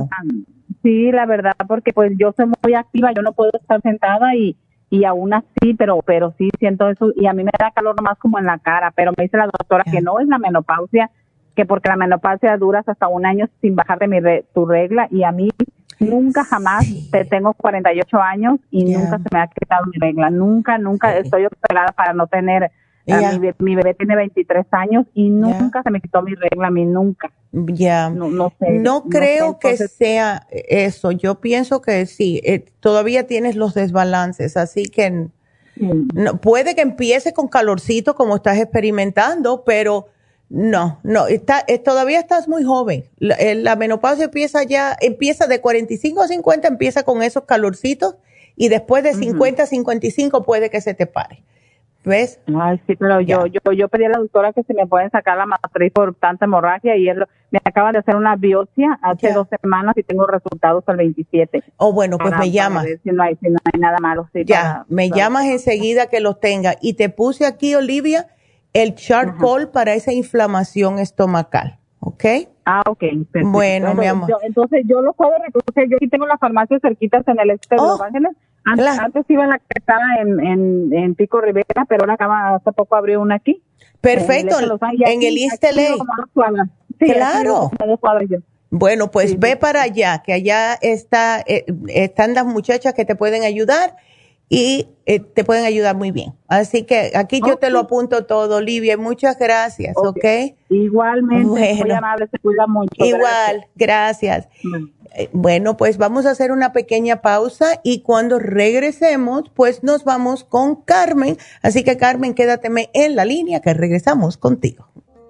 [SPEAKER 16] sí, la verdad, porque pues yo soy muy activa, yo no puedo estar sentada y y aún así, pero pero sí siento eso. Y a mí me da calor nomás como en la cara, pero me dice la doctora yeah. que no es la menopausia, que porque la menopausia duras hasta un año sin bajar de mi re, tu regla, y a mí nunca jamás, sí. te tengo cuarenta y ocho años y yeah. nunca se me ha quitado mi regla, nunca, nunca sí. estoy operada para no tener, yeah. uh, mi, mi bebé tiene veintitrés años y nunca yeah. se me quitó mi regla, a mí nunca.
[SPEAKER 4] Ya, yeah.
[SPEAKER 16] no, no sé.
[SPEAKER 4] No creo
[SPEAKER 16] no sé, entonces,
[SPEAKER 4] que sea eso, yo pienso que sí, eh, todavía tienes los desbalances, así que sí. no, puede que empiece con calorcito como estás experimentando, pero no, no, está, eh, todavía estás muy joven. La, eh, la menopausia empieza ya, empieza de cuarenta y cinco a cincuenta, empieza con esos calorcitos y después de cincuenta a cincuenta y cinco puede que se te pare. ¿Ves?
[SPEAKER 16] Ay, sí, pero yo, yo yo pedí a la doctora que se me pueden sacar la matriz por tanta hemorragia y él, me acaban de hacer una biopsia hace ya. dos semanas y tengo resultados el veintisiete.
[SPEAKER 4] Oh, bueno, pues
[SPEAKER 16] para,
[SPEAKER 4] me llamas.
[SPEAKER 16] Para ver si no hay, si no hay nada malo. Sí,
[SPEAKER 4] ya,
[SPEAKER 16] para,
[SPEAKER 4] me
[SPEAKER 16] para,
[SPEAKER 4] llamas
[SPEAKER 16] para,
[SPEAKER 4] enseguida que los tenga. Y te puse aquí, Olivia, el charcoal para esa inflamación estomacal, ¿Ok?
[SPEAKER 16] Ah, ok. Perfecto.
[SPEAKER 4] Bueno, mi amor.
[SPEAKER 16] Yo, entonces yo lo puedo recoger. Yo aquí tengo las farmacias cerquitas en el este de
[SPEAKER 4] Oh,
[SPEAKER 16] Los Ángeles. Antes,
[SPEAKER 4] claro.
[SPEAKER 16] antes iba en la que estaba en, en, en Pico Rivera, pero ahora acaba, hace poco abrió una aquí.
[SPEAKER 4] Perfecto,
[SPEAKER 16] En el, este de
[SPEAKER 4] en el East L A.
[SPEAKER 16] Sí,
[SPEAKER 4] Claro. Bueno, pues sí. Ve para allá, que allá está, eh, están las muchachas que te pueden ayudar y eh, te pueden ayudar muy bien. Así que aquí okay. yo te lo apunto todo, Olivia. Muchas gracias, ¿ok? okay?
[SPEAKER 16] Igualmente,
[SPEAKER 4] bueno.
[SPEAKER 16] muy amable, se cuida mucho.
[SPEAKER 4] Igual, gracias. gracias. Mm. Bueno, pues vamos a hacer una pequeña pausa y cuando regresemos, pues nos vamos con Carmen. Así que Carmen, quédateme en la línea que regresamos contigo.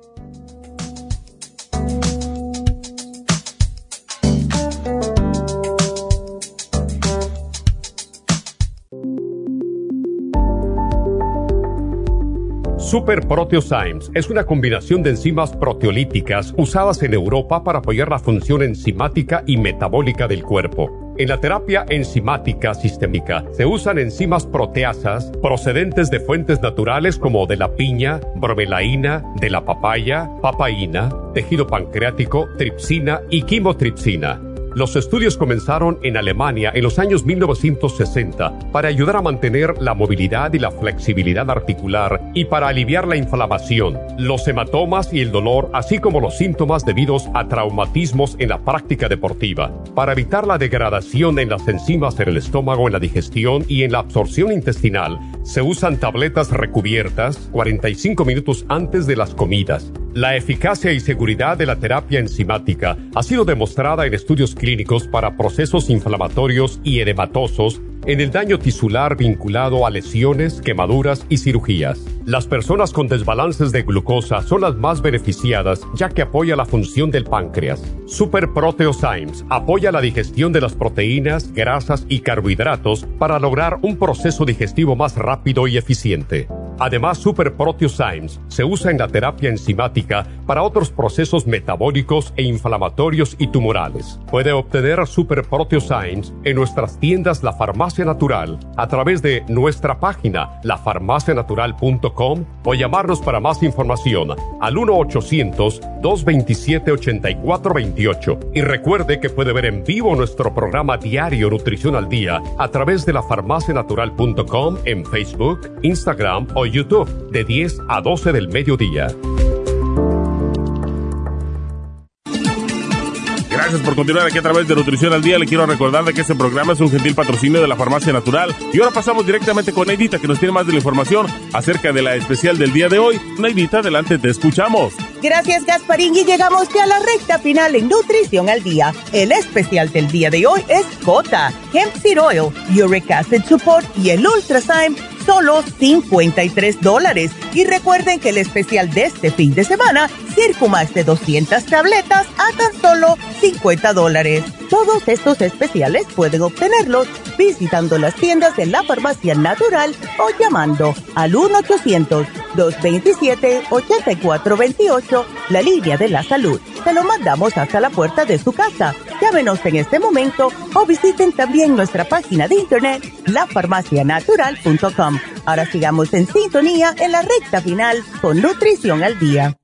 [SPEAKER 3] Super Proteosymes es una combinación de enzimas proteolíticas usadas en Europa para apoyar la función enzimática y metabólica del cuerpo. En la terapia enzimática sistémica se usan enzimas proteasas procedentes de fuentes naturales como de la piña, bromelaína, de la papaya, papaína, tejido pancreático, tripsina y quimotripsina. Los estudios comenzaron en Alemania en los años mil novecientos sesenta para ayudar a mantener la movilidad y la flexibilidad articular y para aliviar la inflamación, los hematomas y el dolor, así como los síntomas debidos a traumatismos en la práctica deportiva. Para evitar la degradación en las enzimas en el estómago, en la digestión y en la absorción intestinal, se usan tabletas recubiertas cuarenta y cinco minutos antes de las comidas. La eficacia y seguridad de la terapia enzimática ha sido demostrada en estudios clínicos para procesos inflamatorios y edematosos en el daño tisular vinculado a lesiones, quemaduras y cirugías. Las personas con desbalances de glucosa son las más beneficiadas ya que apoya la función del páncreas. Super Proteosymes apoya la digestión de las proteínas, grasas y carbohidratos para lograr un proceso digestivo más rápido y eficiente. Además, Super Proteosymes se usa en la terapia enzimática para otros procesos metabólicos e inflamatorios y tumorales. Puede obtener Super Proteosymes en nuestras tiendas La Farmacia Natural a través de nuestra página la farmacia natural punto com o llamarnos para más información al uno ochocientos, dos veintisiete, ochenta y cuatro veintiocho. Y recuerde que puede ver en vivo nuestro programa diario Nutrición al Día a través de la farmacia natural punto com en Facebook, Instagram o YouTube de diez a doce del mediodía.
[SPEAKER 6] Gracias por continuar aquí a través de Nutrición al Día. Le quiero recordar de que este programa es un gentil patrocinio de la Farmacia Natural. Y ahora pasamos directamente con Neidita, que nos tiene más de la información acerca de la especial del día de hoy. Neidita, adelante, te escuchamos.
[SPEAKER 7] Gracias, Gasparín, y llegamos ya a la recta final en Nutrición al Día. El especial del día de hoy es Gota, Hemp Seed Oil, Uric Acid Support y el Ultrazyme, solo cincuenta y tres dólares. Y recuerden que el especial de este fin de semana, Circumax de doscientas tabletas a tan solo cincuenta dólares. Todos estos especiales pueden obtenerlos visitando las tiendas de la Farmacia Natural o llamando al uno ochocientos, dos veintisiete, ochenta y cuatro veintiocho, la línea de la salud. Se lo mandamos hasta la puerta de su casa. Llámenos en este momento o visiten también nuestra página de internet la farmacia natural punto com. Ahora sigamos en sintonía en la recta final con Nutrición al Día.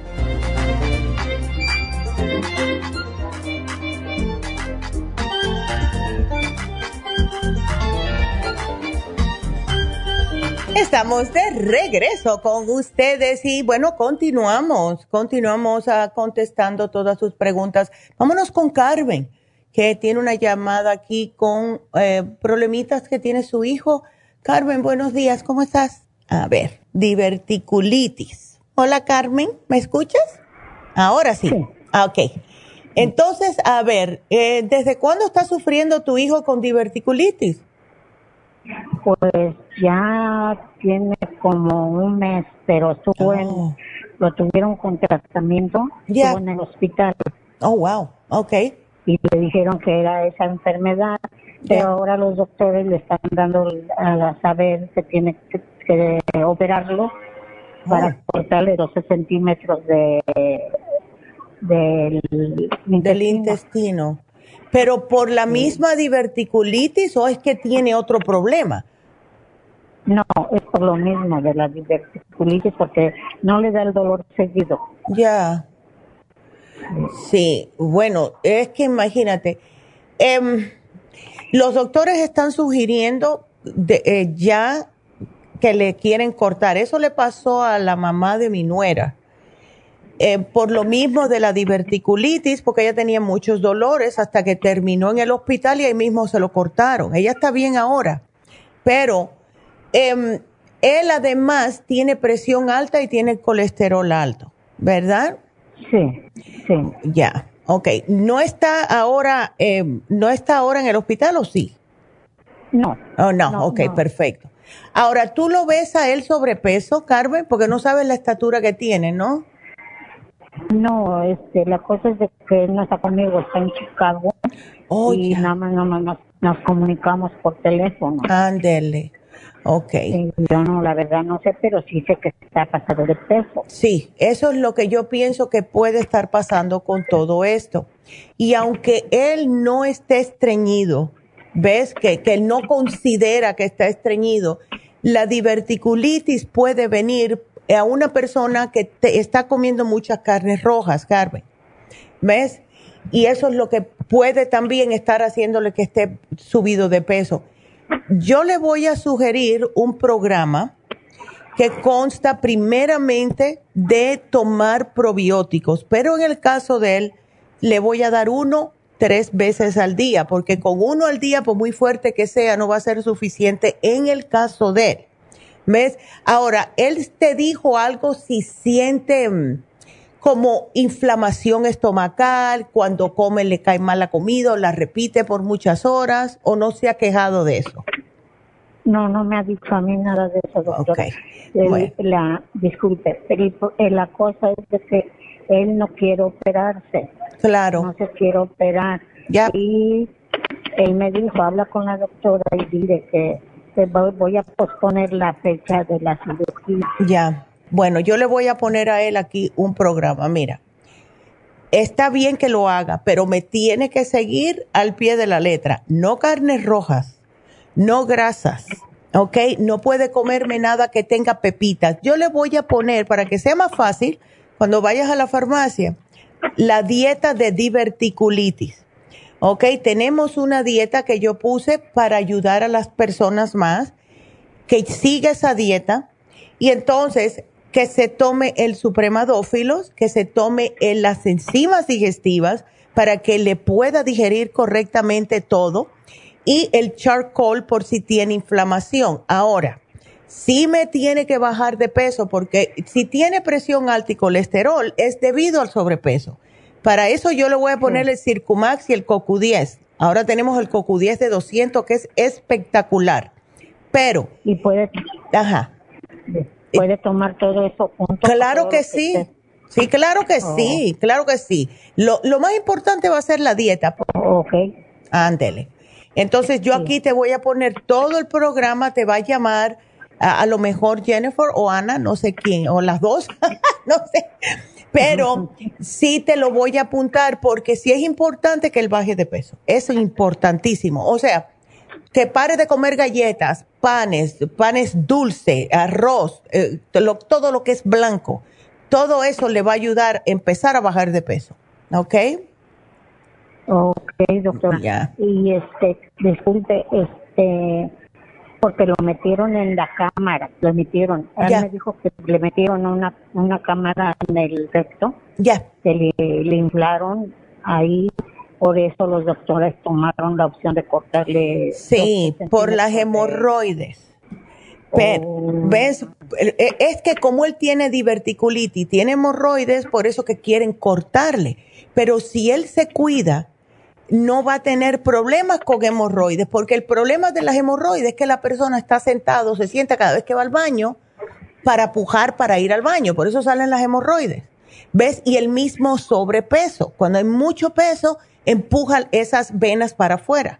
[SPEAKER 7] Estamos de regreso con ustedes y bueno, continuamos, continuamos a contestando todas sus preguntas. Vámonos con Carmen, que tiene una llamada aquí con eh, problemitas que tiene su hijo. Carmen, buenos días, ¿cómo estás? A ver, diverticulitis. Hola Carmen, ¿me escuchas? Ahora sí. sí. Ah, ok. Entonces, a ver, eh, ¿desde cuándo está sufriendo tu hijo con diverticulitis?
[SPEAKER 17] Pues ya tiene como un mes, pero estuvo oh. en, lo tuvieron con tratamiento, yeah. estuvo en el hospital.
[SPEAKER 4] Oh, wow, okay.
[SPEAKER 17] Y le dijeron que era esa enfermedad, yeah. pero ahora los doctores le están dando a saber que tiene que, que operarlo oh. para cortarle doce centímetros de, de del,
[SPEAKER 4] del intestino. ¿Pero por la misma diverticulitis o es que tiene otro problema?
[SPEAKER 17] No, es por lo mismo de la diverticulitis porque no le da el dolor seguido.
[SPEAKER 4] Ya. Sí, bueno, es que imagínate, eh, los doctores están sugiriendo de, eh, ya que le quieren cortar. Eso le pasó a la mamá de mi nuera. Eh, por lo mismo de la diverticulitis, porque ella tenía muchos dolores hasta que terminó en el hospital y ahí mismo se lo cortaron. Ella está bien ahora, pero eh, él además tiene presión alta y tiene colesterol alto, ¿verdad?
[SPEAKER 17] Sí, sí.
[SPEAKER 4] Ya, ok. ¿No está ahora, eh, no está ahora en el hospital o sí?
[SPEAKER 17] No.
[SPEAKER 4] Oh, no,
[SPEAKER 17] no
[SPEAKER 4] ok,
[SPEAKER 17] no.
[SPEAKER 4] Perfecto. Ahora, ¿tú lo ves a él sobrepeso, Carmen? Porque no sabes la estatura que tiene, ¿no?
[SPEAKER 17] No, este, la cosa es de que él no está conmigo, está en Chicago. Oh, y ya. nada más, nada más nos, nos comunicamos por teléfono.
[SPEAKER 4] Ándele. Ok.
[SPEAKER 17] Y yo no, la verdad no sé, pero sí sé que está pasando de peso.
[SPEAKER 4] Sí, eso es lo que yo pienso que puede estar pasando con todo esto. Y aunque él no esté estreñido, ves que, que él no considera que está estreñido, la diverticulitis puede venir a una persona que te está comiendo muchas carnes rojas, Carmen. ¿Ves? Y eso es lo que puede también estar haciéndole que esté subido de peso. Yo le voy a sugerir un programa que consta primeramente de tomar probióticos, pero en el caso de él le voy a dar uno tres veces al día, porque con uno al día, por muy fuerte que sea, no va a ser suficiente en el caso de él. ¿Ves? Ahora, él te dijo algo si siente mmm, como inflamación estomacal, cuando come le cae mal la comida o la repite por muchas horas, o no se ha quejado de eso.
[SPEAKER 17] No, no me ha dicho a mí nada de eso, doctora.
[SPEAKER 4] Okay.
[SPEAKER 17] El,
[SPEAKER 4] Bueno.
[SPEAKER 17] la, disculpe, pero la cosa es de que él no quiere operarse.
[SPEAKER 4] Claro.
[SPEAKER 17] No se quiere operar.
[SPEAKER 4] Ya.
[SPEAKER 17] Y él me dijo, habla con la doctora y dile que, que voy a posponer la fecha de la cirugía.
[SPEAKER 4] Ya. Bueno, yo le voy a poner a él aquí un programa. Mira, está bien que lo haga, pero me tiene que seguir al pie de la letra. No carnes rojas, no grasas, ¿ok? No puede comerme nada que tenga pepitas. Yo le voy a poner, para que sea más fácil, cuando vayas a la farmacia, la dieta de diverticulitis. ¿Ok? Tenemos una dieta que yo puse para ayudar a las personas más, que siga esa dieta, y entonces que se tome el supremadófilos, que se tome en las enzimas digestivas para que le pueda digerir correctamente todo, y el charcoal por si tiene inflamación. Ahora, sí me tiene que bajar de peso, porque si tiene presión alta y colesterol es debido al sobrepeso. Para eso yo le voy a poner sí. el Circumax y el Cocu diez. Ahora tenemos el Cocu diez de doscientos, que es espectacular. Pero...
[SPEAKER 17] Y puede...
[SPEAKER 4] Ajá.
[SPEAKER 17] ¿Puede tomar todo eso junto?
[SPEAKER 4] Claro que sí. Que sí, claro que oh. sí, claro que sí. Lo, lo más importante va a ser la dieta.
[SPEAKER 17] Ok.
[SPEAKER 4] Ándele. Entonces yo sí. aquí te voy a poner todo el programa, te va a llamar a, a lo mejor Jennifer o Ana, no sé quién, o las dos, no sé. Pero sí te lo voy a apuntar porque sí es importante que él baje de peso. Eso es importantísimo. O sea, que pare de comer galletas, panes, panes dulces, arroz, eh, lo, todo lo que es blanco. Todo eso le va a ayudar a empezar a bajar de peso. ¿Ok?
[SPEAKER 17] Ok, doctora.
[SPEAKER 4] Ya.
[SPEAKER 17] Y este, disculpe, este, porque lo metieron en la cámara, lo metieron. Él ya. me dijo que le metieron una, una cámara en el recto.
[SPEAKER 4] Ya.
[SPEAKER 17] Que le, le inflaron ahí. Por eso los doctores tomaron la opción de cortarle.
[SPEAKER 4] Sí, por las hemorroides. Pero, oh. ¿ves? Es que como él tiene diverticulitis, tiene hemorroides, por eso que quieren cortarle. Pero si él se cuida, no va a tener problemas con hemorroides, porque el problema de las hemorroides es que la persona está sentado, se sienta cada vez que va al baño para pujar para ir al baño. Por eso salen las hemorroides. ¿Ves? Y el mismo sobrepeso. Cuando hay mucho peso, empuja esas venas para afuera.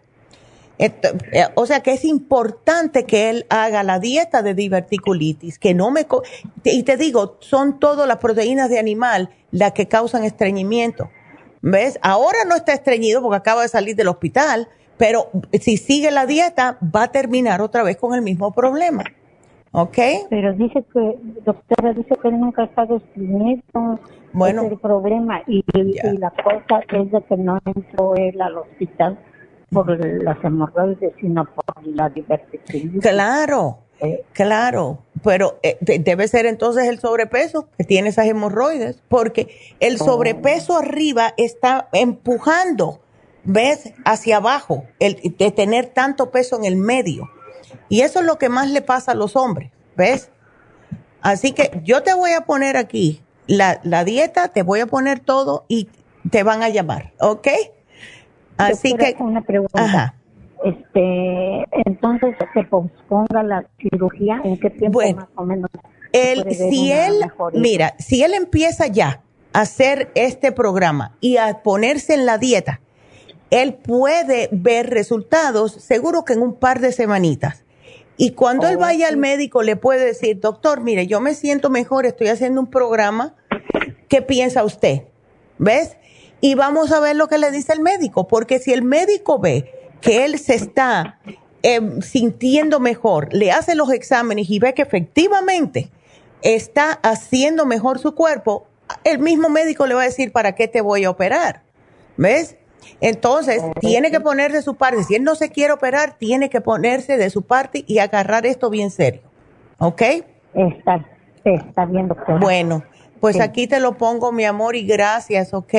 [SPEAKER 4] O sea que es importante que él haga la dieta de diverticulitis, que no me... Y te digo, son todas las proteínas de animal las que causan estreñimiento. ¿Ves? Ahora no está estreñido porque acaba de salir del hospital, pero si sigue la dieta va a terminar otra vez con el mismo problema. ¿Ok?
[SPEAKER 17] Pero dice que, doctora, dice que él nunca ha estado exprimido.
[SPEAKER 4] Bueno.
[SPEAKER 17] Es el problema. Y, y la cosa es de que no entró él al hospital por las hemorroides, sino por la diverticulitis.
[SPEAKER 4] Claro, eh. claro. Pero eh, debe ser entonces el sobrepeso que tiene esas hemorroides, porque el sobrepeso oh. arriba está empujando, ¿ves? Hacia abajo, el de tener tanto peso en el medio. Y eso es lo que más le pasa a los hombres, ¿ves? Así que yo te voy a poner aquí la, la dieta, te voy a poner todo y te van a llamar, ¿ok? Así
[SPEAKER 17] Doctora,
[SPEAKER 4] que...
[SPEAKER 17] una pregunta.
[SPEAKER 4] Ajá.
[SPEAKER 17] Este, entonces, que posponga la cirugía, ¿en qué tiempo
[SPEAKER 4] bueno,
[SPEAKER 17] más o menos?
[SPEAKER 4] Él, si él, mejoría? Mira, si él empieza ya a hacer este programa y a ponerse en la dieta, él puede ver resultados, seguro que en un par de semanitas. Y cuando oh, él vaya sí. al médico, le puede decir, doctor, mire, yo me siento mejor, estoy haciendo un programa, ¿qué piensa usted? ¿Ves? Y vamos a ver lo que le dice el médico, porque si el médico ve que él se está eh, sintiendo mejor, le hace los exámenes y ve que efectivamente está haciendo mejor su cuerpo, el mismo médico le va a decir, ¿para qué te voy a operar? ¿Ves? Entonces, tiene que ponerse de su parte. Si él no se quiere operar, tiene que ponerse de su parte y agarrar esto bien serio. ¿Ok?
[SPEAKER 17] Está, está bien, doctora.
[SPEAKER 4] Bueno, pues sí. Aquí te lo pongo, mi amor, y gracias, ¿ok?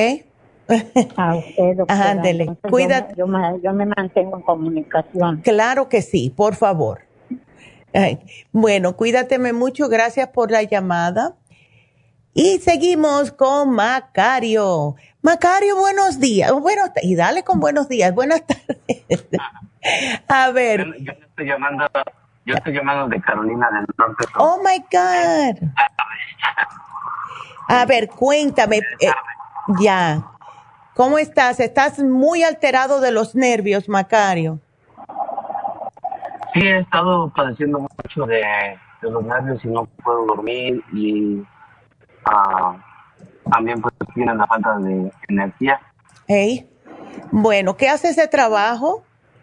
[SPEAKER 17] A usted, doctora.
[SPEAKER 4] Ándele, cuídate.
[SPEAKER 17] Yo me, yo, me, yo me mantengo en comunicación.
[SPEAKER 4] Claro que sí, por favor. Ay, bueno, cuídateme mucho, gracias por la llamada. Y seguimos con Macario. Macario, buenos días. Bueno, y dale con buenos días, buenas tardes. A ver.
[SPEAKER 18] Yo, yo estoy llamando, yo estoy llamando de Carolina del Norte.
[SPEAKER 4] Oh my God. A ver, cuéntame. Eh, ya. ¿Cómo estás? ¿Estás muy alterado de los nervios, Macario?
[SPEAKER 18] Sí, he estado padeciendo mucho de, de los nervios y no puedo dormir y uh, también pues tiene la falta de energía.
[SPEAKER 4] Hey. Bueno, ¿qué hace ese trabajo?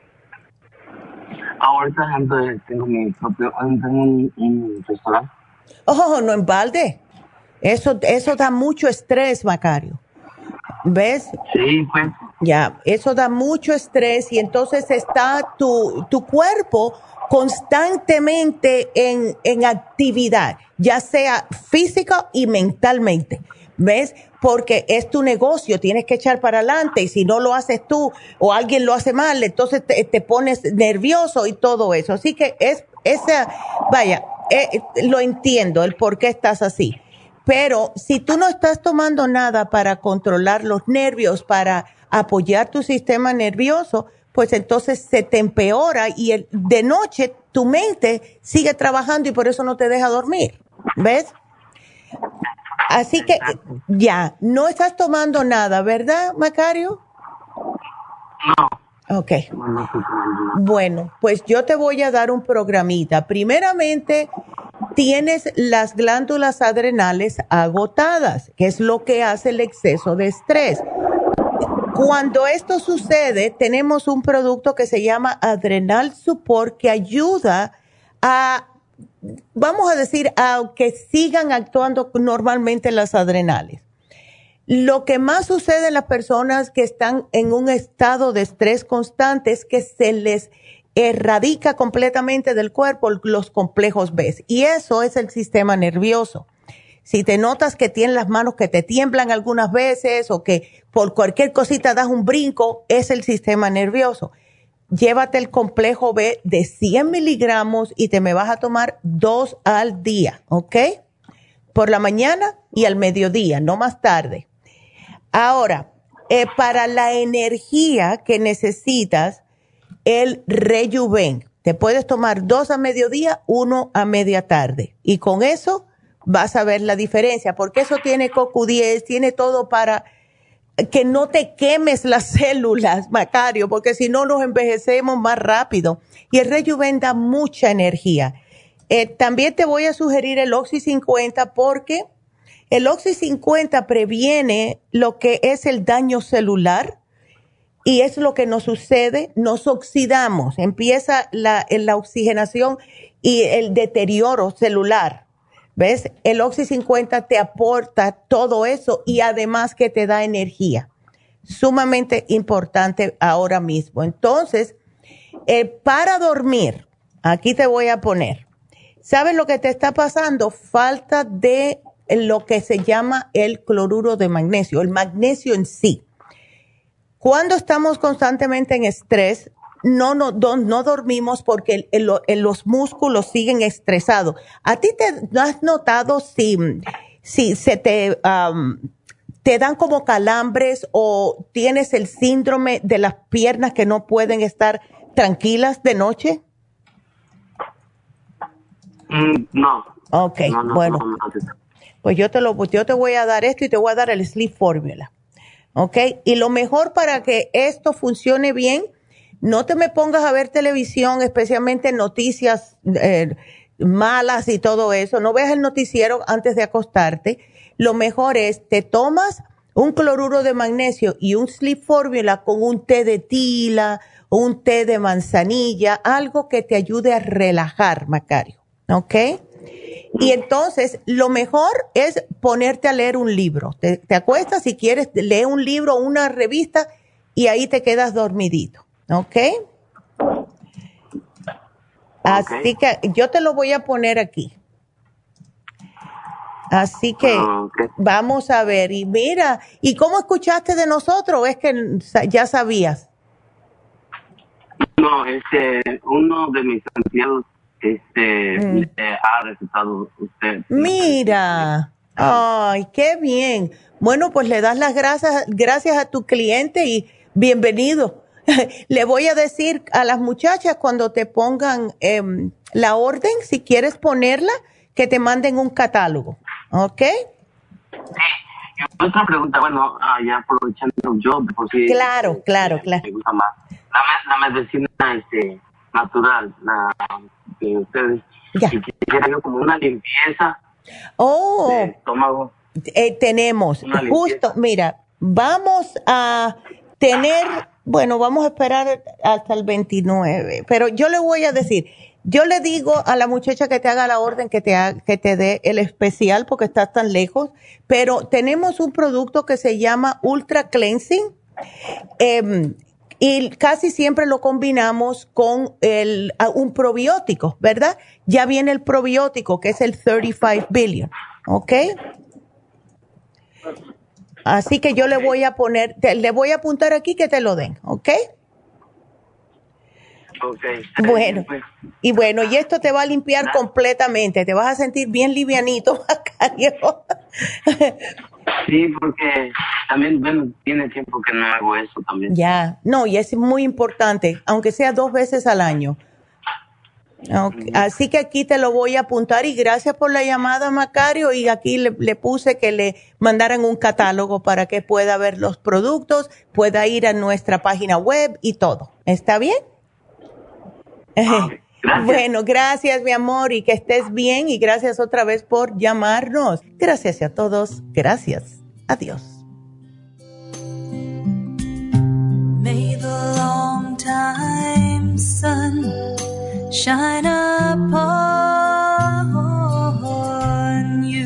[SPEAKER 18] Ahorita tengo mi propio, tengo un, un restaurante.
[SPEAKER 4] Oh, no en balde. Eso, eso da mucho estrés, Macario. ¿Ves?
[SPEAKER 18] Sí, pues.
[SPEAKER 4] Ya, eso da mucho estrés y entonces está tu, tu cuerpo constantemente en, en actividad, ya sea física y mentalmente. ¿Ves? Porque es tu negocio, tienes que echar para adelante y si no lo haces tú o alguien lo hace mal, entonces te, te pones nervioso y todo eso. Así que es, esa, vaya, eh, lo entiendo, el por qué estás así. Pero si tú no estás tomando nada para controlar los nervios, para apoyar tu sistema nervioso, pues entonces se te empeora y el, de noche tu mente sigue trabajando y por eso no te deja dormir. ¿Ves? Así que ya, no estás tomando nada, ¿verdad, Macario?
[SPEAKER 18] No.
[SPEAKER 4] Ok. Bueno, pues yo te voy a dar un programita. Primeramente, tienes las glándulas adrenales agotadas, que es lo que hace el exceso de estrés. Cuando esto sucede, tenemos un producto que se llama Adrenal Support que ayuda a, vamos a decir, a que sigan actuando normalmente las adrenales. Lo que más sucede en las personas que están en un estado de estrés constante es que se les erradica completamente del cuerpo los complejos B. Y eso es el sistema nervioso. Si te notas que tienes las manos que te tiemblan algunas veces o que por cualquier cosita das un brinco, es el sistema nervioso. Llévate el complejo B de cien miligramos y te me vas a tomar dos al día, ¿ok? Por la mañana y al mediodía, no más tarde. Ahora, eh, para la energía que necesitas, el Rejuven. Te puedes tomar dos a mediodía, uno a media tarde. Y con eso vas a ver la diferencia, porque eso tiene C O Q diez, tiene todo para que no te quemes las células, Macario, porque si no nos envejecemos más rápido. Y el Rejuven da mucha energía. Eh, también te voy a sugerir el Oxy cincuenta porque el Oxy cincuenta previene lo que es el daño celular y es lo que nos sucede, nos oxidamos, empieza la, la oxigenación y el deterioro celular. ¿Ves? El Oxy cincuenta te aporta todo eso y además que te da energía. Sumamente importante ahora mismo. Entonces, eh, para dormir, aquí te voy a poner, ¿sabes lo que te está pasando? Falta de lo que se llama el cloruro de magnesio, el magnesio en sí. Cuando estamos constantemente en estrés, no, no, no, no dormimos porque el, el, el, los músculos siguen estresados. ¿A ti te has notado si, si se te, um, te dan como calambres o tienes el síndrome de las piernas que no pueden estar tranquilas de noche?
[SPEAKER 18] Mm, no.
[SPEAKER 4] Ok,
[SPEAKER 18] no, no,
[SPEAKER 4] bueno.
[SPEAKER 18] No, no, no.
[SPEAKER 4] Pues yo te lo, yo te voy a dar esto y te voy a dar el Sleep Formula. Ok, y lo mejor para que esto funcione bien, no te me pongas a ver televisión, especialmente noticias eh, malas y todo eso. No veas el noticiero antes de acostarte. Lo mejor es, te tomas un cloruro de magnesio y un Sleep Formula con un té de tila o un té de manzanilla, algo que te ayude a relajar, Macario. ¿Ok? Y entonces, lo mejor es ponerte a leer un libro. Te, te acuestas, si quieres, lee un libro o una revista y ahí te quedas dormidito. ¿Ok? Así okay. que yo te lo voy a poner aquí. Así que okay. Vamos a ver. Y mira, ¿y cómo escuchaste de nosotros? ¿Es que ya sabías?
[SPEAKER 18] No, este, uno de mis empleados este, mm. le ha recetado usted.
[SPEAKER 4] Mira, ay, qué bien. Bueno, pues le das las gracias, gracias a tu cliente y bienvenido. Le voy a decir a las muchachas cuando te pongan eh, la orden, si quieres ponerla, que te manden un catálogo, ¿ok?
[SPEAKER 18] Sí. Y otra pregunta, bueno, ah, ya aprovechando yo, de por sí.
[SPEAKER 4] Claro,
[SPEAKER 18] eh,
[SPEAKER 4] claro,
[SPEAKER 18] eh,
[SPEAKER 4] claro.
[SPEAKER 18] Me gusta más. La, la medicina este, natural, la que ustedes,
[SPEAKER 4] ya.
[SPEAKER 18] Y quisiera yo como una limpieza
[SPEAKER 4] oh,
[SPEAKER 18] de estómago.
[SPEAKER 4] Eh, tenemos, justo, mira, vamos a tener... Bueno, vamos a esperar hasta el veintinueve, pero yo le voy a decir, yo le digo a la muchacha que te haga la orden que te ha, que te dé el especial porque estás tan lejos, pero tenemos un producto que se llama Ultra Cleansing eh, y casi siempre lo combinamos con el, un probiótico, ¿verdad? Ya viene el probiótico que es el treinta y cinco billion, ¿ok? Así que yo le voy a poner, te, le voy a apuntar aquí que te lo den, ¿ok?
[SPEAKER 18] Ok.
[SPEAKER 4] Bueno, y bueno, y esto te va a limpiar ¿verdad? Completamente, te vas a sentir bien livianito, Macario.
[SPEAKER 18] Sí, porque también, bueno, tiene tiempo que no hago eso también.
[SPEAKER 4] Ya, no, y es muy importante, aunque sea dos veces al año. Okay. Así que aquí te lo voy a apuntar y gracias por la llamada, Macario, y aquí le, le puse que le mandaran un catálogo para que pueda ver los productos, pueda ir a nuestra página web y todo. ¿Está bien?
[SPEAKER 18] Okay, gracias.
[SPEAKER 4] Bueno, gracias, mi amor, y que estés bien y gracias otra vez por llamarnos. Gracias a todos. Gracias. Adiós. May the long time sun shine upon you.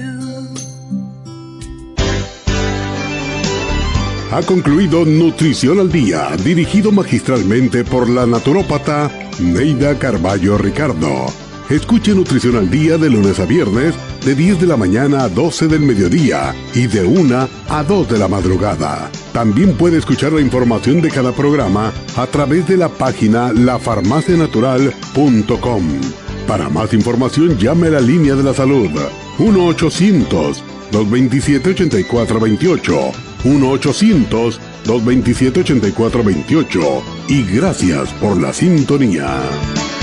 [SPEAKER 1] Ha concluido Nutrición al Día, dirigido magistralmente por la naturópata Neida Carballo Ricardo. Escuche Nutrición al Día de lunes a viernes de diez de la mañana a doce del mediodía y de una a dos de la madrugada. También puede escuchar la información de cada programa a través de la página la farmacia natural punto com. Para más información llame a la línea de la salud uno ochocientos, dos veintisiete, ochenta y cuatro veintiocho, uno ochocientos, dos veintisiete, ochenta y cuatro veintiocho y gracias por la sintonía.